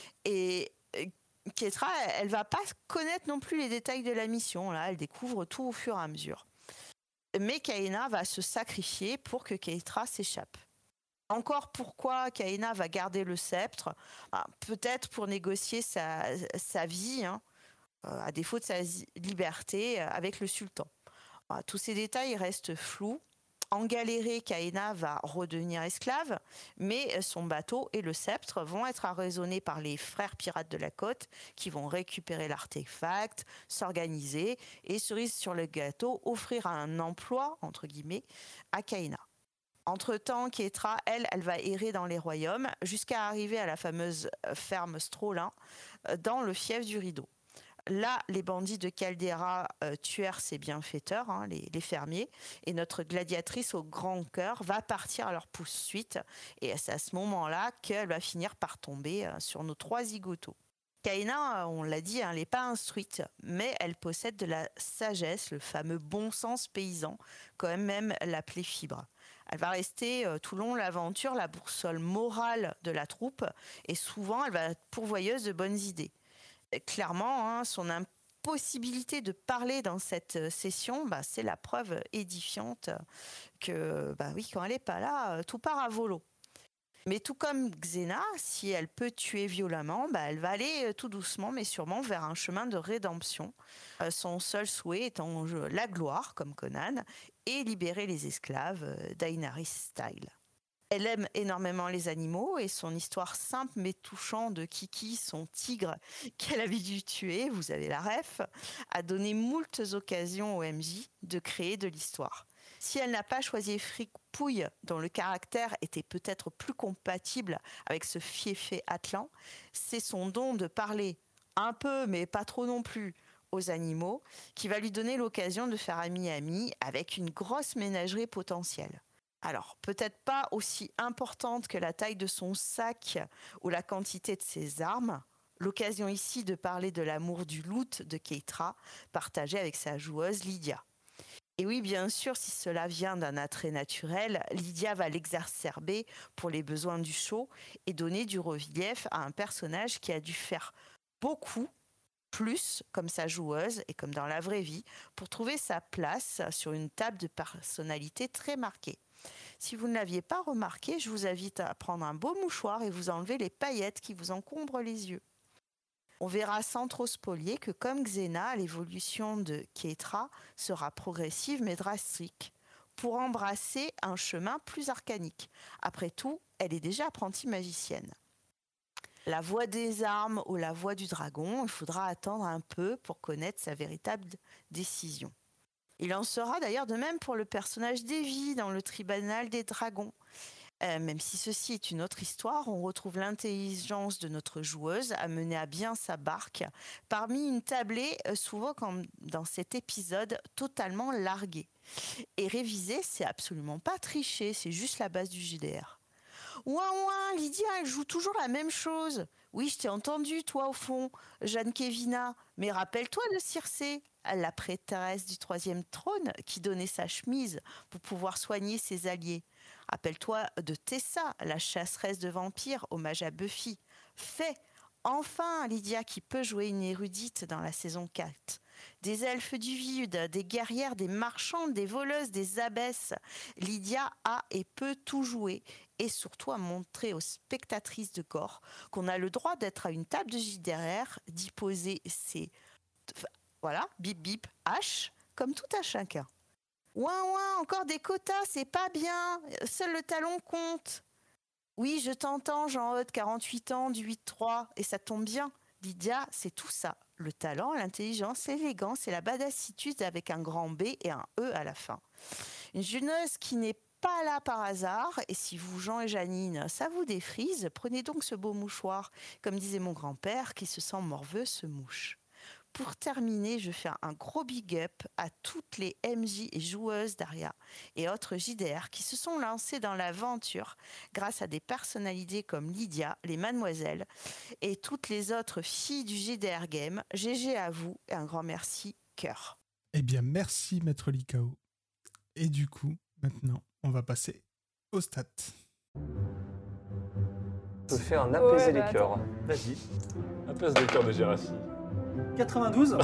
Et Kétra, elle ne va pas connaître non plus les détails de la mission. Là, elle découvre tout au fur et à mesure. Mais Kaena va se sacrifier pour que Kétra s'échappe. Encore pourquoi Kaena va garder le sceptre ? ah, Peut-être pour négocier sa, sa vie, hein, à défaut de sa liberté avec le sultan. Voilà, tous ces détails restent flous. En galérée, Kaena va redevenir esclave, mais son bateau et le sceptre vont être arraisonnés par les frères pirates de la côte qui vont récupérer l'artefact, s'organiser et, cerise sur le gâteau, offrir un emploi, entre guillemets, à Kaena. Entre-temps, Kétra, elle, elle va errer dans les royaumes jusqu'à arriver à la fameuse ferme Strolin dans le fief du Rideau. Là, les bandits de Caldera euh, tuèrent ses bienfaiteurs, hein, les, les fermiers, et notre gladiatrice au grand cœur va partir à leur poursuite. Et c'est à ce moment-là qu'elle va finir par tomber euh, sur nos trois zigotos. Kaena, on l'a dit, hein, elle n'est pas instruite, mais elle possède de la sagesse, le fameux bon sens paysan, quand même l'appelée fibre. Elle va rester euh, tout le long de l'aventure la boussole morale de la troupe, et souvent elle va être pourvoyeuse de bonnes idées. Clairement, hein, son impossibilité de parler dans cette session, bah, c'est la preuve édifiante que, bah oui, quand elle n'est pas là, tout part à volo. Mais tout comme Xena, si elle peut tuer violemment, bah, elle va aller tout doucement mais sûrement vers un chemin de rédemption. Euh, son seul souhait étant la gloire, comme Conan, et libérer les esclaves, euh, Daenerys style. Elle aime énormément les animaux et son histoire simple mais touchante de Kiki, son tigre qu'elle avait dû tuer, vous avez la ref, a donné moultes occasions au M J de créer de l'histoire. Si elle n'a pas choisi Fripouille, dont le caractère était peut-être plus compatible avec ce fiefé atlan, c'est son don de parler un peu, mais pas trop non plus, aux animaux, qui va lui donner l'occasion de faire ami-ami avec une grosse ménagerie potentielle. Alors, peut-être pas aussi importante que la taille de son sac ou la quantité de ses armes. L'occasion ici de parler de l'amour du loot de Kétra, partagé avec sa joueuse Lydia. Et oui, bien sûr, si cela vient d'un attrait naturel, Lydia va l'exacerber pour les besoins du show et donner du relief à un personnage qui a dû faire beaucoup plus comme sa joueuse et comme dans la vraie vie pour trouver sa place sur une table de personnalité très marquée. Si vous ne l'aviez pas remarqué, je vous invite à prendre un beau mouchoir et vous enlever les paillettes qui vous encombrent les yeux. On verra sans trop spolier que comme Xena, l'évolution de Keitra sera progressive mais drastique pour embrasser un chemin plus arcanique. Après tout, elle est déjà apprentie magicienne. La voix des armes ou la voix du dragon, il faudra attendre un peu pour connaître sa véritable décision. Il en sera d'ailleurs de même pour le personnage d'Evie dans le tribunal des dragons. Euh, même si ceci est une autre histoire, on retrouve l'intelligence de notre joueuse à mener à bien sa barque parmi une tablée, euh, souvent comme dans cet épisode, totalement larguée. Et réviser, c'est absolument pas tricher, c'est juste la base du J D R. Ouin ouin, Lydia, elle joue toujours la même chose. Oui, je t'ai entendu, toi, au fond, Jeanne Kevina. Mais rappelle-toi de Circé, la prêtresse du troisième trône qui donnait sa chemise pour pouvoir soigner ses alliés. Rappelle-toi de Tessa, la chasseresse de vampires, hommage à Buffy. Fais, enfin, Lydia qui peut jouer une érudite dans la saison quatre. Des elfes du vide, des guerrières, des marchandes, des voleuses, des abbesses. Lydia a et peut tout jouer et surtout à montrer aux spectatrices de gore qu'on a le droit d'être à une table de J D R, d'y poser ses... Voilà, bip bip, H, comme tout à chacun. Ouin ouin, encore des quotas, c'est pas bien. Seul le talon compte. Oui, je t'entends, Jean-Eudes, quarante-huit ans, du huit trois, et ça tombe bien. Lydia, c'est tout ça. Le talent, l'intelligence, l'élégance et la badassitude avec un grand B et un E à la fin. Une joueuse qui n'est pas là par hasard, et si vous, Jean et Janine, ça vous défrise, prenez donc ce beau mouchoir. Comme disait mon grand-père, qui se sent morveux se mouche. Pour terminer, je fais un gros big up à toutes les M J et joueuses d'Aria et autres J D R qui se sont lancées dans l'aventure grâce à des personnalités comme Lydia, les Mademoiselles et toutes les autres filles du J D R Game. G G à vous et un grand merci, cœur. Eh bien, merci Maître Likao. Et du coup, maintenant, on va passer aux stats. Je fais un apaiser Ouais, les bah, cœurs. Vas-y. Apaise des cœurs de Gérassi. quatre-vingt-douze.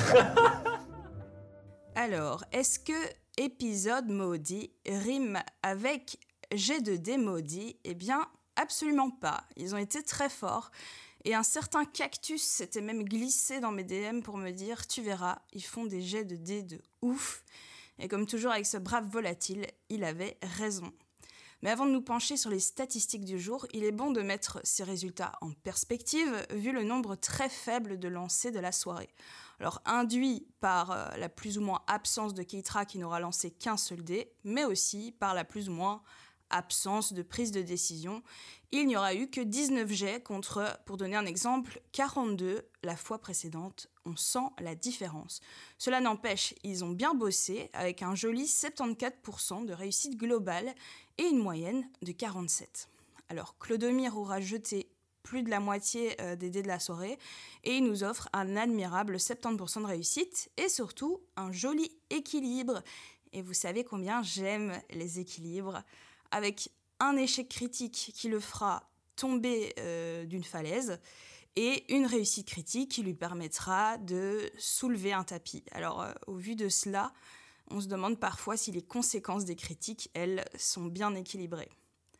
Alors, est-ce que épisode maudit rime avec G deux D maudit ? Eh bien, absolument pas. Ils ont été très forts. Et un certain cactus s'était même glissé dans mes D M pour me dire « Tu verras, ils font des jets de dés de ouf ». Et comme toujours avec ce brave volatile, il avait raison. Mais avant de nous pencher sur les statistiques du jour, il est bon de mettre ces résultats en perspective, vu le nombre très faible de lancers de la soirée. Alors, induit par euh, la plus ou moins absence de Keitra qui n'aura lancé qu'un seul dé, mais aussi par la plus ou moins absence de prise de décision. Il n'y aura eu que dix-neuf jets contre, pour donner un exemple, quarante-deux la fois précédente. On sent la différence. Cela n'empêche, ils ont bien bossé avec un joli soixante-quatorze pour cent de réussite globale et une moyenne de quarante-sept. Alors, Clodomir aura jeté plus de la moitié euh, des dés de la soirée et il nous offre un admirable soixante-dix pour cent de réussite et surtout un joli équilibre. Et vous savez combien j'aime les équilibres. Avec un échec critique qui le fera tomber euh, d'une falaise et une réussite critique qui lui permettra de soulever un tapis. Alors, euh, au vu de cela, on se demande parfois si les conséquences des critiques, elles, sont bien équilibrées.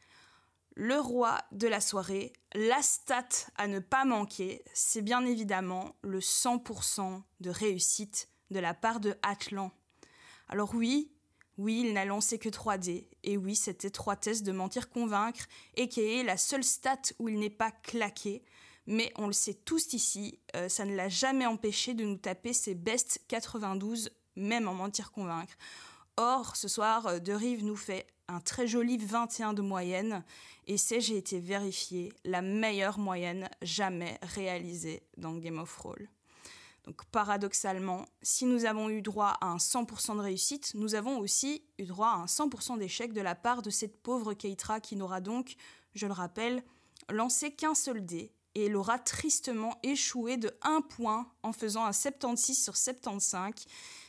Le roi de la soirée, la stat à ne pas manquer, c'est bien évidemment le cent pour cent de réussite de la part de Atlan. Alors oui, oui, il n'a lancé que trois dés, et oui, c'était trois tests de mentir-convaincre, et qui est la seule stat où il n'est pas claqué, mais on le sait tous ici, euh, ça ne l'a jamais empêché de nous taper ses best quatre-vingt-douze, même en mentir-convaincre. Or, ce soir, De Rive nous fait un très joli vingt et un de moyenne, et c'est, j'ai été vérifié, la meilleure moyenne jamais réalisée dans Game of Thrones. Donc paradoxalement, si nous avons eu droit à un cent pour cent de réussite, nous avons aussi eu droit à un cent pour cent d'échec de la part de cette pauvre Keitra qui n'aura donc, je le rappelle, lancé qu'un seul dé, et elle aura tristement échoué de un point en faisant un soixante-seize sur soixante-quinze,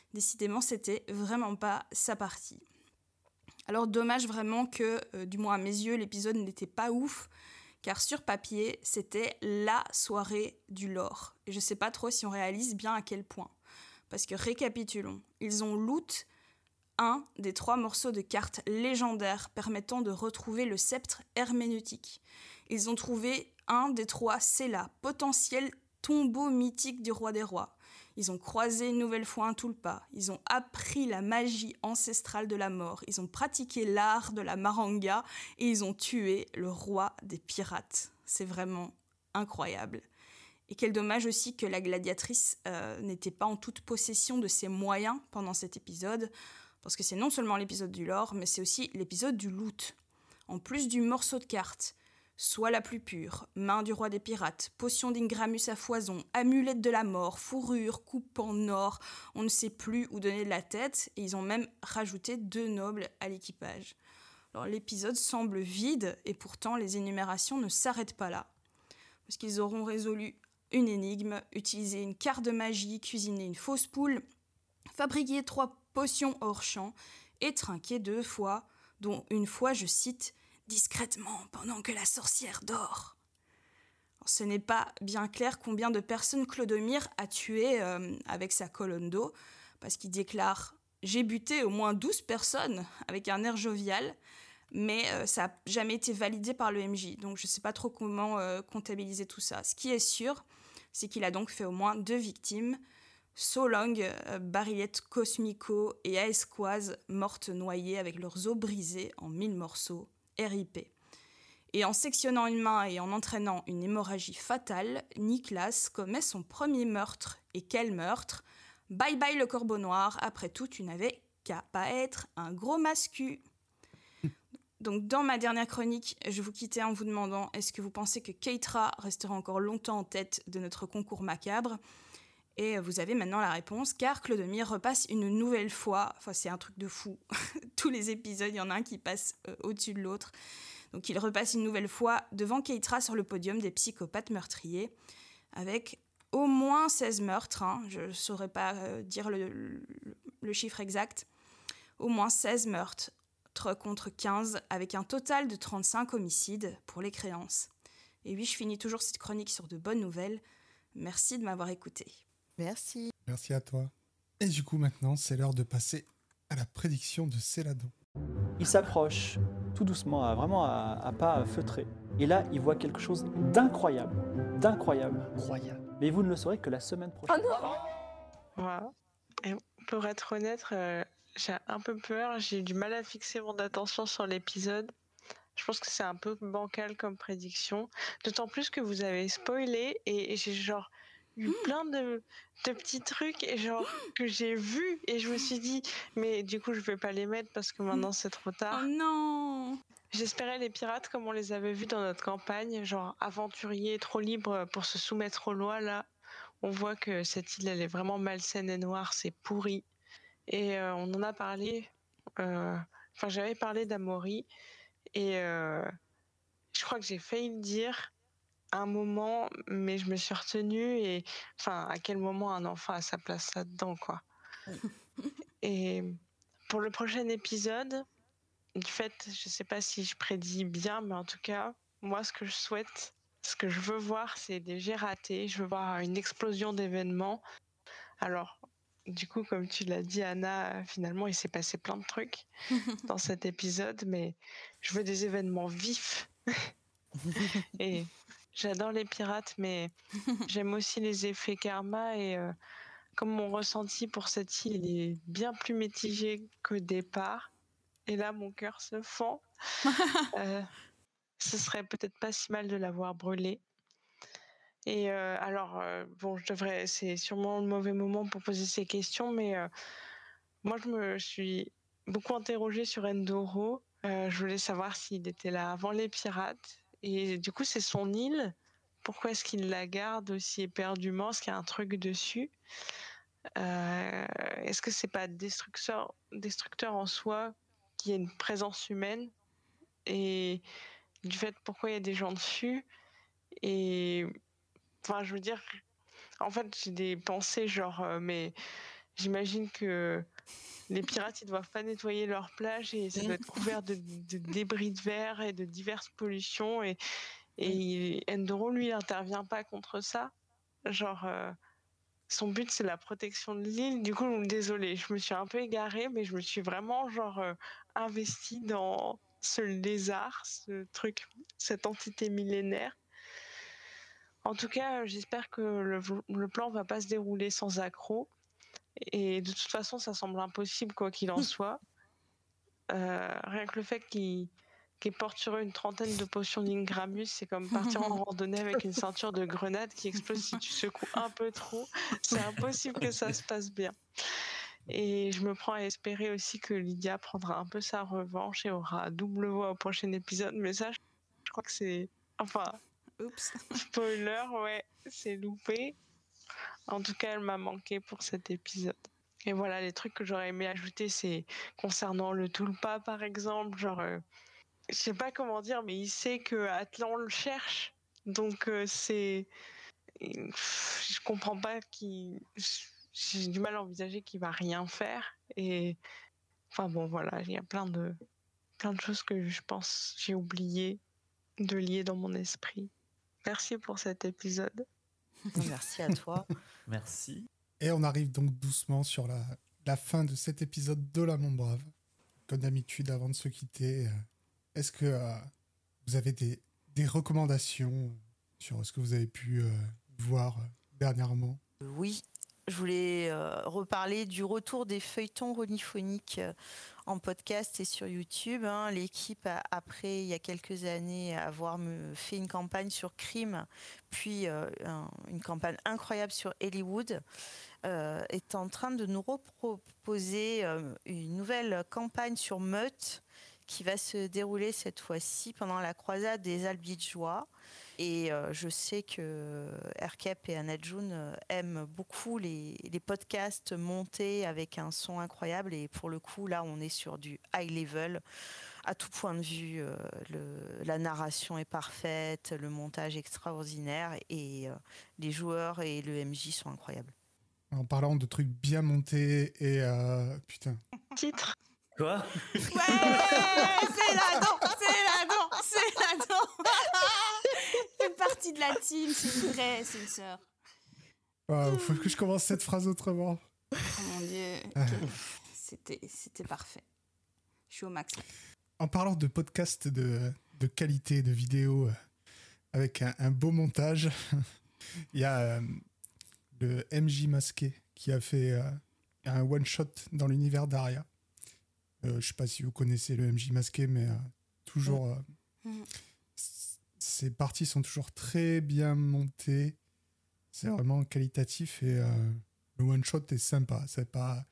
Décidément, c'était vraiment pas sa partie. Alors dommage vraiment que, euh, du moins à mes yeux, l'épisode n'était pas ouf, car sur papier, c'était la soirée du lore. Et je sais pas trop si on réalise bien à quel point. Parce que récapitulons, ils ont loot un des trois morceaux de cartes légendaires permettant de retrouver le sceptre herméneutique. Ils ont trouvé un des trois Sela, potentiel tombeau mythique du roi des rois. Ils ont croisé une nouvelle fois un tulpa. Ils ont appris la magie ancestrale de la mort. Ils ont pratiqué l'art de la maranga et ils ont tué le roi des pirates. C'est vraiment incroyable. Et quel dommage aussi que la gladiatrice euh, n'était pas en toute possession de ses moyens pendant cet épisode, parce que c'est non seulement l'épisode du lore, mais c'est aussi l'épisode du loot. En plus du morceau de carte, soit la plus pure, main du roi des pirates, potion d'Ingramus à foison, amulette de la mort, fourrure, coupe en or, on ne sait plus où donner de la tête, et ils ont même rajouté deux nobles à l'équipage. Alors l'épisode semble vide, et pourtant les énumérations ne s'arrêtent pas là. Parce qu'ils auront résolu une énigme, utilisé une carte de magie, cuisiné une fausse poule, fabriqué trois potions hors champ, et trinqué deux fois, dont une fois, je cite, « discrètement, pendant que la sorcière dort ». Ce n'est pas bien clair combien de personnes Clodomir a tué euh, avec sa colonne d'eau, parce qu'il déclare « j'ai buté au moins douze personnes » avec un air jovial, mais euh, ça n'a jamais été validé par le M J, donc je ne sais pas trop comment euh, comptabiliser tout ça. Ce qui est sûr, c'est qu'il a donc fait au moins deux victimes, Solong, euh, Barillette Cosmico et Aesquoise, mortes noyées avec leurs os brisés en mille morceaux, R I P. Et en sectionnant une main et en entraînant une hémorragie fatale, Niklas commet son premier meurtre. Et quel meurtre! Bye bye le corbeau noir, après tout tu n'avais qu'à pas être un gros mascu. Donc dans ma dernière chronique, je vous quittais en vous demandant est-ce que vous pensez que Keitra restera encore longtemps en tête de notre concours macabre? Et vous avez maintenant la réponse, car Clodomir repasse une nouvelle fois, enfin c'est un truc de fou, tous les épisodes, il y en a un qui passe euh, au-dessus de l'autre. Donc il repasse une nouvelle fois devant Keitra sur le podium des psychopathes meurtriers, avec au moins seize meurtres, hein, je ne saurais pas euh, dire le, le, le chiffre exact, au moins seize meurtres contre quinze, avec un total de trente-cinq homicides pour les créances. Et oui, je finis toujours cette chronique sur de bonnes nouvelles. Merci de m'avoir écouté. Merci. Merci à toi. Et du coup, maintenant, c'est l'heure de passer à la prédiction de Céladon. Il s'approche tout doucement, à, vraiment à, à pas feutrer. Et là, il voit quelque chose d'incroyable. D'incroyable. Incroyable. Mais vous ne le saurez que la semaine prochaine. Oh non. Voilà. Et pour être honnête, euh, j'ai un peu peur. J'ai du mal à fixer mon attention sur l'épisode. Je pense que c'est un peu bancal comme prédiction. D'autant plus que vous avez spoilé et, et j'ai genre eu plein de, de petits trucs et genre que j'ai vus et je me suis dit mais du coup je vais pas les mettre parce que maintenant c'est trop tard. Oh non! J'espérais les pirates comme on les avait vus dans notre campagne, genre aventuriers trop libres pour se soumettre aux lois. Là, on voit que cette île elle est vraiment malsaine et noire, c'est pourri. Et euh, on en a parlé. Euh, enfin, j'avais parlé d'Amaury et euh, je crois que j'ai failli le dire à un moment, mais je me suis retenue. Et enfin, à quel moment un enfant a sa place là-dedans, quoi. Et pour le prochain épisode, du fait, je sais pas si je prédis bien, mais en tout cas, moi, ce que je souhaite, ce que je veux voir, c'est des jets ratés. Je veux voir une explosion d'événements. Alors. Du coup, comme tu l'as dit, Anna, finalement, il s'est passé plein de trucs dans cet épisode, mais je veux des événements vifs. Et j'adore les pirates, mais j'aime aussi les effets karma. Et euh, comme mon ressenti pour cette île, il est bien plus mitigé qu'au départ. Et là, mon cœur se fend. euh, ce serait peut-être pas si mal de l'avoir brûlée. Et euh, alors, euh, bon, je devrais, c'est sûrement le mauvais moment pour poser ces questions, mais euh, moi, je me suis beaucoup interrogée sur Endoro. Euh, je voulais savoir s'il était là avant les pirates. Et du coup, c'est son île. Pourquoi est-ce qu'il la garde aussi éperdument? Est-ce qu'il y a un truc dessus? euh, Est-ce que c'est pas destructeur, destructeur en soi qu'il y ait une présence humaine? Et du fait, pourquoi il y a des gens dessus? Et... Enfin, je veux dire, en fait, j'ai des pensées genre, euh, mais j'imagine que les pirates, ils doivent pas nettoyer leur plage et ça doit être couvert de, de débris de verre et de diverses pollutions. Et, et Endoro, lui, il intervient pas contre ça. Genre, euh, son but, c'est la protection de l'île. Du coup, désolée, je me suis un peu égarée, mais je me suis vraiment, genre, euh, investie dans ce lézard, ce truc, cette entité millénaire. En tout cas, j'espère que le, le plan va pas se dérouler sans accroc. Et de toute façon, ça semble impossible, quoi qu'il en soit. Euh, rien que le fait qu'il, qu'il porte sur eux une trentaine de potions d'Ingramus, c'est comme partir en randonnée avec une ceinture de grenades qui explose si tu secoues un peu trop. C'est impossible que ça se passe bien. Et je me prends à espérer aussi que Lydia prendra un peu sa revanche et aura double voix au prochain épisode. Mais ça, je crois que c'est... Enfin... Oups. Spoiler, ouais, c'est loupé. En tout cas, elle m'a manqué pour cet épisode. Et voilà, les trucs que j'aurais aimé ajouter, c'est concernant le Tulpa, par exemple. Genre, euh, je sais pas comment dire, mais il sait que Atlan le cherche. Donc, euh, c'est... Je comprends pas qu'il... J'ai du mal à envisager qu'il va rien faire. Et... Enfin bon, voilà, il y a plein de... plein de choses que je pense j'ai oublié de lier dans mon esprit. Merci pour cet épisode. Merci à toi. Merci. Et on arrive donc doucement sur la, la fin de cet épisode de La Montbrave. Comme d'habitude, avant de se quitter, euh, est-ce que euh, vous avez des, des recommandations sur ce que vous avez pu euh, voir euh, dernièrement ? Oui, je voulais euh, reparler du retour des feuilletons roniphoniques euh, en podcast et sur YouTube. Hein. L'équipe, a, après, il y a quelques années, avoir me fait une campagne sur Crime, puis euh, un, une campagne incroyable sur Hollywood, euh, est en train de nous reproposer euh, une nouvelle campagne sur Meute qui va se dérouler cette fois-ci pendant la croisade des Albigeois. Et euh, je sais que Erkep et Anna June euh, aiment beaucoup les, les podcasts montés avec un son incroyable. Et pour le coup, là, on est sur du high level. À tout point de vue, euh, le, la narration est parfaite, le montage extraordinaire et euh, les joueurs et le M J sont incroyables. En parlant de trucs bien montés et... Euh, putain. Titre. Quoi ? Ouais, c'est là-dedans, c'est là-dedans, c'est là-dedans. Fait partie de la team, c'est une vraie, c'est une sœur. Wow, faut que je commence cette phrase autrement. Oh mon Dieu, okay. c'était, c'était parfait. Je suis au max. En parlant de podcasts de, de qualité, de vidéos euh, avec un, un beau montage, il y a euh, le M J Masqué qui a fait euh, un one-shot dans l'univers d'Aria. Euh, je sais pas si vous connaissez le M J Masqué, mais euh, toujours... Euh, mmh. Ces parties sont toujours très bien montées. C'est vraiment qualitatif et euh, le one-shot est sympa. C'est pas,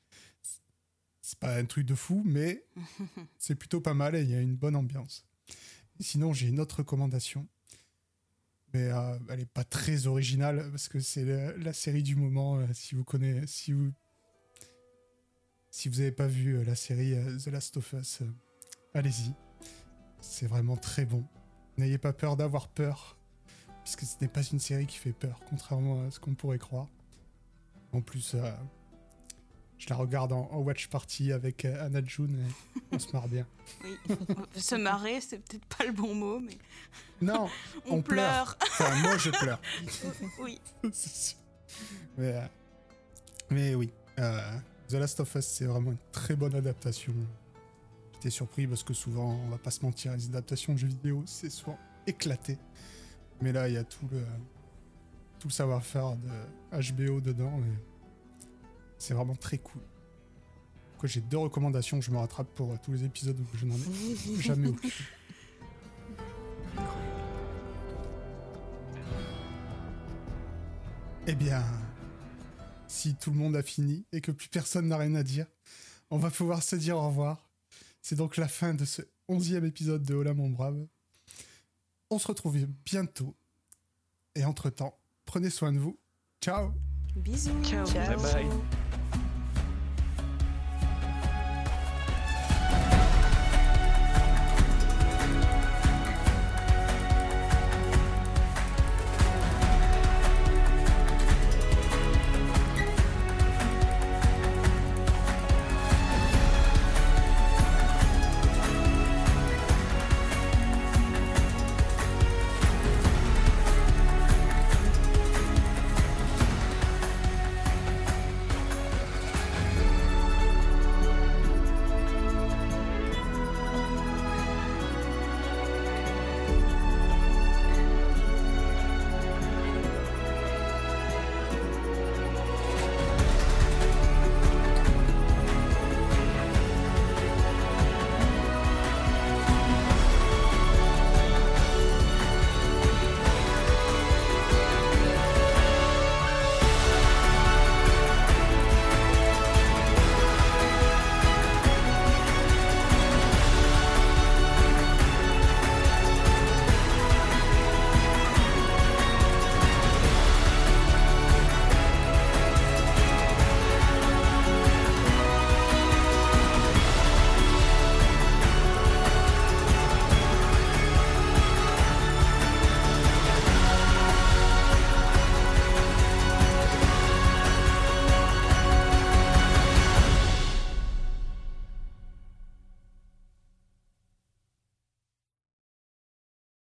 c'est pas un truc de fou, mais c'est plutôt pas mal et il y a une bonne ambiance. Et sinon, j'ai une autre recommandation, mais euh, elle est pas très originale parce que c'est la, la série du moment. Euh, si vous connaissez, si vous, si vous avez pas vu euh, la série euh, The Last of Us, euh, allez-y. C'est vraiment très bon. N'ayez pas peur d'avoir peur, puisque ce n'est pas une série qui fait peur, contrairement à ce qu'on pourrait croire. En plus, euh, je la regarde en, en watch party avec euh, Anna June et on se marre bien. Oui, se marrer, c'est peut-être pas le bon mot, mais... Non, on, on pleure. pleure. Enfin, moi, je pleure. Oui. mais, euh, mais oui, euh, The Last of Us, c'est vraiment une très bonne adaptation. J'étais surpris parce que souvent, on va pas se mentir, les adaptations de jeux vidéo, c'est souvent éclaté. Mais là, il y a tout le, tout le savoir-faire de H B O dedans. Et c'est vraiment très cool. Quoi, j'ai deux recommandations, je me rattrape pour tous les épisodes où je n'en ai jamais aucune. Eh bien, si tout le monde a fini et que plus personne n'a rien à dire, on va pouvoir se dire au revoir. C'est donc la fin de ce onzième épisode de Hola mon brave. On se retrouve bientôt. Et entre-temps, prenez soin de vous. Ciao. Bisous. Ciao. Bye bye.